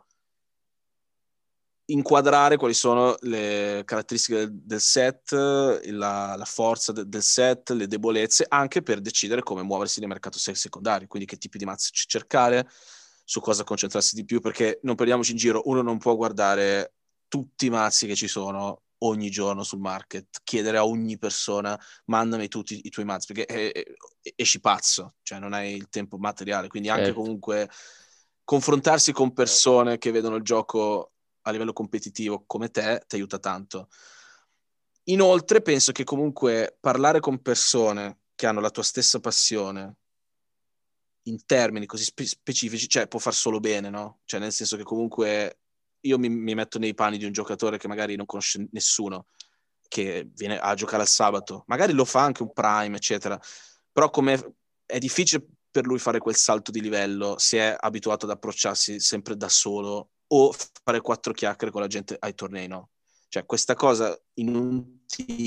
inquadrare quali sono le caratteristiche del, del set, la, la forza de, del set, le debolezze, anche per decidere come muoversi nel mercato secondario, quindi che tipi di mazzi cercare, su cosa concentrarsi di più, perché non perdiamoci in giro, uno non può guardare tutti i mazzi che ci sono ogni giorno sul market, chiedere a ogni persona mandami tutti i tuoi mazzi, perché eh, eh, esci pazzo, cioè non hai il tempo materiale, quindi anche certo. comunque confrontarsi con persone che vedono il gioco a livello competitivo come te ti aiuta tanto. Inoltre penso che comunque parlare con persone che hanno la tua stessa passione in termini così spe- specifici, cioè può far solo bene, no? Cioè nel senso che comunque io mi, mi metto nei panni di un giocatore che magari non conosce nessuno, che viene a giocare al sabato, magari lo fa anche un prime, eccetera, però come è difficile per lui fare quel salto di livello se è abituato ad approcciarsi sempre da solo o fare quattro chiacchiere con la gente ai tornei, no? Cioè questa cosa in un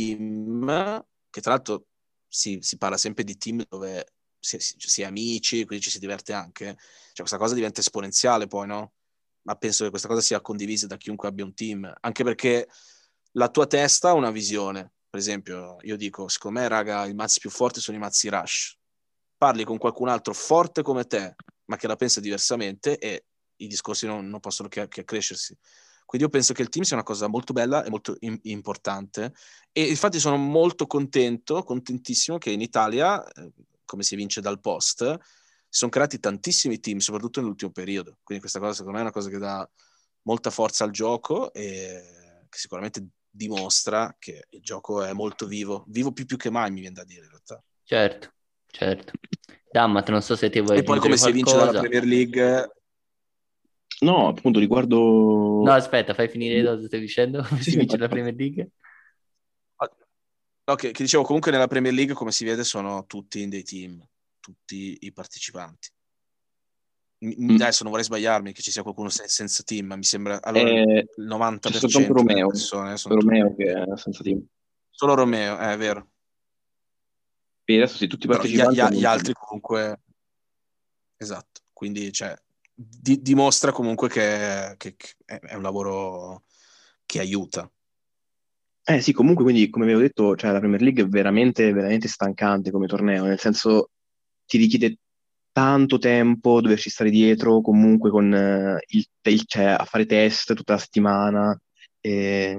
team, che tra l'altro si, si parla sempre di team dove si, si, si è amici, quindi ci si diverte anche, cioè questa cosa diventa esponenziale poi, no? Ma penso che questa cosa sia condivisa da chiunque abbia un team, anche perché la tua testa ha una visione. Per esempio, io dico, secondo me, raga, i mazzi più forti sono i mazzi rush. Parli con qualcun altro forte come te, ma che la pensa diversamente e i discorsi non, non possono che, che crescersi. Quindi io penso che il team sia una cosa molto bella e molto in- importante e infatti sono molto contento, contentissimo che in Italia, eh, come si evince dal post, si sono creati tantissimi team, soprattutto nell'ultimo periodo. Quindi questa cosa secondo me è una cosa che dà molta forza al gioco e che sicuramente dimostra che il gioco è molto vivo, vivo più, più che mai, mi viene da dire in realtà. Certo, certo. Dammat, non so se ti vuoi E poi aggiungere come si evince dalla qualcosa. Premier League. No, appunto, No, riguardo. aspetta, fai finire cosa stai dicendo? Come Sì, si sì, vince infatti, la infatti. Premier League? No, che, che dicevo, comunque nella Premier League, come si vede, sono tutti in dei team, tutti i partecipanti. M- Mm. Adesso non vorrei sbagliarmi che ci sia qualcuno se- senza team, ma mi sembra allora il Eh, c'è soltanto novanta per cento delle Romeo, persone sono tutti. Romeo che è senza team. Solo Romeo, è vero. E adesso sì, tutti i Però gli, partecipanti gli- hanno gli un team. altri comunque, esatto. Quindi cioè, di- dimostra comunque che, che- che è, è un lavoro che aiuta. Eh sì, comunque, quindi, come avevo detto, cioè, la Premier League è veramente, veramente stancante come torneo, nel senso ti richiede tanto tempo doverci stare dietro, comunque con eh, il, il- cioè, a fare test tutta la settimana. E,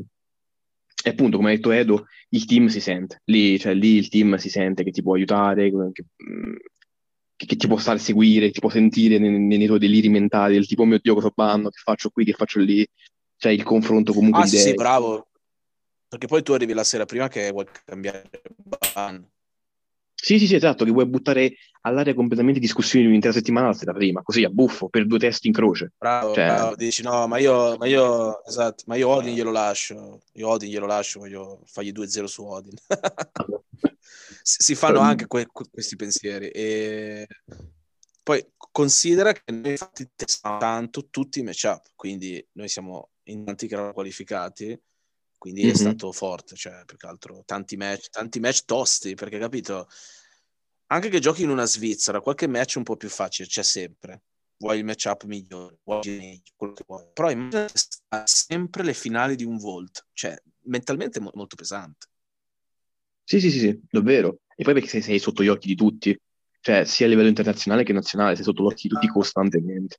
e appunto, come ha detto Edo, il team si sente. Lì, cioè, lì il team si sente che ti può aiutare, che, che- che ti può stare a seguire, che ti può sentire nei, nei tuoi deliri mentali, del tipo, "Oh mio Dio, cosa banno, che faccio qui, che faccio lì." C'è il confronto comunque Ah di sì, sì, idee. bravo. Perché poi tu arrivi la sera prima che vuoi cambiare ban. Sì, sì, sì, esatto, che vuoi buttare all'aria completamente discussioni di un'intera settimana la sera prima, così a buffo, per due testi in croce. Bravo, Cioè, bravo. Dici no, ma io, ma io, esatto, ma io Odin glielo lascio, io Odin glielo lascio, voglio fargli due zero su Odin. si si fanno anche que- que- questi pensieri. E poi considera che noi infatti testiamo tanto tutti i matchup, quindi noi siamo in tanti che erano qualificati, quindi è mhm. stato forte, cioè più che altro tanti match, tanti match tosti, perché capito? Anche che giochi in una Svizzera, qualche match un po' più facile c'è sempre. Vuoi il matchup migliore, vuoi meglio, quello che vuoi. Però immagina sempre le finali di un Volt, cioè mentalmente è mo- molto pesante. Sì, sì, sì, sì, davvero. E poi perché sei, sei sotto gli occhi di tutti, cioè sia a livello internazionale che nazionale, sei sotto gli occhi di tutti costantemente.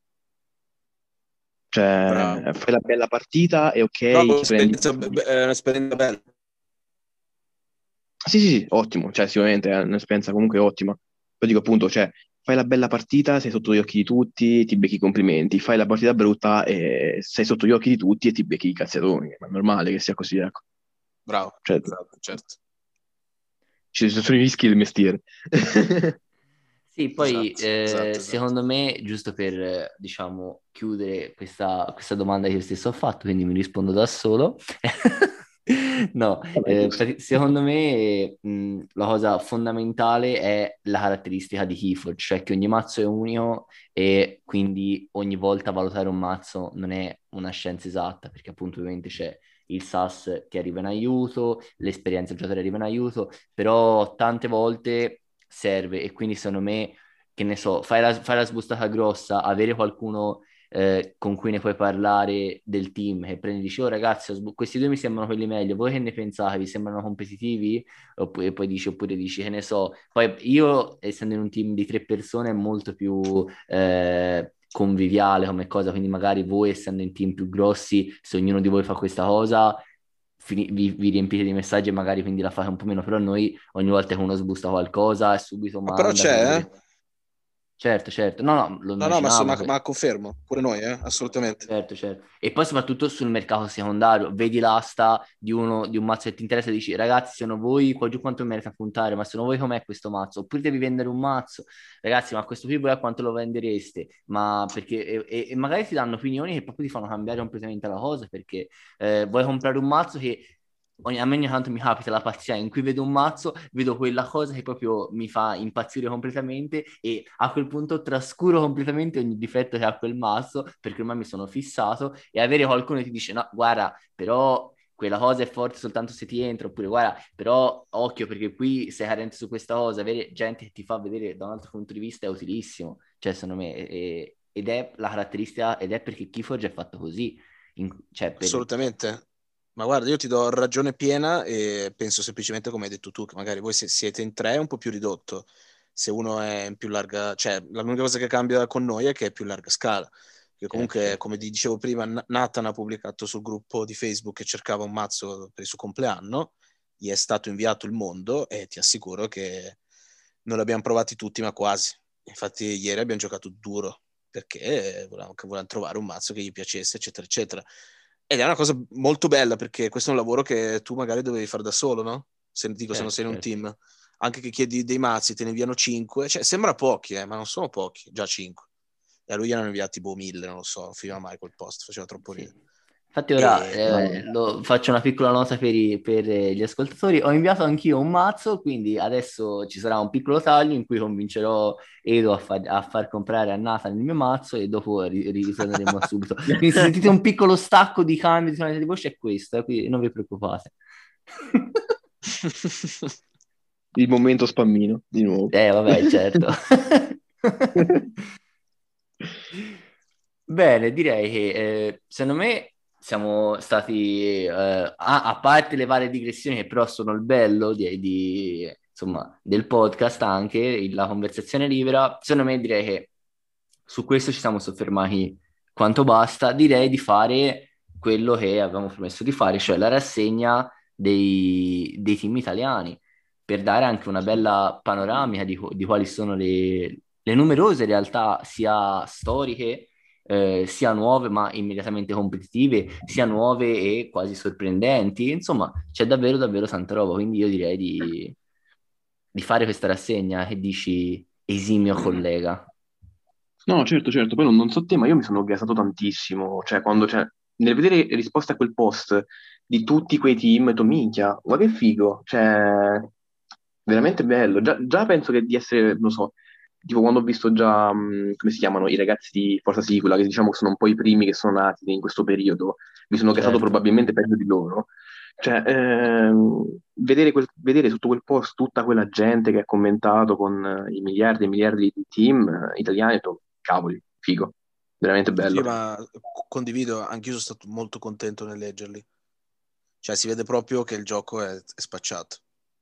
Bravo. Cioè, fai la bella partita e No, ok, ti prendi... un'esperienza, be- be- è un'esperienza bella. Sì, sì, sì, ottimo, cioè sicuramente è un'esperienza comunque ottima. Poi dico appunto, cioè, fai la bella partita, sei sotto gli occhi di tutti, ti becchi i complimenti, fai la partita brutta e sei sotto gli occhi di tutti e ti becchi i cazziatoni, ma è normale che sia così, ecco. Bravo, Cioè, esatto, certo. ci sono i rischi del mestiere. Sì, poi Esatto, eh, esatto, esatto. secondo me, giusto per, eh, diciamo, chiudere questa, questa domanda che io stesso ho fatto, quindi mi rispondo da solo. No, Vabbè, eh, giusto. prati- secondo me mh, la cosa fondamentale è la caratteristica di Keyforge, cioè che ogni mazzo è unico e quindi ogni volta valutare un mazzo non è una scienza esatta, perché appunto ovviamente c'è il S A S che arriva in aiuto, l'esperienza del giocatore arriva in aiuto, però tante volte serve e quindi secondo me, che ne so, fai la, fai la sbustata grossa, avere qualcuno eh, con cui ne puoi parlare del team, che prendi e dici, oh ragazzi, ho sbu- questi due mi sembrano quelli meglio, voi che ne pensate? Vi sembrano competitivi? Oppure, poi dici, oppure dici, che ne so, poi io, essendo in un team di tre persone, è molto più... Eh, conviviale come cosa, quindi magari voi essendo in team più grossi, se ognuno di voi fa questa cosa, fini- vi, vi riempite di messaggi e magari quindi la fate un po' meno, però noi ogni volta che uno sbusta qualcosa e subito Ma però manda, c'è, chiede. eh? Certo, certo, no, no, lo No, no, ma, so- immaginavo. ma, che- ma confermo, pure noi, eh? Assolutamente. Certo, certo. E poi soprattutto sul mercato secondario, vedi l'asta di, uno, di un mazzo che ti interessa e dici, ragazzi, sono voi qua giù quanto merita puntare, ma sono voi com'è questo mazzo? Oppure devi vendere un mazzo, ragazzi, ma questo qui voi a quanto lo vendereste? Ma perché, e, e- e magari ti danno opinioni che proprio ti fanno cambiare completamente la cosa, perché eh, vuoi comprare un mazzo che ogni- a me ogni tanto mi capita la pazzia in cui vedo un mazzo, vedo quella cosa che proprio mi fa impazzire completamente e a quel punto trascuro completamente ogni difetto che ha quel mazzo perché ormai mi sono fissato e avere qualcuno che ti dice no, guarda, però quella cosa è forte soltanto se ti entra, oppure guarda, però occhio perché qui sei carente su questa cosa, avere gente che ti fa vedere da un altro punto di vista è utilissimo, cioè secondo me, e- ed è la caratteristica, ed è perché Keyforge è fatto così, in- cioè per... Assolutamente. Ma guarda, io ti do ragione piena e penso semplicemente come hai detto tu, che magari voi se siete in tre è un po' più ridotto. Se uno è in più larga, cioè l'unica cosa che cambia con noi è che è più larga scala. Che Certo, comunque, certo. come ti dicevo prima, N- Nathan ha pubblicato sul gruppo di Facebook che cercava un mazzo per il suo compleanno, gli è stato inviato il mondo e ti assicuro che non l'abbiamo provati tutti, ma quasi. Infatti ieri abbiamo giocato duro perché volevamo, volevamo trovare un mazzo che gli piacesse, eccetera, eccetera. Ed è una cosa molto bella perché questo è un lavoro che tu magari dovevi fare da solo, no? Se, dico, se non Certo, sei in un certo. team. Anche che chiedi dei mazzi, te ne inviano cinque. Cioè, sembra pochi, eh, ma non sono pochi, già cinque. E a lui gli hanno inviati boh mille, non lo so, non finiva mai quel post, faceva troppo Sì. ridere. Infatti ora E... eh, lo- faccio una piccola nota per, i- per, eh, gli ascoltatori. Ho inviato anch'io un mazzo, quindi adesso ci sarà un piccolo taglio in cui convincerò Edo a, far- a far comprare a Nathan il mio mazzo e dopo ri- ritorneremo subito. Quindi se sentite un piccolo stacco di cambio di tonalità di voce è questo, eh, quindi non vi preoccupate. Il momento spammino, di nuovo. Eh, vabbè, certo. Bene, direi che eh, secondo me siamo stati, eh, a, a parte le varie digressioni che però sono il bello di, di, insomma, del podcast anche, il- la conversazione libera, secondo me direi che su questo ci siamo soffermati quanto basta, direi di fare quello che avevamo promesso di fare, cioè la rassegna dei, dei team italiani, per dare anche una bella panoramica di, di quali sono le, le numerose realtà sia storiche eh, sia nuove ma immediatamente competitive, sia nuove e quasi sorprendenti. Insomma, c'è davvero davvero tanta roba, quindi io direi di, di fare questa rassegna. Che dici, esimio collega? No, certo, certo, poi non, non so te, ma io mi sono gasato tantissimo, cioè quando, cioè, nel vedere le risposte a quel post di tutti quei team, ho detto, minchia, ma che figo, cioè, veramente bello, già, già penso che di essere, non so, tipo quando ho visto già, mh, come si chiamano, i ragazzi di Forza Sicula, che diciamo che sono un po' i primi che sono nati in questo periodo, mi sono gasato Certo. probabilmente peggio di loro, cioè, ehm, vedere, quel- vedere sotto quel post tutta quella gente che ha commentato con eh, i miliardi e miliardi di team eh, italiani, ho detto, cavoli, figo, veramente Sì, bello. ma condivido, anch'io sono stato molto contento nel leggerli. Cioè, si vede proprio che il gioco è, è spacciato.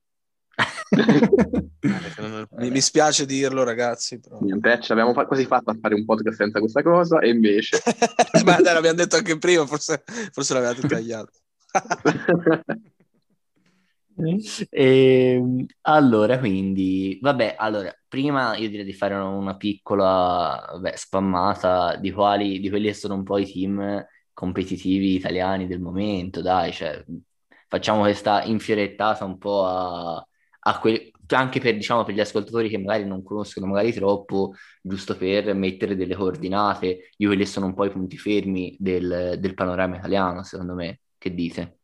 Eh, non- mi, mi spiace dirlo, ragazzi, però... Niente, ce l'abbiamo fa- quasi fatta a fare un podcast senza questa cosa, e invece... Ma dai, l'abbiamo detto anche prima, forse, forse l'avevate tagliato. E, allora, quindi, vabbè, allora, prima io direi di fare una piccola, vabbè, spammata di quali, di quelli che sono un po' i team competitivi italiani del momento, dai, cioè, facciamo questa infiorettata un po' a, a que- anche per, diciamo, per gli ascoltatori che magari non conoscono magari troppo, giusto per mettere delle coordinate di quelli che sono un po' i punti fermi del, del panorama italiano, secondo me, che dite?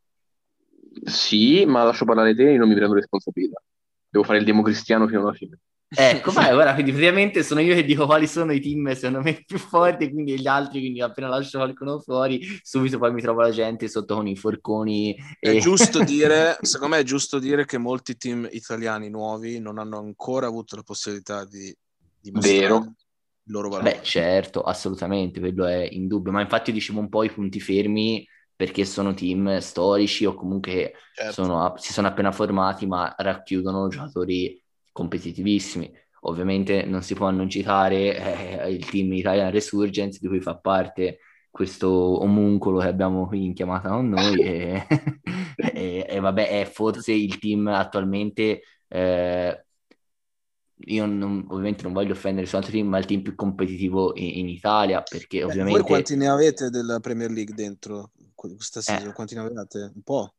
Sì, ma lascio parlare te e non mi prendo responsabilità. Devo fare il democristiano fino alla fine. Ecco, vai, ora, quindi praticamente sono io che dico quali sono i team secondo me più forti, quindi gli altri, quindi appena lascio qualcuno fuori, subito poi mi trovo la gente sotto con i forconi È e... giusto dire, secondo me è giusto dire che molti team italiani nuovi non hanno ancora avuto la possibilità di dimostrare Vero. il loro Beh, valore. certo, assolutamente, quello è indubbio, ma infatti dicevo un po' i punti fermi perché sono team storici o comunque Certo. sono, si sono appena formati ma racchiudono giocatori competitivissimi. Ovviamente non si può non citare eh, il team Italian Resurgence di cui fa parte questo omuncolo che abbiamo qui in chiamata con noi e, e- e vabbè è forse il team attualmente eh, io non- ovviamente non voglio offendere il suo altro team, ma il team più competitivo in, in Italia, perché Beh, voi ovviamente quanti ne avete della Premier League dentro questa eh, season? Quanti ne avete? Un po'.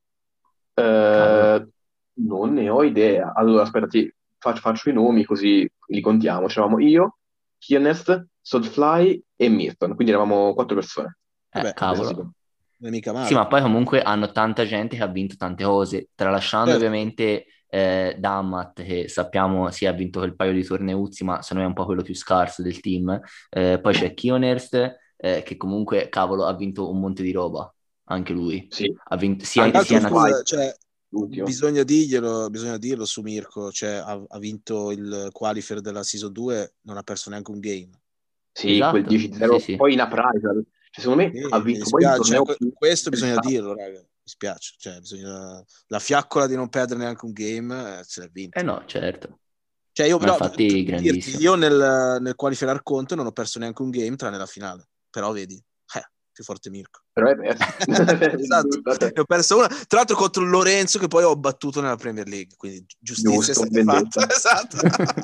cavolo, Eh, non ne ho idea. Allora, aspetta, ti faccio, faccio i nomi così li contiamo. C'eravamo io, Kienest, Soulfly e Milton, quindi eravamo quattro persone. eh, Vabbè, Questa season. cavolo. non è mica Sì, male. ma poi comunque hanno tanta gente che ha vinto tante cose, tralasciando Certo. ovviamente eh, Dammat, che sappiamo si ha vinto quel paio di torneuzzi, ma secondo me è un po' quello più scarso del team. Eh, poi c'è Kioners, eh, che comunque, cavolo, ha vinto un monte di roba, anche lui. Sì, Ha vinto sia, anche Tra l'altro, sia naz- Soulfly, scusa, cioè, l'ultimo. bisogna dirglielo, bisogna dirlo su Mirko, cioè, ha, ha vinto il qualifier della season due, non ha perso neanche un game. Sì, quel Esatto, sì, dieci zero, sì. poi in appraisal. Cioè, secondo me Sì, ha mi vinto poi il dispiace, cioè, torneo que- più questo bisogna stressato. dirlo, raga. Mi spiace, cioè, bisogna... la fiaccola di non perdere neanche un game eh, se l'ha Eh vinta. no, certo. Cioè, io, Ma no, per infatti per dirti, grandissimo. io nel, nel qualifier al conto non ho perso neanche un game tranne la finale. Però vedi, eh, più forte Mirko. Però è perso. Esatto, ne ho perso una, tra l'altro contro il Lorenzo che poi ho battuto nella Premier League, quindi gi- giustizia è Giusto, stata vendetta. fatta. Esatto.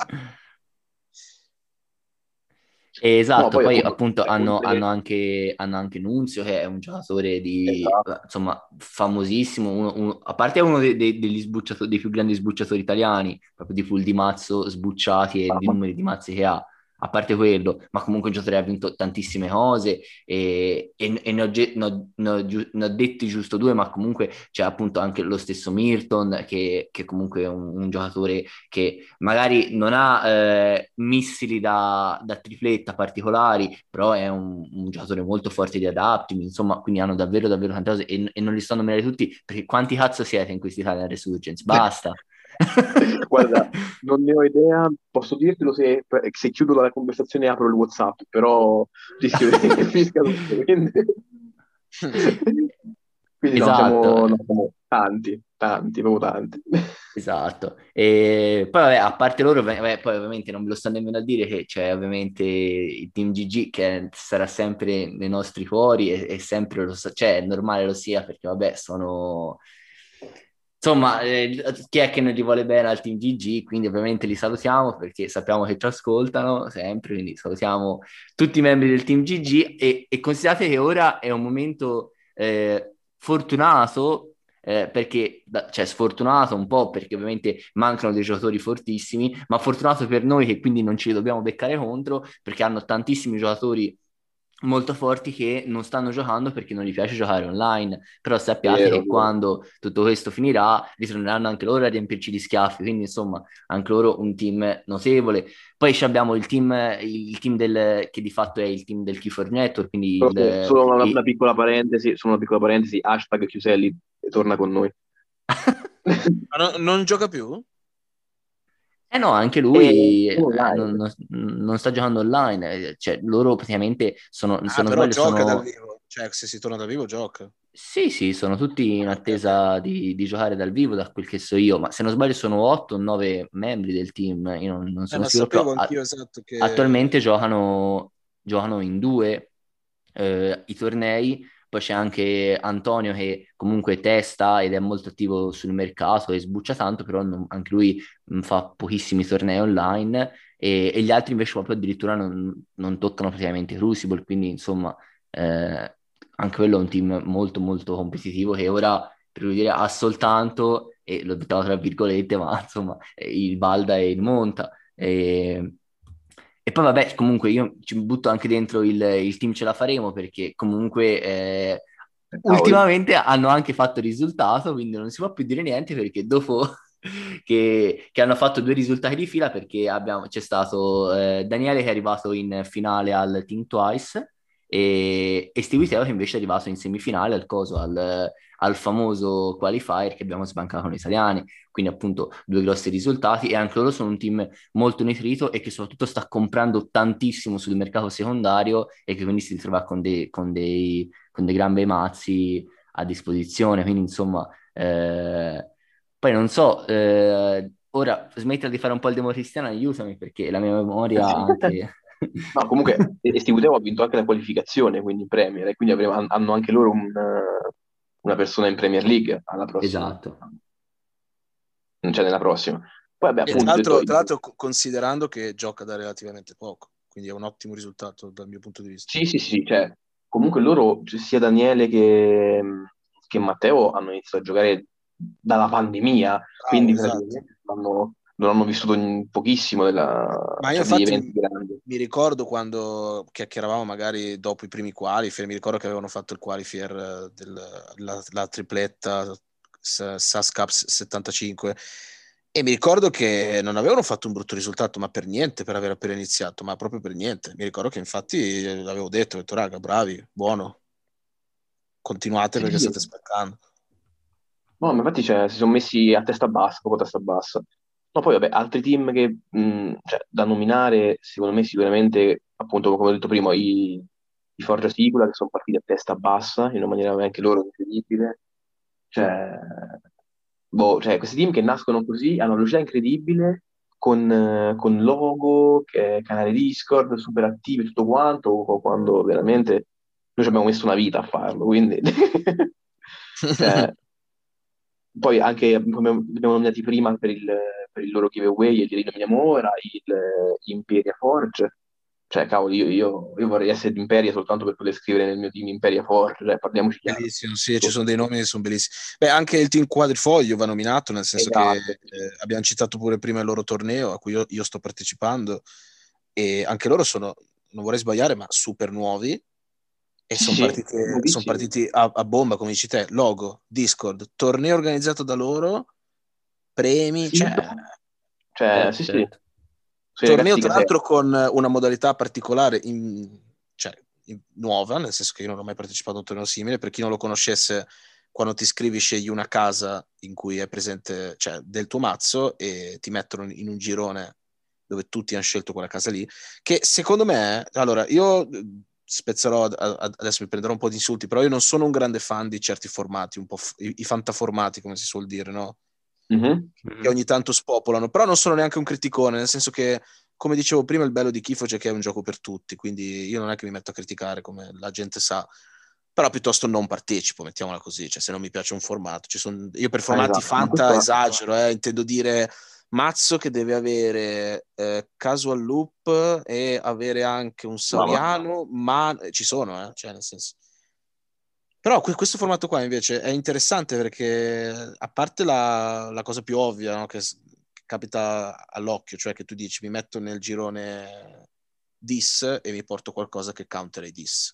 No, Esatto, poi poi appunto, appunto cioè, hanno, hanno oltre... anche, hanno anche Nunzio che è un giocatore di, Esatto. eh, insomma, famosissimo, uno- uno- a parte è uno dei, dei- degli sbucciatori, dei più grandi sbucciatori italiani, proprio di pool di mazzo sbucciati e di Mamma. numeri di mazzi che ha, a parte quello, ma comunque un giocatore che ha vinto tantissime cose e, e- e ne ho, ge- ne ho- ne ho giu- ne ho detti giusto due, ma comunque c'è appunto anche lo stesso Milton che, che comunque è un, un giocatore che magari non ha eh, missili da, da tripletta particolari, però è un, un giocatore molto forte di adapting, insomma, quindi hanno davvero davvero tante cose e, e non li sto a nominare tutti perché quanti cazzo siete in questi Italian Resurgence? Basta. Guarda, non ne ho idea, posso dirtelo se, se chiudo la conversazione e apro il WhatsApp, però rischio che finisca tutto, quindi... Quindi no, Esatto, siamo, no, siamo tanti, tanti, proprio tanti. esatto. E poi vabbè, a parte loro, vabbè, poi ovviamente non ve lo sto nemmeno a dire che c'è ovviamente il team G G che sarà sempre nei nostri cuori e, e sempre lo sa- cioè è normale lo sia perché vabbè sono insomma eh, chi è che non gli vuole bene al team G G, quindi ovviamente li salutiamo perché sappiamo che ci ascoltano sempre, quindi salutiamo tutti i membri del team G G e, e considerate che ora è un momento eh, fortunato eh, perché, da- cioè sfortunato un po' perché ovviamente mancano dei giocatori fortissimi, ma fortunato per noi che quindi non ci dobbiamo beccare contro perché hanno tantissimi giocatori molto forti che non stanno giocando perché non gli piace giocare online, però sappiate Vero, che vero. quando tutto questo finirà ritorneranno anche loro a riempirci di schiaffi, quindi insomma anche loro un team notevole. Poi ci abbiamo il team, il team del, che di fatto è il team del Keyforge Network, quindi Però solo il, solo una, una i- piccola parentesi, solo una piccola parentesi, hashtag Chiuselli torna con noi. Ma no- non gioca più? Eh no, anche E lui eh, non, online. non- non sta giocando online, eh, cioè loro praticamente sono, se Ah, non però sbaglio, gioca dal sono. vivo. Cioè, se si torna dal vivo, gioca. Sì, sì, sono tutti in Ah, ok, ok. attesa di, di giocare dal vivo, da quel che so io, ma se non sbaglio sono otto o nove membri del team, io non, non Eh, sono ma sicuro, però sapevo a- anch'io esatto attualmente che... giocano, giocano in due eh, i tornei, poi c'è anche Antonio che comunque testa ed è molto attivo sul mercato e sbuccia tanto, però non- anche lui mh, fa pochissimi tornei online e, e gli altri invece proprio addirittura non, non toccano praticamente Crucible, quindi insomma eh, anche quello è un team molto molto competitivo che ora per così dire ha soltanto, e l'ho detto tra virgolette, ma insomma eh, il Balda e il Monta. E, e poi vabbè, comunque io ci butto anche dentro il, il team ce la faremo perché comunque eh, Cavoli. ultimamente hanno anche fatto risultato, quindi non si può più dire niente perché dopo che, che hanno fatto due risultati di fila perché abbiamo, c'è stato eh, Daniele che è arrivato in finale al Team Twice e, e Stevie Teo che invece è arrivato in semifinale al coso, al, al famoso qualifier che abbiamo sbancato noi italiani, quindi appunto due grossi risultati e anche loro sono un team molto nutrito e che soprattutto sta comprando tantissimo sul mercato secondario e che quindi si ritrova con dei, con dei, con dei gran bei mazzi a disposizione, quindi insomma eh, poi non so, eh, ora smettila di fare un po' il democristiano, aiutami perché la mia memoria anche. No, comunque Estivuteo ha vinto anche la qualificazione, quindi in Premier, e quindi avremo- hanno anche loro un, eh, una persona in Premier League alla prossima, Esatto. cioè nella prossima. Poi vabbè, E tra appunto, detto, l'altro, tra l'altro, co- considerando che gioca da relativamente poco, quindi è un ottimo risultato dal mio punto di vista. sì, sì, sì, cioè, comunque loro, cioè, sia Daniele che, che Matteo hanno iniziato a giocare dalla pandemia, Bravo, quindi esatto. praticamente non hanno, non hanno vissuto in- pochissimo della, Ma io cioè, degli infatti eventi m- grandi. mi ricordo quando chiacchieravamo magari dopo i primi qualifier, mi ricordo che avevano fatto il qualifier eh, della la tripletta S- SAS Cup settantacinque e mi ricordo che non avevano fatto un brutto risultato, ma per niente per aver appena iniziato, ma proprio per niente. Mi ricordo che infatti eh, l'avevo detto, ho detto raga, bravi, buono, continuate Sì, perché sì. state spaccando. No, ma infatti cioè, si sono messi a testa bassa, proprio a testa bassa. No, poi vabbè, altri team che, mh, cioè, da nominare, secondo me sicuramente, appunto, come ho detto prima, i, i Forgia Sicula che sono partiti a testa bassa, in una maniera anche loro incredibile. Cioè, boh, cioè, questi team che nascono così hanno una velocità incredibile, con, eh, con logo, che- canale Discord, super attivi, tutto quanto, quando veramente noi ci abbiamo messo una vita a farlo, quindi... cioè, poi anche, come abbiamo nominati prima per il, per il loro giveaway, li rinominiamo ora, il, gli Imperia Forge. Cioè, cavolo, io, io- io vorrei essere di Imperia soltanto per poter scrivere nel mio team Imperia Forge, cioè, parliamoci chiaro. Bellissimo, sì, ci sono dei nomi che sono bellissimi. Beh, anche il team Quadrifoglio va nominato, nel senso che Esatto, eh, sì. abbiamo citato pure prima il loro torneo a cui io, io sto partecipando e anche loro sono, non vorrei sbagliare, ma super nuovi e Sì, sì, sono sì, partiti, son nuovissimi. partiti a, a bomba, come dici te, logo, Discord, torneo organizzato da loro, premi, cioè Sito. Cioè, Certo, sì, sì, certo. sono i torneo ragazzi tra casei. l'altro con una modalità particolare, in- cioè in- nuova, nel senso che io non ho mai partecipato a un torneo simile. Per chi non lo conoscesse, quando ti iscrivi scegli una casa in cui è presente, cioè del tuo mazzo e ti mettono in un girone dove tutti hanno scelto quella casa lì, che secondo me, allora io eh, spezzerò, ad- ad- adesso mi prenderò un po' di insulti, però io non sono un grande fan di certi formati, un po' f- i, i fantaformati, come si suol dire, no? Mhm. Che Mhm. ogni tanto spopolano, però non sono neanche un criticone, nel senso che, come dicevo prima, il bello di Kifoge è che è un gioco per tutti, quindi io non è che mi metto a criticare come la gente sa, però piuttosto non partecipo, mettiamola così, cioè se non mi piace un formato. Ci son... Io per Ah, formati esatto, ma Fanta questo esagero, eh, intendo dire mazzo che deve avere eh, casual loop e avere anche un no, ma sauriano, ma ci sono, eh, cioè nel senso... Però que- questo formato qua invece è interessante perché, a parte la, la cosa più ovvia, no, che, s- che capita all'occhio, cioè che tu dici mi metto nel girone dis e mi porto qualcosa che counter i dis.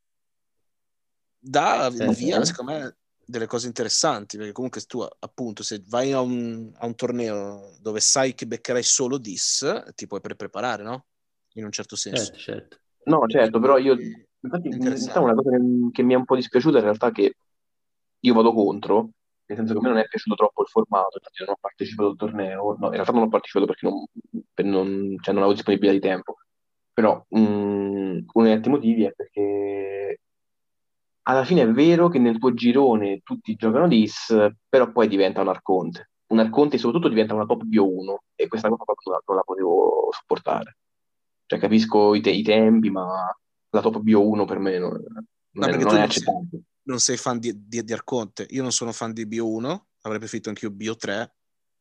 Dà il Certo. via, secondo me, delle cose interessanti, perché comunque tu, appunto, se vai a un, a un torneo dove sai che beccherai solo dis, ti puoi pre- preparare, no? In un certo senso. Certo, certo. No, certo, però io, Quindi, infatti, è mh, diciamo interessante. una cosa che, che mi è un po' dispiaciuta in realtà è che io vado contro, nel senso che a me non è piaciuto troppo il formato, infatti non ho partecipato al torneo, no, in realtà non ho partecipato perché non, per non, cioè non avevo disponibilità di tempo, però mh, uno degli altri motivi è perché alla fine è vero che nel tuo girone tutti giocano dis, però poi diventa un arconte. Un arconte soprattutto diventa una top bio uno e questa cosa proprio non non la potevo sopportare. Cioè capisco i, te- i tempi, ma la top bio uno per me non, non No, è, perché non tu è non sei, accettabile. non sei fan di, di, di Arconte. Io non sono fan di Bio uno, avrei preferito anche io Bio tre.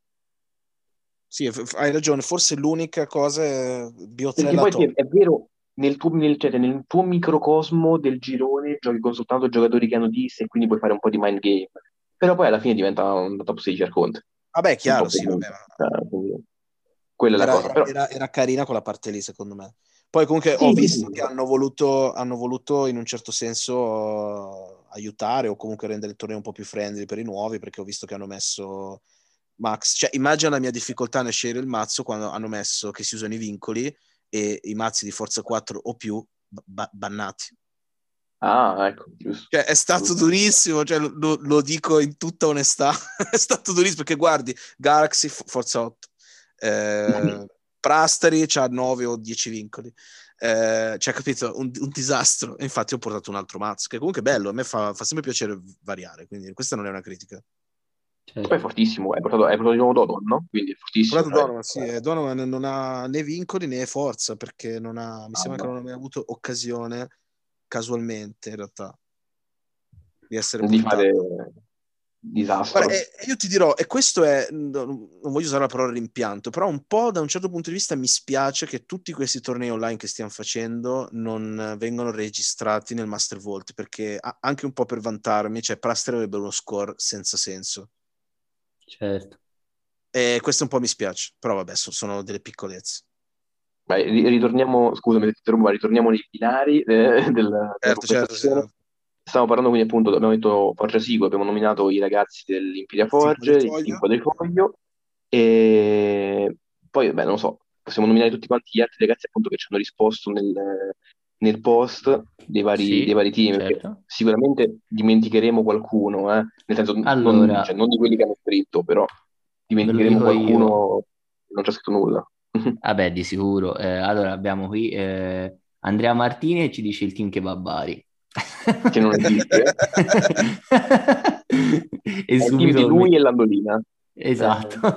Sì, f- f- hai ragione, forse l'unica cosa è Bio tre Perché la poi sì, top. è vero, nel tuo, nel, cioè, nel tuo microcosmo del girone giochi con soltanto giocatori che hanno dis e quindi puoi fare un po' di mind game. Però poi alla fine diventa un top sedici arconte. Vabbè, Un po' chiaro, sì, vabbè, comunque. ma Cioè, quindi quella è la era, cosa. era- Però era- era carina quella parte lì, secondo me. Poi comunque ho sì, sì, visto sì. che hanno voluto, hanno voluto in un certo senso eh, aiutare o comunque rendere il torneo un po' più friendly per i nuovi, perché ho visto che hanno messo Max. Cioè, immagina la mia difficoltà nel scegliere il mazzo quando hanno messo che si usano i vincoli e i mazzi di forza quattro o più ba- bannati. Ah, ecco, giusto. Cioè, è stato Giusto. durissimo, cioè, lo, lo dico in tutta onestà, è stato durissimo perché guardi, Galaxy F- Forza otto, eh, Prastari c'ha nove o dieci vincoli, eh, cioè, capito, un, un disastro. E infatti ho portato un altro mazzo, che comunque è bello, a me fa, fa sempre piacere variare, quindi questa non è una critica. Poi è Certo. fortissimo, hai portato, hai portato di nuovo Dodon, no? Quindi è Ho fortissimo, portato cioè. Donovan, sì, e Donovan non ha né vincoli né forza, perché non ha, mi Ah, sembra che no. non ha mai avuto occasione, casualmente in realtà, di essere Di fare puntato. Guarda, disastro. e- e io ti dirò, e questo è, non non voglio usare la parola rimpianto, però un po' da un certo punto di vista mi spiace che tutti questi tornei online che stiamo facendo non vengono registrati nel Master Vault, perché a- anche un po' per vantarmi, cioè Praster avrebbe uno score senza senso. Certo. E questo un po' mi spiace, però vabbè, so- sono delle piccolezze. Ma ri- ritorniamo, scusami se ti interrompo, ma ritorniamo nei binari eh, del- della Certo, certo, conversazione. se- Stiamo parlando quindi appunto, abbiamo detto Forgia Sigo, abbiamo nominato i ragazzi dell'Imperia il team Forge, il team quadrifoglio. quadrifoglio e poi, beh, non lo so, possiamo nominare tutti quanti gli altri ragazzi appunto che ci hanno risposto nel, nel post dei vari, dei Sì, vari team, perché certo. sicuramente dimenticheremo qualcuno, eh, nel senso non, cioè, Allora, non di quelli che hanno scritto, però ve lo dimenticheremo dico io. qualcuno che non c'è scritto nulla. Vabbè, di sicuro. Eh, allora abbiamo qui eh, Andrea Martini e ci dice il team Kebabari. Che non esiste. E È il team di subito mi... lui e Landolina. Esatto. Eh,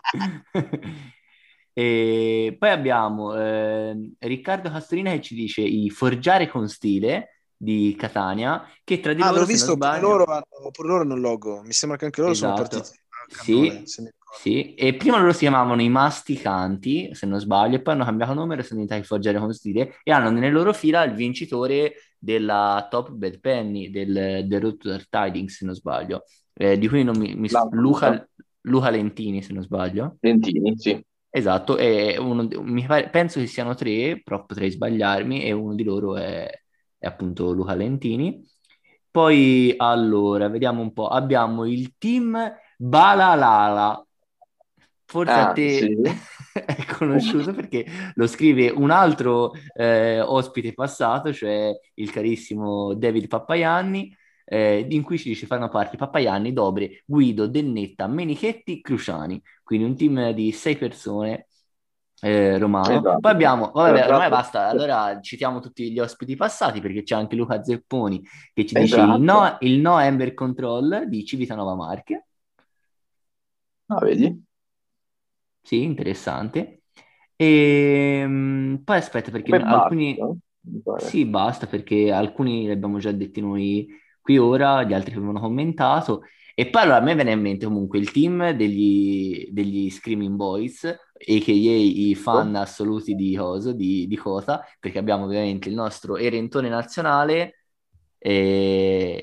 E poi abbiamo eh, Riccardo Castrina che ci dice i Forgiare con stile di Catania, che tra di Ah, loro, avevo se non visto, pure sbaglio, loro hanno, pure loro hanno un logo. Mi sembra che anche loro sono partiti esatto, a cannone, sì, se mi ricordo. sì, e prima loro si chiamavano i Masticanti, se non sbaglio, e poi hanno cambiato nome e sono diventati Forgiare con stile, e hanno nelle loro fila il vincitore della Top Bad Penny, del, del Road to Dark Tidings, se non sbaglio, eh, di cui non mi, mi- l'altro Luca. Luca, Luca Lentini, se non sbaglio. Lentini, sì. Esatto, e uno, mi pare- penso che siano tre, però potrei sbagliarmi, e uno di loro è, è appunto Luca Lentini. Poi, allora, vediamo un po'. Abbiamo il team Balalala. Forse a Ah, sì. te è conosciuto perché lo scrive un altro eh, ospite passato, cioè il carissimo David Pappaianni, eh, in cui ci dice fanno parte Pappaianni, Dobre, Guido, Dennetta, Menichetti, Cruciani. Quindi un team di sei persone eh, romano. Poi Esatto. abbiamo, Tra vabbè, ormai l'altro, basta, allora citiamo tutti gli ospiti passati perché c'è anche Luca Zepponi che ci dice il esatto. no, il no Ember Control di Civitanova Marche. Ah, vedi? Sì, interessante. E mh, poi aspetta, perché Poi alcuni... basta, mi pare. Sì, basta, perché alcuni li abbiamo già detti noi qui ora, gli altri che avevano commentato. E poi allora a me viene in mente comunque il team degli, degli Screaming Boys, a k a i fan assoluti di Coso, di, di Cosa, perché abbiamo ovviamente il nostro erentone nazionale, e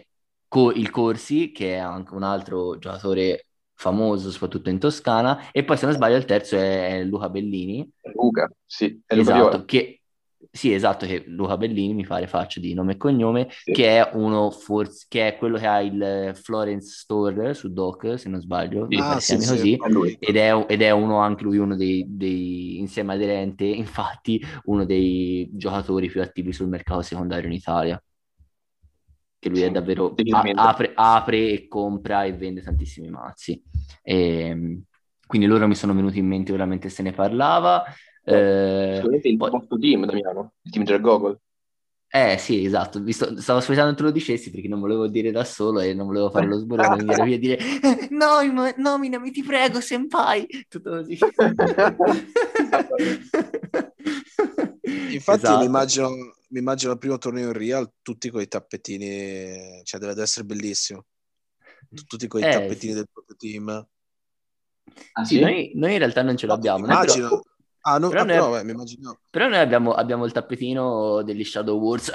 co- il Corsi, che è anche un altro giocatore famoso, soprattutto in Toscana, e poi se non sbaglio il terzo è Luca Bellini. È Luca, sì, è Luca Esatto, Viola. che sì, esatto, che Luca Bellini mi pare faccia di nome e cognome, Sì, che è uno forse che è quello che ha il Florence Store su Doc, se non sbaglio, mi sì, pare Ah, si sì, chiami sì, così, è lui. ed è, ed è uno anche lui uno dei, dei insieme ad Aderente, infatti, uno dei giocatori più attivi sul mercato secondario in Italia. Che lui è Sì, davvero a- decisamente. apre, apre e compra e vende tantissimi mazzi. E, quindi loro mi sono venuti in mente veramente se ne parlava. Beh, Eh, sicuramente il poi, vostro team, Damiano, il team del Gogol. eh sì, esatto, visto, stavo aspettando che te lo dicessi perché non volevo dire da solo e non volevo fare lo sborone, quindi ero via a dire "Eh, no, im- nominami, ti prego, senpai", tutto così. infatti mi Esatto. immagino, mi immagino il primo torneo in Real, tutti con i tappetini, cioè deve essere bellissimo. Tutti con i Eh tappetini sì. del proprio team. Ah Sì, sì? noi, noi in realtà non ce No, mi l'abbiamo, noi però, immagino. Ah, no, però ah, noi, però, beh, mi immagino. però noi abbiamo, abbiamo il tappetino degli Shadow Wars.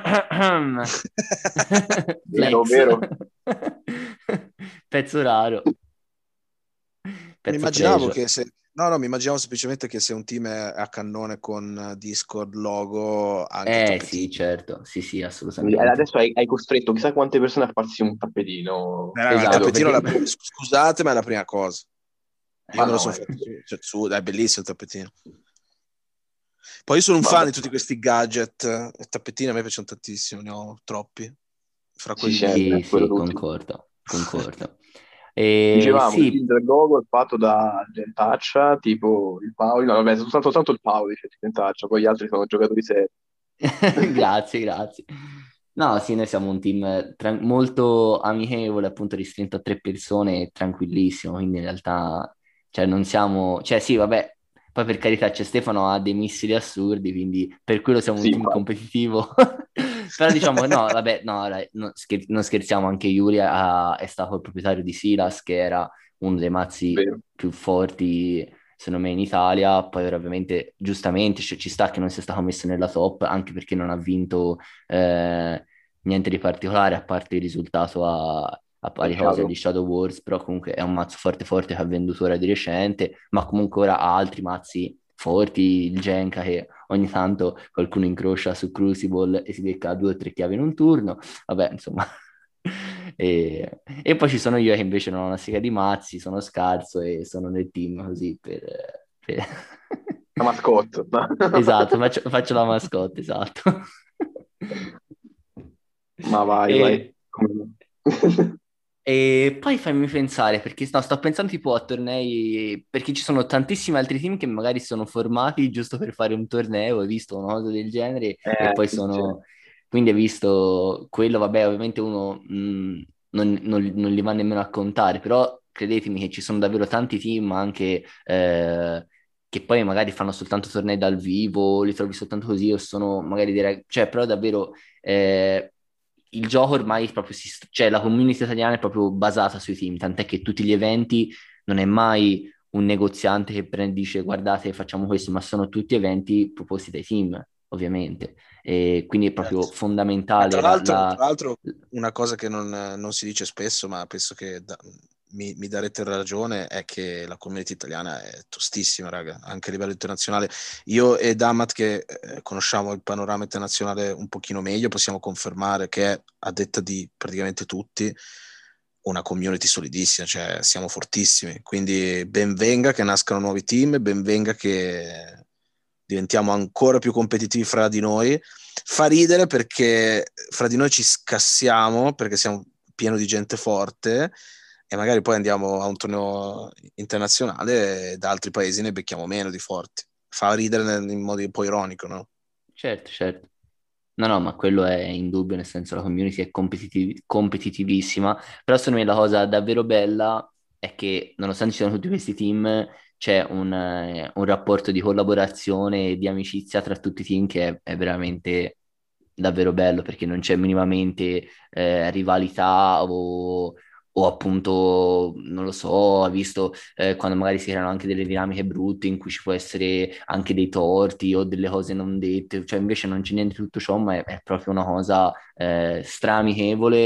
Vero, Flex. vero. Pezzo raro, Mi pezzo immaginavo treasure. che se... No, no, mi immaginavo semplicemente che se un team è a cannone con eh, Discord, logo, anche il Eh sì, tappetino. certo, sì sì, Quindi eh, assolutamente. adesso hai, hai costretto chissà quante persone a farsi un tappetino, Eh, no, il Edo, Esatto, tappetino è perché... la perché... prima... Scusate, ma è la prima cosa. Io Ma me lo no, sono è... fatto su, cioè, su, è bellissimo il tappetino. Poi io sono un fan Vabbè, di tutti questi gadget. I tappetini a me piacciono tantissimo, ne ho troppi. Fra sì, quelli certo, Sì, lì. quello sì, tutti. concordo, concordo. E Dicevamo, il sì, team del Gogol fatto da Gentaccia, tipo il Paoli, no vabbè, soltanto, soltanto il Paoli c'è Gentaccia, poi gli altri sono giocatori seri. grazie, grazie. No, sì, noi siamo un team tran- molto amichevole, appunto ristretto a tre persone, e tranquillissimo, quindi in realtà, cioè, non siamo, cioè sì, vabbè, poi per carità c'è Stefano, ha dei missili assurdi, quindi per quello siamo un Sì, team infatti. competitivo, però diciamo, no, vabbè, no, dai, non, scher- non scherziamo, anche Yuri ha- è stato il proprietario di Silas, che era uno dei mazzi Vero. più forti secondo me in Italia, poi ora ovviamente giustamente ci, ci sta che non sia stato messo nella top, anche perché non ha vinto eh, niente di particolare, a parte il risultato a, a Al pari cose Shadow. agli Shadow Wars, però comunque è un mazzo forte forte che ha venduto ora di recente, ma comunque ora ha altri mazzi forti, il Genka che ogni tanto qualcuno incrocia su Crucible e si becca due o tre chiavi in un turno, vabbè insomma. E, e poi ci sono io che invece non ho una sega di mazzi, sono scarso e sono nel team così per... per- La mascotte. Esatto, faccio, faccio la mascotte, esatto. Ma vai, vai. E, Come- e poi fammi pensare, perché no, sto pensando tipo a tornei, perché ci sono tantissimi altri team che magari sono formati giusto per fare un torneo, hai visto una cosa del genere, e Eh, poi sì, sì. sono... Quindi hai visto quello, vabbè, ovviamente uno mh, non, non- non li va nemmeno a contare, però credetemi che ci sono davvero tanti team anche eh, che poi magari fanno soltanto tornei dal vivo, li trovi soltanto così o sono magari dei... rag- Cioè, però davvero... eh, il gioco ormai proprio si, cioè la community italiana è proprio basata sui team, tant'è che tutti gli eventi non è mai un negoziante che prende e dice guardate facciamo questo, ma sono tutti eventi proposti dai team, ovviamente. E quindi è proprio Certo. Ma fondamentale tra la, l'altro, la- tra l'altro, una cosa che non, non si dice spesso, ma penso che da- mi, mi darete ragione, è che la community italiana è tostissima, raga, anche a livello internazionale. Io e Damat, che eh, conosciamo il panorama internazionale un pochino meglio, possiamo confermare che è, a detta di praticamente tutti, una community solidissima, cioè siamo fortissimi. Quindi ben venga che nascano nuovi team, ben venga che diventiamo ancora più competitivi fra di noi. Fa ridere perché fra di noi ci scassiamo perché siamo pieno di gente forte e magari poi andiamo a un torneo internazionale e da altri paesi ne becchiamo meno di forti. Fa ridere nel- in modo un po' ironico, no? Certo, certo. No, no, ma quello è indubbio, nel senso la community è competitiv- competitivissima, però secondo me la cosa davvero bella è che nonostante ci siano tutti questi team, c'è un, eh, un rapporto di collaborazione e di amicizia tra tutti i team che è, è veramente davvero bello perché non c'è minimamente eh, rivalità o, o appunto, non lo so, ha visto eh, quando magari si creano anche delle dinamiche brutte in cui ci può essere anche dei torti o delle cose non dette, cioè invece non c'è niente di tutto ciò, ma è, è proprio una cosa eh, stramichevole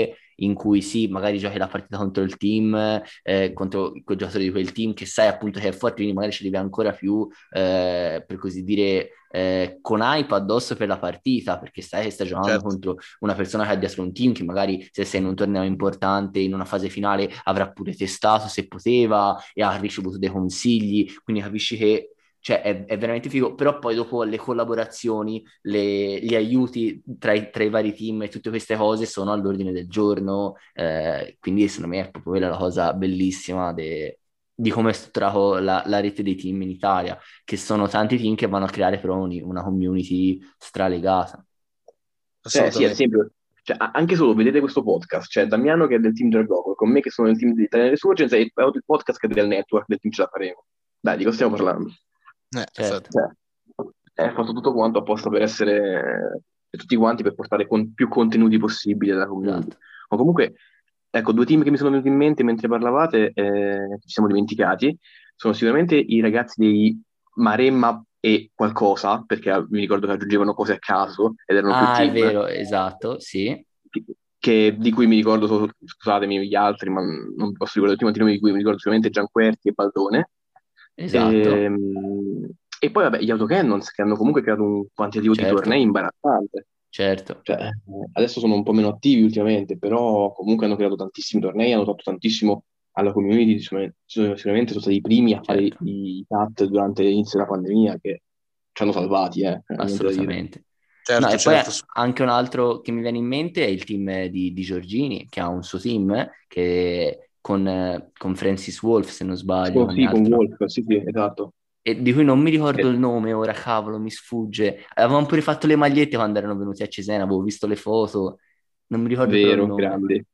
in cui sì, magari giochi la partita contro il team, eh, contro quel giocatore di quel team che sai appunto che è forte, quindi magari ci devi ancora più, eh, per così dire, eh, con hype addosso per la partita, perché sai che stai giocando Certo. contro una persona che ha dietro un team che magari se sei in un torneo importante, in una fase finale, avrà pure testato se poteva e ha ricevuto dei consigli, quindi capisci che cioè è, è veramente figo, però poi dopo le collaborazioni, le, gli aiuti tra i, tra i vari team e tutte queste cose sono all'ordine del giorno, eh, quindi secondo me è proprio quella la cosa bellissima de- di come è strutturato la, la rete dei team in Italia, che sono tanti team che vanno a creare però un- una community stralegata. Cioè, sì, ad Assolutamente. esempio, cioè, a- anche solo vedete questo podcast, c'è Damiano che è del team Dragogo, con me che sono del team di Italian Resurgence e il il podcast che è del network del team Ce la faremo. Dai, di cosa stiamo parlando? Eh, Certo, effetto. Cioè, è fatto tutto quanto apposta per essere per tutti quanti, per portare con- più contenuti possibili alla community. esatto. Ma comunque, ecco, due team che mi sono venuti in mente mentre parlavate, eh, ci siamo dimenticati, sono sicuramente i ragazzi dei Maremma e qualcosa, perché mi ricordo che aggiungevano cose a caso ed erano più Ah, è team, vero, esatto, sì, che, che- di cui mi ricordo, so- scusatemi gli altri, ma non mi posso ricordare tutti i nomi di cui mi ricordo sicuramente Gianquerti e Baldone. esatto, Ehm, E, poi vabbè, gli Autocannons che hanno comunque creato un quantitativo di tornei certo, imbarazzante. certo, Cioè, eh, adesso sono un po' meno attivi ultimamente, però comunque hanno creato tantissimi tornei, hanno fatto tantissimo alla community, sicuramente sicuramente sono stati i primi a fare i, certo, i cut durante l'inizio della pandemia che ci hanno salvati, eh, eh, niente da dire. assolutamente. No, Certo, e poi certo. anche un altro che mi viene in mente è il team di, di Giorgini, che ha un suo team che con, eh, con Francis Wolf, se non sbaglio, Con, come sì, con altro, Wolf, sì, sì, esatto. e di cui non mi ricordo Eh, il nome ora, cavolo, mi sfugge. Avevamo pure fatto le magliette quando erano venuti a Cesena, avevo visto le foto, non mi ricordo però il vero, nome. grandi.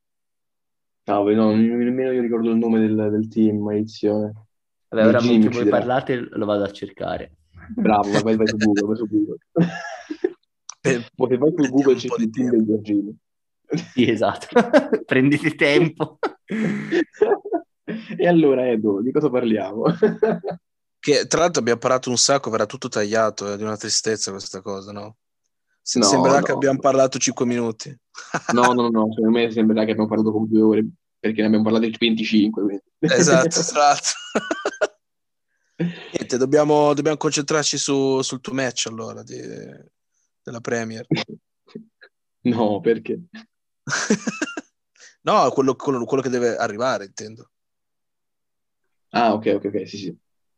No, no, nemmeno io ricordo il nome del, del team, maledizione. Vabbè, ora Giorgini mi mentre voi ucciderà. parlate lo vado a cercare. Bravo, vai, vai, vai su Google, vai su Google. Per- Se vai su prendiamo Google un po' cerchi di il team tempo. dei Giorgini. Sì, esatto, prendete tempo. E allora, Edo, di cosa parliamo? Che tra l'altro abbiamo parlato un sacco, verrà tutto tagliato, è di una tristezza questa cosa, no? Se- No, sembrerà che no, abbiamo parlato cinque minuti. no, no, no, secondo me sembra che abbiamo parlato come due ore, perché ne abbiamo parlato venticinque. Quindi. Esatto, tra l'altro. Niente, dobbiamo, dobbiamo concentrarci su- sul tuo match allora di- della Premier. No, perché? No, quello, quello- quello che deve arrivare, intendo. Ah, ok, ok, ok, sì, sì.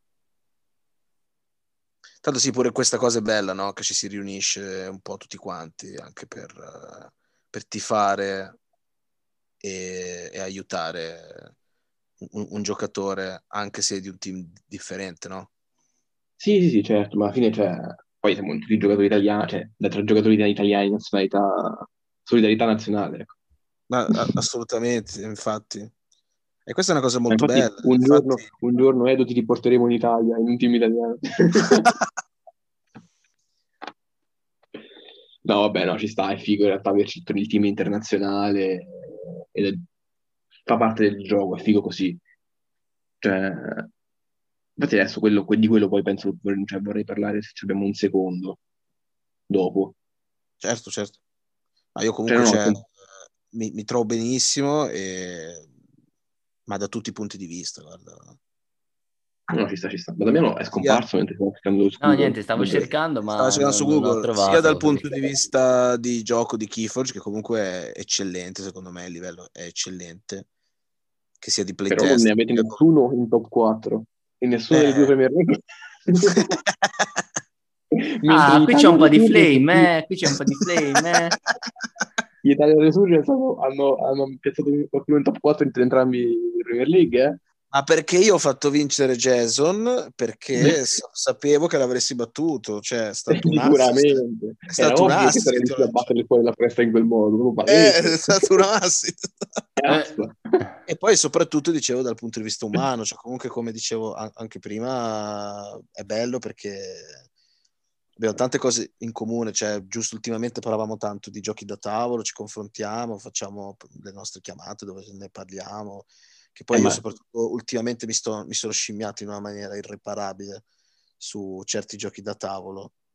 Tanto sì, pure questa cosa è bella, no? Che ci si riunisce un po' tutti quanti, anche per, eh, per tifare e, e aiutare un, un giocatore, anche se di un team differente, no? Sì, sì, sì, certo, ma alla fine, cioè, poi siamo tutti giocatori italiani, cioè, da tra giocatori italiani, nazionalità, solidarietà nazionale, ecco. Ma a- assolutamente, infatti. E questa è una cosa Ma molto infatti, bella. un giorno, Infatti, un giorno, Edo, ti riporteremo in Italia, in un team italiano. No, vabbè, no, ci sta, è figo in realtà averci per il team internazionale ed è- fa parte del gioco, è figo così. Cioè, infatti adesso quello, que- di quello poi penso, cioè, vorrei parlare se ci abbiamo un secondo dopo. certo, certo. Ma io Cioè, comunque no, no, cioè, sen- mi, mi trovo benissimo, e- ma da tutti i punti di vista, guarda. no, ci sta, ci sta. Ma Damiano è Sia, scomparso mentre stavo cercando su No, Google. niente, stavo Dov'è? cercando, stavo ma cercando su non, non l'ho Google, sia dal trovato. punto Perché... di vista di gioco di Keyforge, che comunque è eccellente, secondo me il livello è eccellente, che sia di Però non ne playtest. avete nessuno in top quattro e nessuno delle due Eh. Premier League. Mentre Ah, gli qui c'è Italia un po' di Resurgence, flame, eh? Qui c'è un po' di flame, eh? gli Italia Resurgence hanno, hanno, hanno piazzato qualcuno in top quattro in entrambi le Premier League, eh? Ma perché io ho fatto vincere Jason? Perché sa- sapevo che l'avresti battuto, cioè è stato un assist. Sicuramente. È Era stato un ovvio che sarei assist. riuscito a battere fuori la festa in quel modo, proprio Eh, palese. è stato un assist. Eh. Cazzo. E poi soprattutto dicevo dal punto di vista umano, cioè comunque come dicevo a- anche prima, è bello perché abbiamo tante cose in comune, cioè giusto ultimamente parlavamo tanto di giochi da tavolo, ci confrontiamo, facciamo le nostre chiamate dove ne parliamo, che Eh, poi io ma soprattutto ultimamente mi, sto, mi sono scimmiato in una maniera irreparabile su certi giochi da tavolo.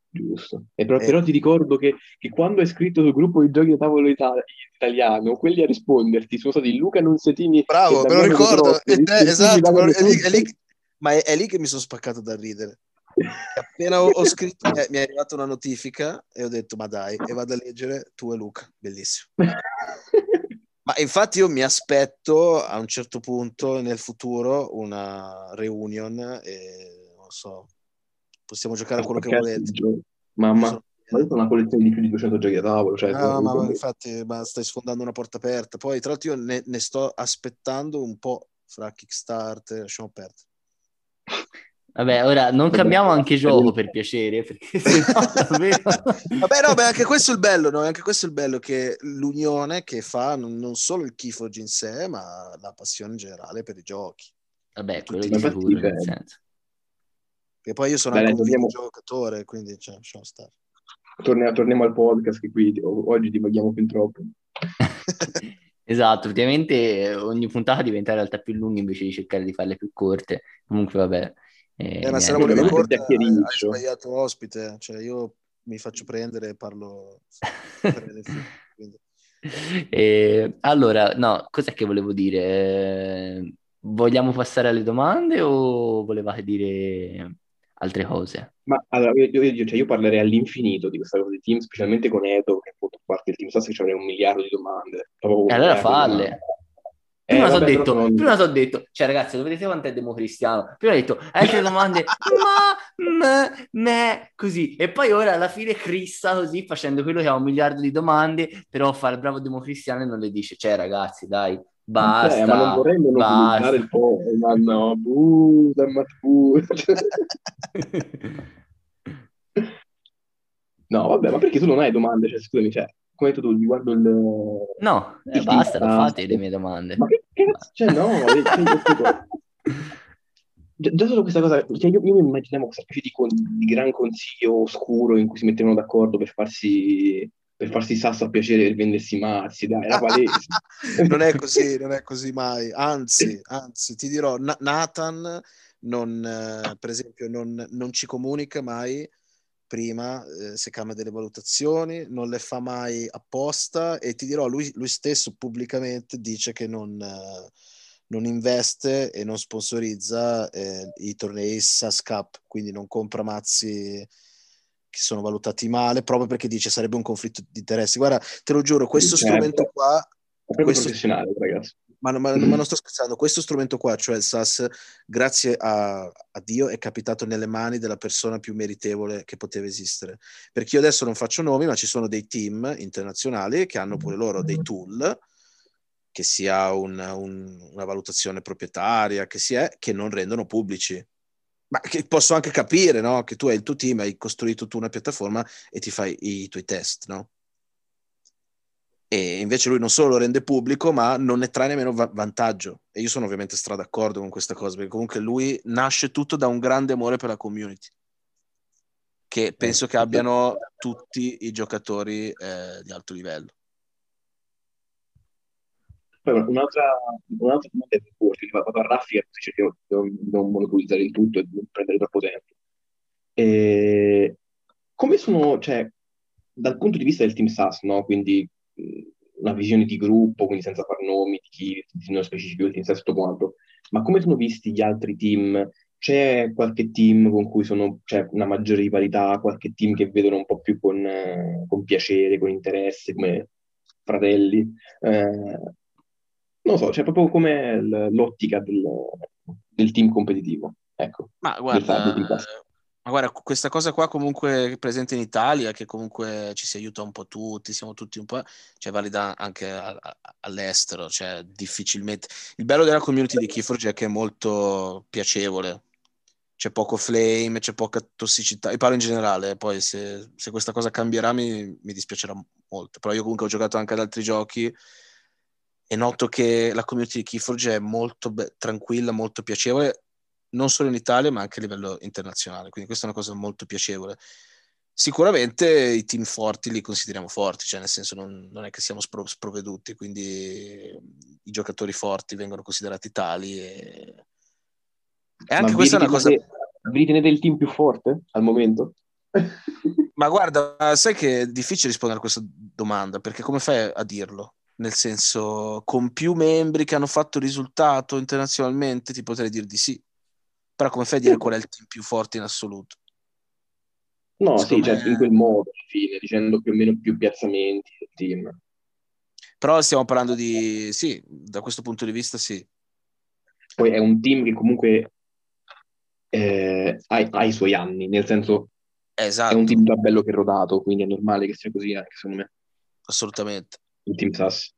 Giusto. E però, eh. però ti ricordo che, che quando hai scritto sul gruppo di giochi da tavolo ita- italiano, quelli a risponderti sono stati Luca Nunzetini. Bravo, me lo ricordo. E te, esatto, me lo, è, lì, è lì, ma è, è lì che mi sono spaccato da ridere. Appena ho, ho scritto, mi è, mi è arrivata una notifica e ho detto, ma dai, e vado a leggere tu e Luca. Bellissimo. Ma infatti io mi aspetto a un certo punto nel futuro una reunion e non so, possiamo giocare a quello che volete. Mamma, sono... ma io ho una collezione di più di duecento giochi da tavolo. Cioè, no, ma, ma infatti ma stai sfondando una porta aperta. Poi tra l'altro io ne, ne sto aspettando un po' fra Kickstarter, lasciamo perdere. Vabbè, ora non cambiamo anche gioco per piacere, perché se no davvero... Vabbè, no, beh, anche questo è il bello, no? Anche questo è il bello, che l'unione che fa non, non solo il Keyforge in sé, ma la passione in generale per i giochi. Vabbè, quello di sicuro, cioè... nel senso. E poi io sono Beh, anche un torniamo... videogiocatore, quindi cioè, lasciamo stare. Torniamo, torniamo al podcast, che qui oggi divaghiamo fin troppo. Esatto, ovviamente ogni puntata diventa in realtà più lunga invece di cercare di farle più corte. Comunque vabbè. Eh, eh, ma se la volevi corta hai, hai sbagliato ospite, cioè io mi faccio prendere e parlo quindi. E, allora, no, cos'è che volevo dire? Eh, vogliamo passare alle domande o volevate dire altre cose? Ma allora, io, io, cioè, io parlerei all'infinito di questa cosa di team, specialmente con Edo, che appunto parte del team, sa se c'avrei un miliardo di domande. E allora falle. Prima Eh, ti ho vabbè, detto, sono... prima t'ho detto, cioè ragazzi, lo vedete quanto è democristiano? Prima ho detto, altre domande, ma, me, me, così. E poi ora alla fine crissa così, facendo quello che ha un miliardo di domande, però fa il bravo democristiano e non le dice, cioè ragazzi, dai, basta, eh, ma non vorrei monopolizzare il po', ma no, buh, buh. No, vabbè, ma perché tu non hai domande? Cioè, scusami, cioè, come hai detto tu, riguardo il... No, eh, il basta, team, l'ho fatte le mie domande. Ma che cazzo? Cioè, no, cioè, io dico... Già, già solo questa cosa, cioè io, io mi immaginavo questa specie di, con, di gran consiglio oscuro in cui si mettevano d'accordo per farsi, per farsi sasso a piacere e vendersi mazzi, dai, era palese. Non è così, non è così mai. Anzi, anzi, ti dirò, Na- Nathan non, eh, per esempio, non, non ci comunica mai prima eh, se cambia delle valutazioni, non le fa mai apposta e ti dirò, lui, lui stesso pubblicamente dice che non... Eh, non investe e non sponsorizza eh, i tornei S A S Cup, quindi non compra mazzi che sono valutati male, proprio perché dice sarebbe un conflitto di interessi. Guarda, te lo giuro, questo certo. strumento qua... È proprio questo, professionale, ragazzi. Ma, ma, ma non sto scherzando, questo strumento qua, cioè il S A S, grazie a, a Dio, è capitato nelle mani della persona più meritevole che poteva esistere. Perché io adesso non faccio nomi, ma ci sono dei team internazionali che hanno pure loro dei tool, che sia un, un, una valutazione proprietaria, che sia, che non rendono pubblici. Ma che posso anche capire, no? Che tu hai il tuo team, hai costruito tu una piattaforma e ti fai i, i tuoi test, no? E invece lui non solo lo rende pubblico, ma non ne trae nemmeno va- vantaggio. E io sono ovviamente stra d'accordo con questa cosa, perché comunque lui nasce tutto da un grande amore per la community, che penso che abbiano tutti i giocatori eh, di alto livello. Poi un'altra, un'altra domanda è forte, che vado a raffica, cerchiamo di non monopolizzare il tutto e di non prendere troppo tempo. E come sono, cioè, dal punto di vista del team S A S, no? Quindi mh, una visione di gruppo, quindi senza far nomi di chi, di nello specifico il team S A S e tutto quanto, ma come sono visti gli altri team? C'è qualche team con cui sono, c'è una maggiore rivalità, qualche team che vedono un po' più con, eh, con piacere, con interesse, come fratelli? Eh, non lo so, c'è proprio come l- l'ottica del, del team competitivo, ecco, Ma del guarda, team ma guarda, questa cosa qua comunque presente in Italia, che comunque ci si aiuta un po' tutti, siamo tutti un po', cioè valida anche a, a, all'estero, cioè difficilmente. Il bello della community di Keyforge è che è molto piacevole, c'è poco flame, c'è poca tossicità, io parlo in generale, poi se, se questa cosa cambierà mi, mi dispiacerà molto, però io comunque ho giocato anche ad altri giochi e noto che la community di Keyforge è molto be- tranquilla, molto piacevole, non solo in Italia ma anche a livello internazionale, quindi questa è una cosa molto piacevole. Sicuramente i team forti li consideriamo forti, cioè nel senso non, non è che siamo spro- sprovveduti, quindi i giocatori forti vengono considerati tali e, e anche Ma questa vi è una cosa... ritenete, vi ritenete il team più forte al momento? Ma guarda, sai che è difficile rispondere a questa domanda, perché come fai a dirlo? Nel senso, con più membri che hanno fatto risultato internazionalmente, ti potrei dire di sì. Però come fai a dire qual è il team più forte in assoluto? No, sì, Secondo cioè in me... quel modo, alla fine, dicendo più o meno più piazzamenti del team. Però stiamo parlando di... Sì, da questo punto di vista sì. Poi è un team che comunque eh, ha, ha i suoi anni, nel senso è un Esatto, team già bello che è rodato, quindi è normale che sia così anche secondo me, assolutamente. il team S A S.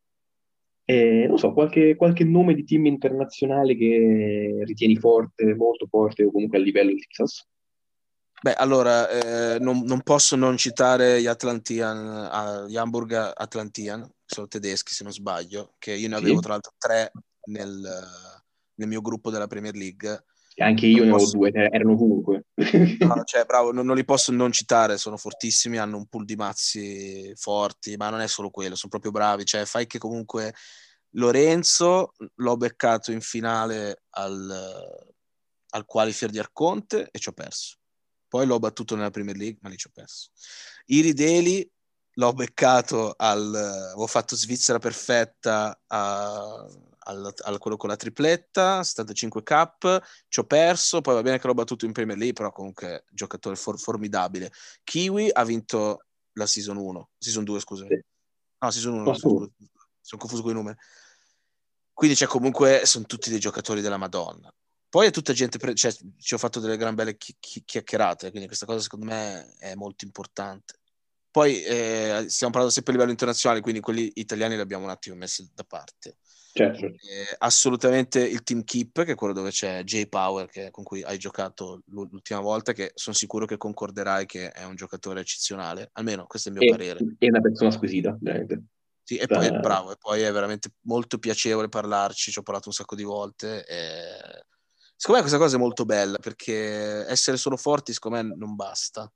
E, non so, qualche, qualche nome di team internazionale che ritieni forte, molto forte o comunque a livello di team S A S? Beh, allora, eh, non, non posso non citare gli Atlantian, ah, gli Hamburg Atlantian, sono tedeschi se non sbaglio, che io ne avevo Sì, tra l'altro tre nel, nel mio gruppo della Premier League. e anche Non io ne ho posso, due, eh, erano ovunque. no, cioè, bravo, non, non li posso non citare, sono fortissimi, hanno un pool di mazzi forti, ma non è solo quello, sono proprio bravi. Cioè, fai che comunque Lorenzo l'ho beccato in finale al, al Qualifier di Arconte e ci ho perso. Poi l'ho battuto nella Premier League, ma lì ci ho perso. Iri Deli l'ho beccato al... Avevo fatto Svizzera perfetta a, al, al, quello con la tripletta, settantacinque Cup, ci ho perso, poi va bene che l'ho battuto in Premier League, però comunque giocatore for- formidabile. Kiwi ha vinto la Season uno, Season due, scusami. Sì. No, Season Ma uno, su, scusa, sono confuso con i numeri. Quindi c'è comunque, sono tutti dei giocatori della Madonna. Poi è tutta gente, pre- cioè, ci ho fatto delle gran belle chi- chi- chiacchierate, quindi questa cosa secondo me è molto importante. Poi eh, stiamo parlando sempre a livello internazionale, quindi quelli italiani li abbiamo un attimo messi da parte. certo. Eh, assolutamente il team Keep, che è quello dove c'è Jay Power, che, con cui hai giocato l'ultima volta, che sono sicuro che concorderai che è un giocatore eccezionale, almeno questo è il mio E, parere. è una persona squisita, veramente. Sì, e poi è Cioè, bravo, e poi è veramente molto piacevole parlarci, ci ho parlato un sacco di volte. E... Secondo me questa cosa è molto bella, perché essere solo forti, secondo me, non basta.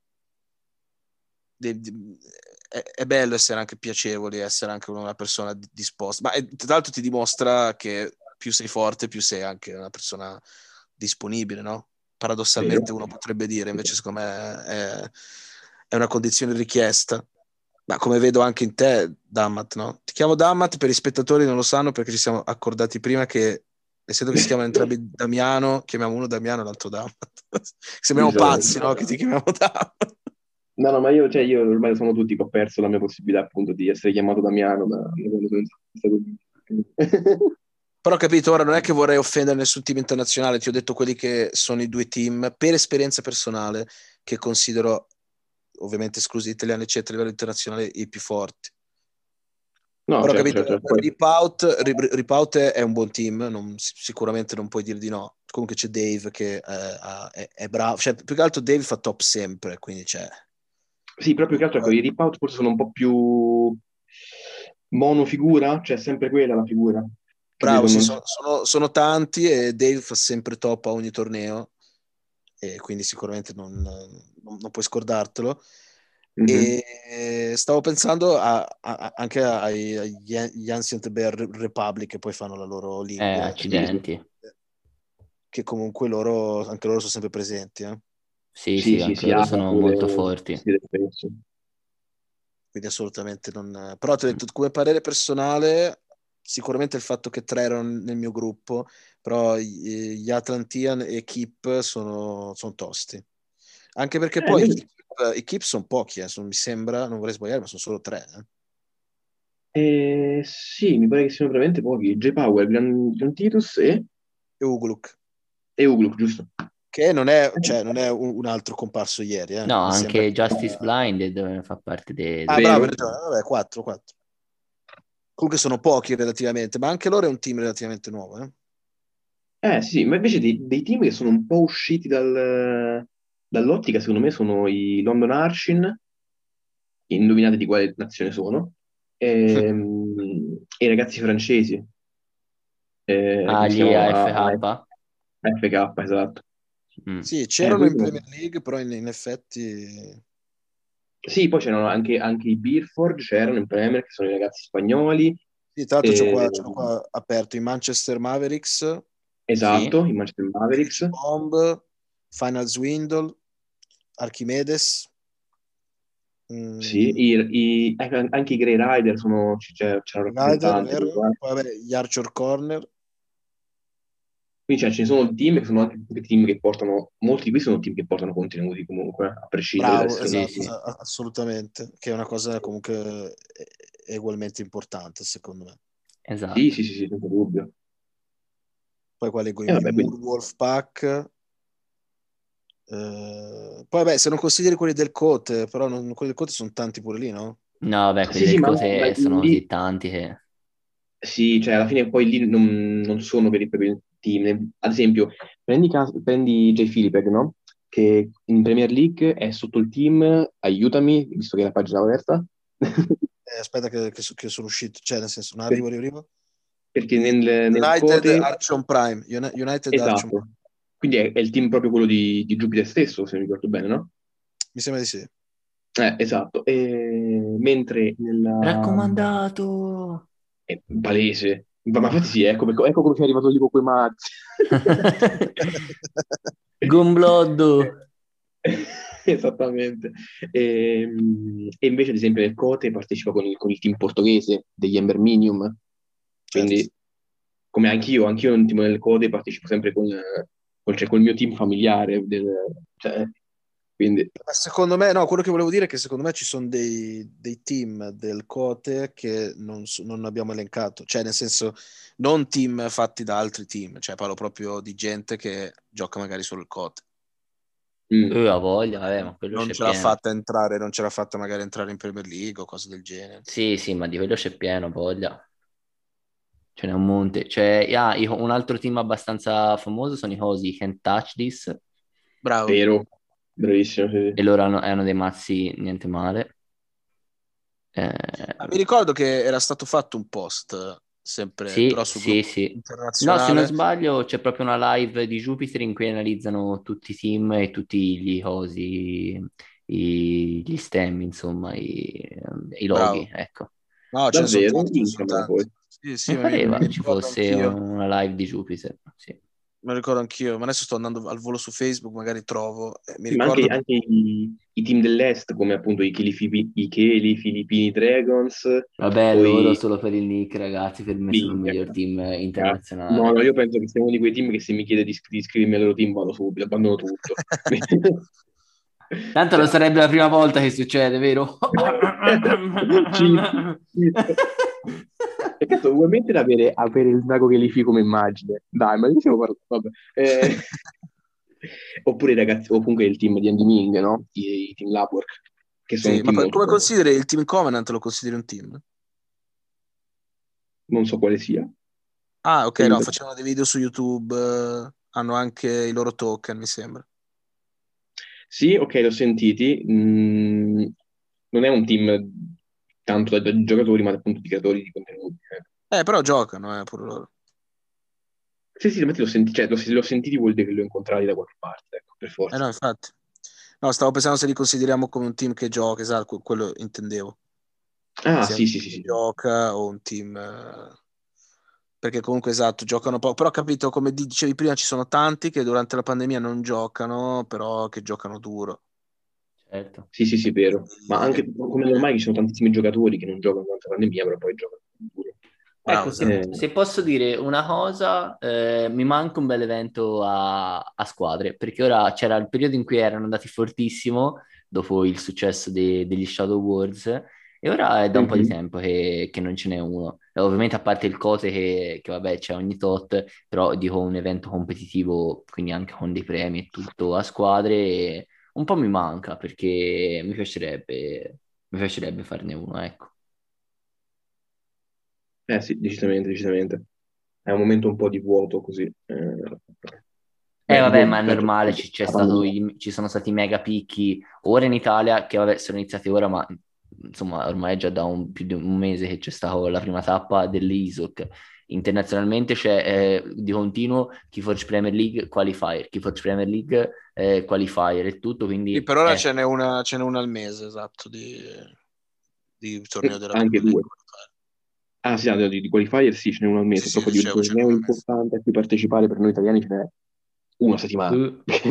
De- de- è, è bello essere anche piacevoli, essere anche una persona disposta. Ma è- tra l'altro ti dimostra che più sei forte, più sei anche una persona disponibile, no? vero? Paradossalmente uno potrebbe dire, invece secondo me è, è una condizione richiesta. Ma come vedo anche in te, Dammat, no? Ti chiamo Dammat, per i spettatori non lo sanno perché ci siamo accordati prima che, essendo che si chiamano entrambi Damiano, chiamiamo uno Damiano e l'altro Dammat. Sembriamo pazzi, no? Che ti chiamiamo Dammat. No, no, ma io, cioè, io ormai sono tutti che ho perso la mia possibilità appunto di essere chiamato Damiano, ma da quando sono stato... Però ho capito, ora non è che vorrei offendere nessun team internazionale, ti ho detto quelli che sono i due team, per esperienza personale, che considero, ovviamente esclusi gli italiani, eccetera, a livello internazionale, i più forti. No, Però ho certo, capito, certo, certo. Poi, Rip Out, Rip, Rip Out è un buon team, non- sicuramente non puoi dire di no. Comunque c'è Dave che eh, ha- è, è bravo, cioè più che altro Dave fa top sempre, quindi c'è... sì, proprio che altro, ecco, i rip-out forse sono un po' più monofigura, cioè sempre quella la figura, Bravo, capito? sì, Non- sono, sono- sono tanti e Dave fa sempre top a ogni torneo e quindi sicuramente non, non- non puoi scordartelo. Mhm. E stavo pensando a- a- anche ai- agli agli Ancient Bear Republic che poi fanno la loro Eh, league, Sì, sì, accidenti. che comunque loro, anche loro sono sempre presenti, eh. Sì, sì, sì, sì, anche sì, loro ha sono pure molto forti. sì, del spesso. Quindi assolutamente non... Però ti ho detto, come parere personale, sicuramente il fatto che tre erano nel mio gruppo, però gli gli Atlantean e Keep sono, sono tosti. Anche perché Eh, poi noi- i Keep, i Keep sono pochi, eh, sono- mi sembra, non vorrei sbagliare, ma sono solo tre. Eh. eh, sì, mi pare che siano veramente pochi. J-Power, Gran, Gran Titus e, E Ugluk, e Ugluk, giusto? che non è, cioè, non è un, un altro comparso ieri, eh. No, Mi sembra anche che... Justice Blinded eh, fa parte dei... Ah, dei- bravo, hai Vero? ragione, vabbè, quattro, quattro. Comunque sono pochi relativamente, ma anche loro è un team relativamente nuovo, eh. Eh sì, ma invece dei, dei team che sono un po' usciti dal- dall'ottica, secondo me, sono i London Arshin, indovinate di quale nazione sono, ehm, e i ragazzi francesi, eh, Ah, come si gli chiamano? A- A- A F K? A F K, esatto. Mm. Sì, Eh, c'erano quelli in sono- Premier League, però in, in effetti... Sì, poi c'erano anche, anche i Beerford, c'erano in Premier, che sono i ragazzi spagnoli, Sì, tra l'altro c'ho qua, eh, ce l'ho qua aperto i Manchester Mavericks, Sì? esatto, i Manchester Beach Mavericks, Bomb, Final Swindle, Archimedes. Mm, Sì, i- i- anche i Grey Rider sono, cioè, c'erano Rider, rappresentanti. vero? Poi vabbè, gli Archer Corner. Quindi cioè, ci sono team che sono anche team che portano, molti di questi sono team che portano contenuti comunque, a prescindere Bravo, dall'essere Sì, esatto, sì, a- assolutamente, che è una cosa comunque eh, ugualmente importante, secondo me. Sì, esatto. sì, sì, sì, senza dubbio. Poi quali con E i, i vabbè, quindi, Moonwolf Pack. Eh, poi vabbè, se non consideri quelli del Cote, però non- quelli del Cote sono tanti pure lì, no? No, vabbè, quelli sì, sì, del ma, ma Cose sono lì, così tanti che... sì, cioè alla fine poi lì non, non sono per il proprio team. Ad esempio, prendi, cas- prendi Jay Philipeg, no? Che in Premier League è sotto il team, aiutami, visto che è la pagina aperta. Eh, aspetta che, che so- che sono uscito, cioè nel senso, non Per- arrivo, arrivo, arrivo. Perché nel, nel United Cote, Archon Prime, Uni- United Archon esatto, Prime, quindi è, è il team proprio quello di, di Jupiter stesso, se mi ricordo bene, no? mi sembra di sì. Eh, esatto. E, mentre nella... Raccomandato! È palese. Ma ma infatti sì, ecco, ecco come sei arrivato lì con quei mazzi. Gombloddo! Esattamente. E, e invece, ad esempio, nel Cote partecipa con il, con il team portoghese degli Ember Minium. Certo. Quindi, come anch'io, anch'io nel team del Cote partecipo sempre con, con, cioè, col mio team familiare. Del- cioè, quindi, Ma secondo me, no, quello che volevo dire è che secondo me ci sono dei, dei team del Cote che non, so- non abbiamo elencato, cioè nel senso non team fatti da altri team, cioè parlo proprio di gente che gioca magari solo il Cote. mm. Eh, ha voglia, vabbè, ma quello Non c'è ce l'ha pieno. fatta entrare, non ce l'ha fatta magari entrare in Premier League o cose del genere. Sì, sì, ma di quello c'è pieno, voglia. Ce n'è un monte. C'è ah, i- un altro team abbastanza famoso sono i Cosi, i Can't Touch This, Bravo. Vero, bravissimo. Sì, e loro hanno, hanno dei mazzi niente male. Eh, Ah, mi ricordo che era stato fatto un post, sempre però sì, sul sì, gruppo sì. No, se non internazionale. sbaglio c'è proprio una live di Jupiter in cui analizzano tutti i team e tutti gli cosi, i- gli stemmi, insomma, i, i loghi, Bravo. incroyable. No, ce ne sono davvero, tanti, ce ne sono linkamela tanti. poi. Sì, sì, Mi ma mi, pareva mi ci ricordo fosse anch'io. una live di Jupiter, sì. Me lo ricordo anch'io, ma adesso sto andando al volo su Facebook, magari trovo. Eh, mi Sì, ma anche, ricordo che... anche i, i team dell'Est, come appunto i Chili, Fibi- i Cheli Filippini Dragons, Vabbè, loro poi solo per il Nick, ragazzi, per me sono il Minchia. miglior team Ah, no, internazionale. no, io penso che sia uno di quei team che se mi chiede di, iscri- di iscrivermi al loro team vado subito, abbandono tutto. Tanto non Cioè, sarebbe la prima volta che succede, vero? cheat, cheat. E cazzo, vuoi mettere avere, avere il drago che li fi come immagine? Dai, ma diciamo parlando, vabbè. Eh, oppure i ragazzi, o comunque il team di Andy Ming, no? I, i team Labwork, che sono Sì, un ma team co- molto come forte. consideri il team Covenant? Lo consideri un team? Non so quale sia. Ah, ok, no, Aiuto. facevano dei video su YouTube, eh, hanno anche i loro token, mi sembra. Sì, ok, l'ho sentiti. Mm, non è un team tanto da, da giocatori, ma appunto di creatori di contenuti. eh. Eh, però giocano, eh, pure loro. Sì, sì, infatti l'ho sentito, cioè, l'ho, l'ho sentiti vuol dire che li ho incontrati da qualche parte, ecco, per Eh forza. no, infatti. No, stavo pensando se li consideriamo come un team che gioca, esatto, que- quello intendevo. Ah, Sia un sì, sì, team sì, che sì. gioca o un team... eh, perché comunque, esatto, giocano poco. Però ho capito, come dicevi prima, ci sono tanti che durante la pandemia non giocano, però che giocano duro. Certo. Sì, sì, sì, è vero. Ma Quindi, anche come normale ci sono tantissimi giocatori che non giocano durante la pandemia, però poi giocano pure. Ecco, bravo, se, esatto. Eh, se posso dire una cosa, eh, mi manca un bel evento a, a squadre, perché ora c'era il periodo in cui erano andati fortissimo, dopo il successo de- degli Shadow Wars, e ora è da un po' di mhm. tempo che, che non ce n'è uno. E ovviamente a parte il Cote che, che vabbè c'è ogni tot, però dico un evento competitivo, quindi anche con dei premi e tutto a squadre, e un po' mi manca, perché mi piacerebbe, mi piacerebbe farne uno, ecco. Eh sì, decisamente, decisamente. È un momento un po' di vuoto così. Eh, Eh beh, di vabbè, vuoto ma è più che altro normale, per ci, c'è la stato pandemia. i- ci sono stati i mega picchi ora in Italia, che vabbè sono iniziati ora, ma insomma ormai è già da un- più di un mese che c'è stata la prima tappa dell'I S O C. Internazionalmente c'è eh, di continuo Keyforge Premier League Qualifier, Keyforge Premier League eh, Qualifier e tutto, Sì, quindi per ora ce è n'è una, ce n'è una al mese, esatto, di, di torneo della Anche Premier League. due. Ah, sì, no, di, di qualifier sì, ce n'è uno al Sì, mese, sì, proprio di un dicevo, ce n'è torneo una al mese. importante a cui partecipare per noi italiani ce n'è una settimana. eh,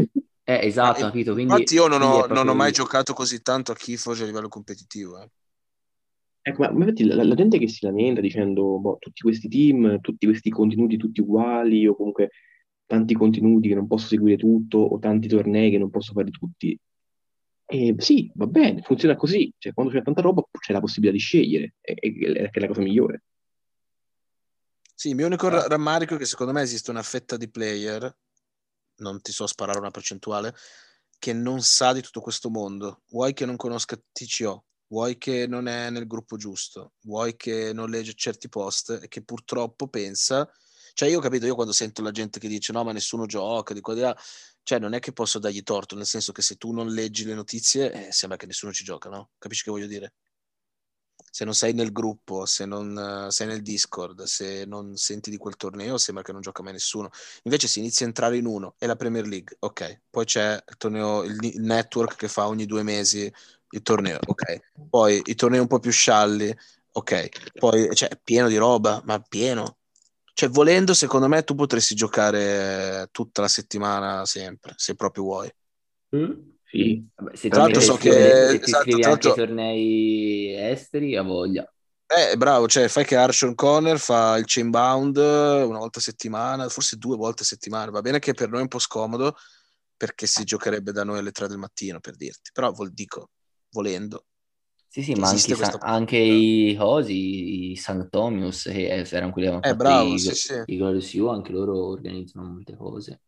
Eh, esatto, capito? Quindi, infatti io non quindi ho, è non proprio ho mai lì. giocato così tanto a Keyforge a livello competitivo. Eh. Ecco, ma ma infatti la, la gente che si lamenta dicendo, boh, tutti questi team, tutti questi contenuti tutti uguali, o comunque tanti contenuti che non posso seguire tutto, o tanti tornei che non posso fare tutti. E sì, va bene, funziona così. Cioè, quando c'è tanta roba c'è la possibilità di scegliere, e- e- che è la cosa migliore. Sì, il mio unico ra- Ah, rammarico è che secondo me esiste una fetta di player, non ti so sparare una percentuale, che non sa di tutto questo mondo. Vuoi che non conosca T C O, vuoi che non è nel gruppo giusto, vuoi che non legge certi post e che purtroppo pensa... Cioè io ho capito, io quando sento la gente che dice no ma nessuno gioca, di qua di là, cioè non è che posso dargli torto, nel senso che se tu non leggi le notizie eh, sembra che nessuno ci gioca, no? Capisci che voglio dire? Se non sei nel gruppo, se non uh, sei nel Discord, se non senti di quel torneo, sembra che non gioca mai nessuno. Invece si inizia a entrare in uno, è la Premier League, ok. Poi c'è il torneo, il, il network che fa ogni due mesi il torneo, ok. Poi i tornei un po' più scialli, ok. Poi cioè, è pieno di roba, ma pieno. Cioè, volendo, secondo me, tu potresti giocare tutta la settimana sempre, se proprio vuoi. mm? Sì, Vabbè, se Tra ti l'altro metti a so iscrivere, che, se ti esatto, iscrivi tra anche ai l'altro tornei esteri, ha voglia. Eh, bravo, cioè fai che Arshon Connor fa il chainbound una volta a settimana, forse due volte a settimana. Va bene che per noi è un po' scomodo perché si giocherebbe da noi alle tre del mattino, per dirti. Però vol- dico, volendo, Sì, sì, che ma anche, i esiste Sa- questa anche possibilità. i Cosi, i Sanctomius, che eh, erano quelli che avevano Eh, fatto bravo, i, sì, sì. i Glorious U, anche loro organizzano molte cose.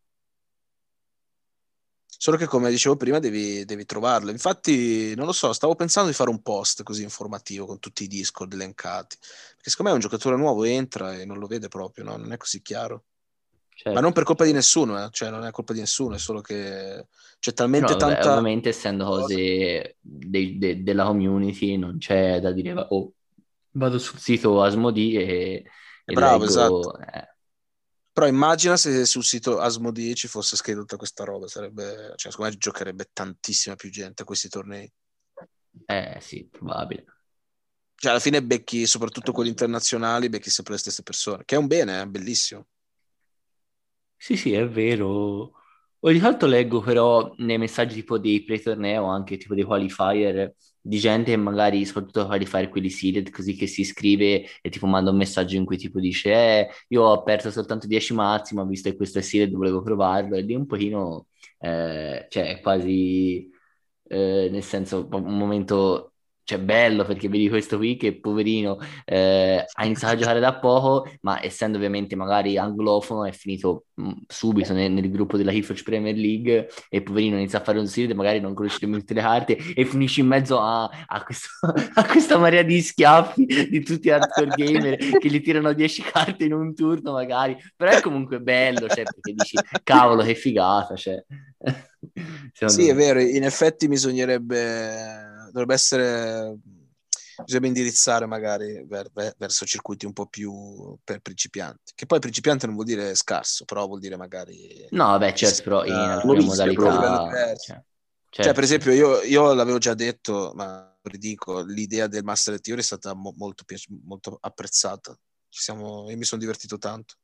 Solo che, come dicevo prima, devi, devi trovarlo. Infatti, non lo so, stavo pensando di fare un post così informativo con tutti i Discord elencati. Perché secondo me un giocatore nuovo entra e non lo vede proprio, no? Non è così chiaro. Ma non per Certo. colpa di nessuno, eh? Cioè non è colpa di nessuno, è solo che c'è Eh talmente no, vabbè, tanta ovviamente essendo cosa. cose dei- de- della community non c'è da dire, oh, vado sul sito Asmodee e, È e bravo, esatto. leggo... Eh, Però immagina se sul sito Asmodee ci fosse scritto tutta questa roba, sarebbe, cioè, secondo me giocherebbe tantissima più gente a questi tornei. eh, sì, probabile. Cioè, alla fine becchi, soprattutto quelli internazionali, becchi sempre le stesse persone, che è un bene, è bellissimo. Sì, sì, è vero. Ogni tanto leggo però nei messaggi tipo dei pre-torneo, anche tipo dei qualifier, di gente che magari, soprattutto qualifier quelli seeded, così che si iscrive e tipo manda un messaggio in cui tipo dice eh, io ho aperto soltanto dieci mazzi, ma visto che questo è seeded volevo provarlo. E lì un pochino, eh, cioè è quasi, eh, nel senso, un momento... Cioè, bello perché vedi questo qui che poverino eh, ha iniziato a giocare da poco, ma essendo ovviamente magari anglofono è finito mh, subito nel, nel gruppo della Keyforge Premier League e poverino inizia a fare un seed, magari non conosce nemmeno tutte le carte e finisce in mezzo a, a, questo, a questa marea di schiaffi di tutti gli hardcore gamer che gli tirano dieci carte in un turno magari, però è comunque bello, cioè, perché dici cavolo che figata, cioè. Secondo Sì, è me. vero, in effetti bisognerebbe, dovrebbe essere, bisognerebbe indirizzare magari ver- ver- verso circuiti un po' più per principianti, che poi principiante non vuol dire scarso, però vuol dire magari No, vabbè, che si certo, però in spinga alcune novizio a un proprio. livello modalità, diverso. cioè, Cioè, per certo, esempio, certo. io, io l'avevo già detto, ma ridico, l'idea del Master Theory è stata mo- molto, piaci- molto apprezzata. Ci siamo, io mi sono divertito tanto.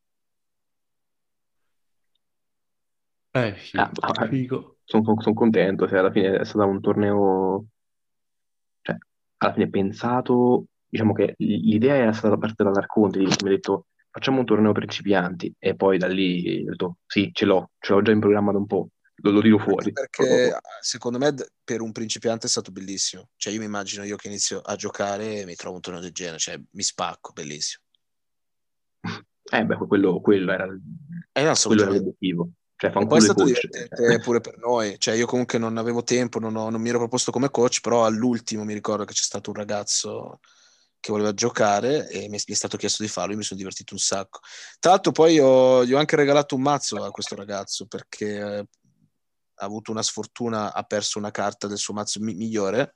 Eh Ah, sì, figo. sono contento, cioè, alla fine è stato un torneo, cioè, alla fine pensato, diciamo che l- l'idea era stata partita dall'Arconte, mi ha detto facciamo un torneo principianti e poi da lì ho detto sì, ce l'ho, ce l'ho già in programma da un po', lo, lo tiro Anche fuori. perché secondo me d- per un principiante è stato bellissimo. Cioè, io mi immagino io che inizio a giocare e mi trovo un torneo del genere, cioè mi spacco, bellissimo. Eh beh, quello, quello era, E quello era assolutamente. l'obiettivo, cioè E poi è fanculo i stato coach. divertente pure per noi. Cioè, io comunque non avevo tempo, non, ho- non mi ero proposto come coach, però all'ultimo mi ricordo che c'è stato un ragazzo che voleva giocare e mi è, mi è stato chiesto di farlo, io mi sono divertito un sacco. Tra l'altro poi io, gli ho anche regalato un mazzo a questo ragazzo perché eh, ha avuto una sfortuna, ha perso una carta del suo mazzo mi- migliore.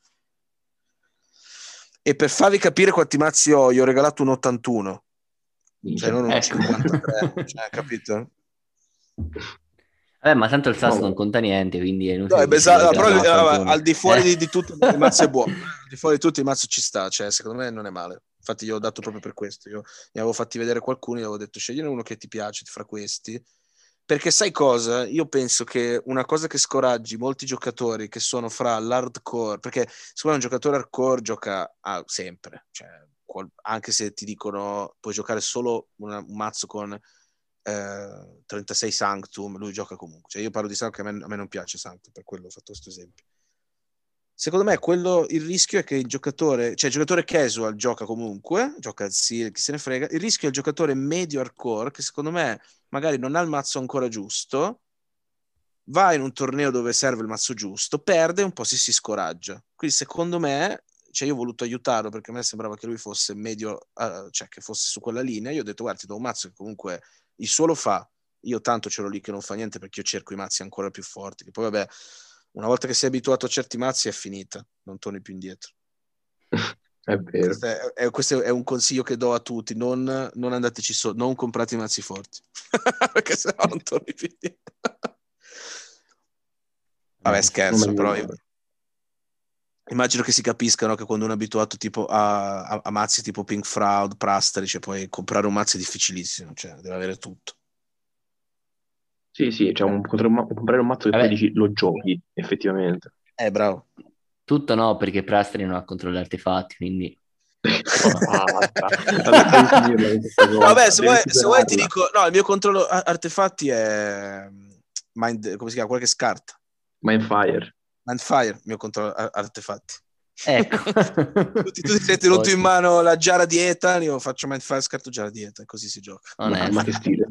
E per farvi capire quanti mazzi ho, gli ho regalato un ottantuno, cioè Minchia. non uno Ecco. cinquantatré, cioè, capito? Vabbè, ma tanto il sasso non No, conta niente, quindi è No, inutile è che dici che hai esatto, però regalato un eh, ottantuno. al di fuori Eh. di, di tutto il mazzo è buono, eh, al di fuori di tutto il mazzo ci sta, cioè secondo me non è male. Infatti io ho dato proprio per questo, io ne avevo fatti vedere qualcuno, gli avevo detto scegliene uno che ti piace fra questi Perché sai cosa? Io penso che una cosa che scoraggi molti giocatori che sono fra l'hardcore, perché secondo me un giocatore hardcore gioca ah, sempre, cioè, qual- anche se ti dicono puoi giocare solo una- un mazzo con eh, trentasei Sanctum, lui gioca comunque. Cioè, io parlo di Sanctum, a me, a me non piace Sanctum, per quello ho fatto questo esempio. Secondo me quello, il rischio è che il giocatore, cioè il giocatore casual gioca comunque, gioca al Seal, chi se ne frega, il rischio è il giocatore medio hardcore, che secondo me magari non ha il mazzo ancora giusto, va in un torneo dove serve il mazzo giusto, perde un po', si, si scoraggia. Quindi secondo me, cioè io ho voluto aiutarlo perché a me sembrava che lui fosse medio, uh, cioè che fosse su quella linea, io ho detto guarda ti do un mazzo che comunque il suo lo fa, io tanto c'ero lì che non fa niente perché io cerco i mazzi ancora più forti, che poi vabbè, una volta che sei abituato a certi mazzi è finita, non torni più indietro. È vero. Questo è, è, questo è un consiglio che do a tutti, non, non andateci so, non comprate i mazzi forti, perché sennò non torni più indietro. Vabbè, scherzo, però io... immagino che si capiscano che quando uno è abituato tipo a, a, a mazzi tipo Pink Fraud, Prastari, cioè poi comprare un mazzo è difficilissimo, cioè deve avere tutto. Sì, sì, cioè un, comprare un mazzo che Vabbè. poi dici lo giochi, effettivamente. Eh, bravo. Tutto no, perché Prastri non ha controllo artefatti, quindi... Basta. Vabbè, devi finirla con questa cosa, Vabbè, se devi vuoi, se vuoi ti superarla. dico, no, il mio controllo a- artefatti è Mind, come si chiama, qualche scarta. Mindfire. Mindfire, il mio controllo a- artefatti. Ecco. tu, ti, tu ti sei tenuto in Ottimo. mano la giara di Ethan, io faccio Mindfire, scarto giara di Ethan, così si gioca. Ma, ma che stile.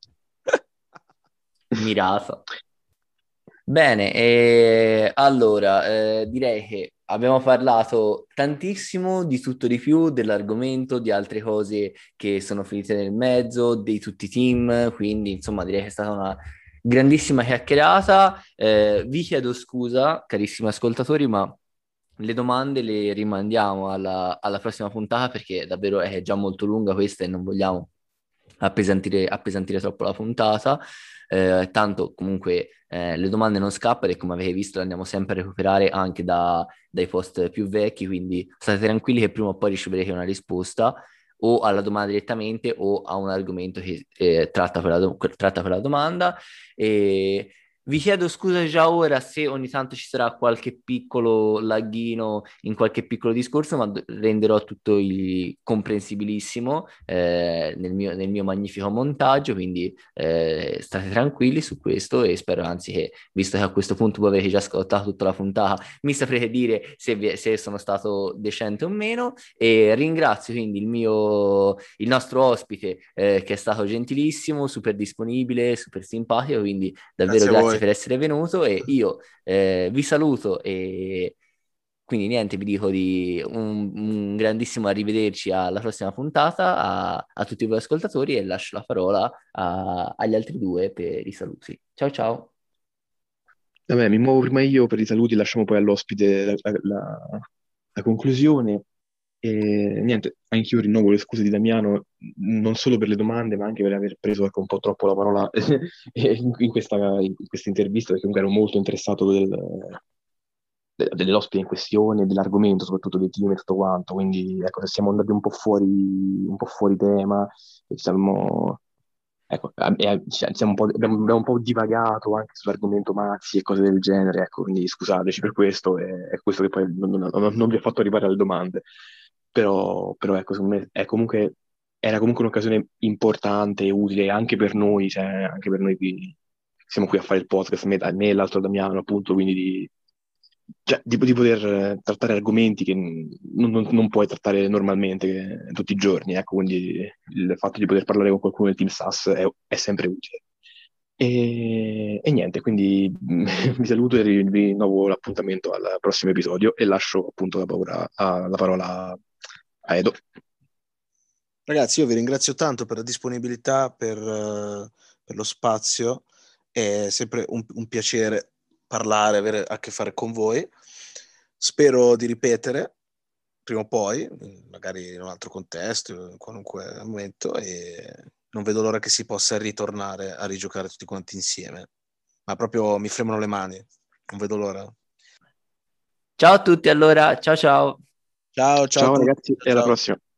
Mirato. Bene, e allora eh, direi che abbiamo parlato tantissimo di tutto di più, dell'argomento, di altre cose che sono finite nel mezzo, di tutti i team, quindi insomma direi che è stata una grandissima chiacchierata. Eh, vi chiedo scusa, carissimi ascoltatori, ma le domande le rimandiamo alla, alla prossima puntata perché davvero è già molto lunga questa e non vogliamo appesantire, appesantire troppo la puntata. Eh, tanto comunque eh, le domande non scappano e come avete visto le andiamo sempre a recuperare anche da, dai post più vecchi, quindi state tranquilli che prima o poi riceverete una risposta o alla domanda direttamente o a un argomento che eh, tratta, quella do- tratta quella domanda. E vi chiedo scusa già ora se ogni tanto ci sarà qualche piccolo laghino in qualche piccolo discorso, ma d- renderò tutto il comprensibilissimo eh, nel mio, nel mio magnifico montaggio, quindi eh, state tranquilli su questo e spero anzi che, visto che a questo punto voi avete già ascoltato tutta la puntata, mi saprete dire se, vi- se sono stato decente o meno e ringrazio quindi il mio, il nostro ospite eh, che è stato gentilissimo, super disponibile, super simpatico, quindi davvero Grazie a grazie voi. per essere venuto e io eh, vi saluto e quindi niente, vi dico di un, un grandissimo arrivederci alla prossima puntata a, a tutti voi ascoltatori e lascio la parola a- agli altri due per i saluti. Ciao ciao. Vabbè, mi muovo prima io per i saluti, lasciamo poi all'ospite la, la- la- la conclusione. E niente, anch'io rinnovo le scuse di Damiano, non solo per le domande, ma anche per aver preso ecco, un po' troppo la parola in, in questa, in questa intervista, perché comunque ero molto interessato del, de- dell'ospite in questione, dell'argomento, soprattutto dei team e tutto quanto. Quindi ecco, se siamo andati un po' fuori, un po' fuori tema, e ci siamo, ecco, eh, eh, cioè, siamo un po', abbiamo, abbiamo un po' divagato anche sull'argomento Maxi e cose del genere, ecco, quindi scusateci per questo, e è questo che poi non, non- non- non vi ha fatto arrivare alle domande. Però, però ecco, secondo me è comunque, era comunque un'occasione importante e utile anche per noi, cioè, anche per noi che siamo qui a fare il podcast, me, me e l'altro Damiano, appunto, quindi di, cioè, di, di poter eh, trattare argomenti che non, non- non puoi trattare normalmente eh, tutti i giorni, ecco, quindi il fatto di poter parlare con qualcuno del team S A S è, è sempre utile. E, e niente, quindi vi saluto e vi vi rinnovo l'appuntamento al prossimo episodio e lascio appunto la, paura- a- la parola a Edo. Ragazzi, io vi ringrazio tanto per la disponibilità, per, eh, per lo spazio. È sempre un, un piacere parlare, avere a che fare con voi. Spero di ripetere prima o poi, magari in un altro contesto, in qualunque momento, e non vedo l'ora che si possa ritornare a rigiocare tutti quanti insieme. Ma proprio mi fremono le mani, non vedo l'ora. Ciao a tutti allora, ciao ciao. Ciao, ciao a Ciao tutti. ragazzi e alla Ciao. prossima.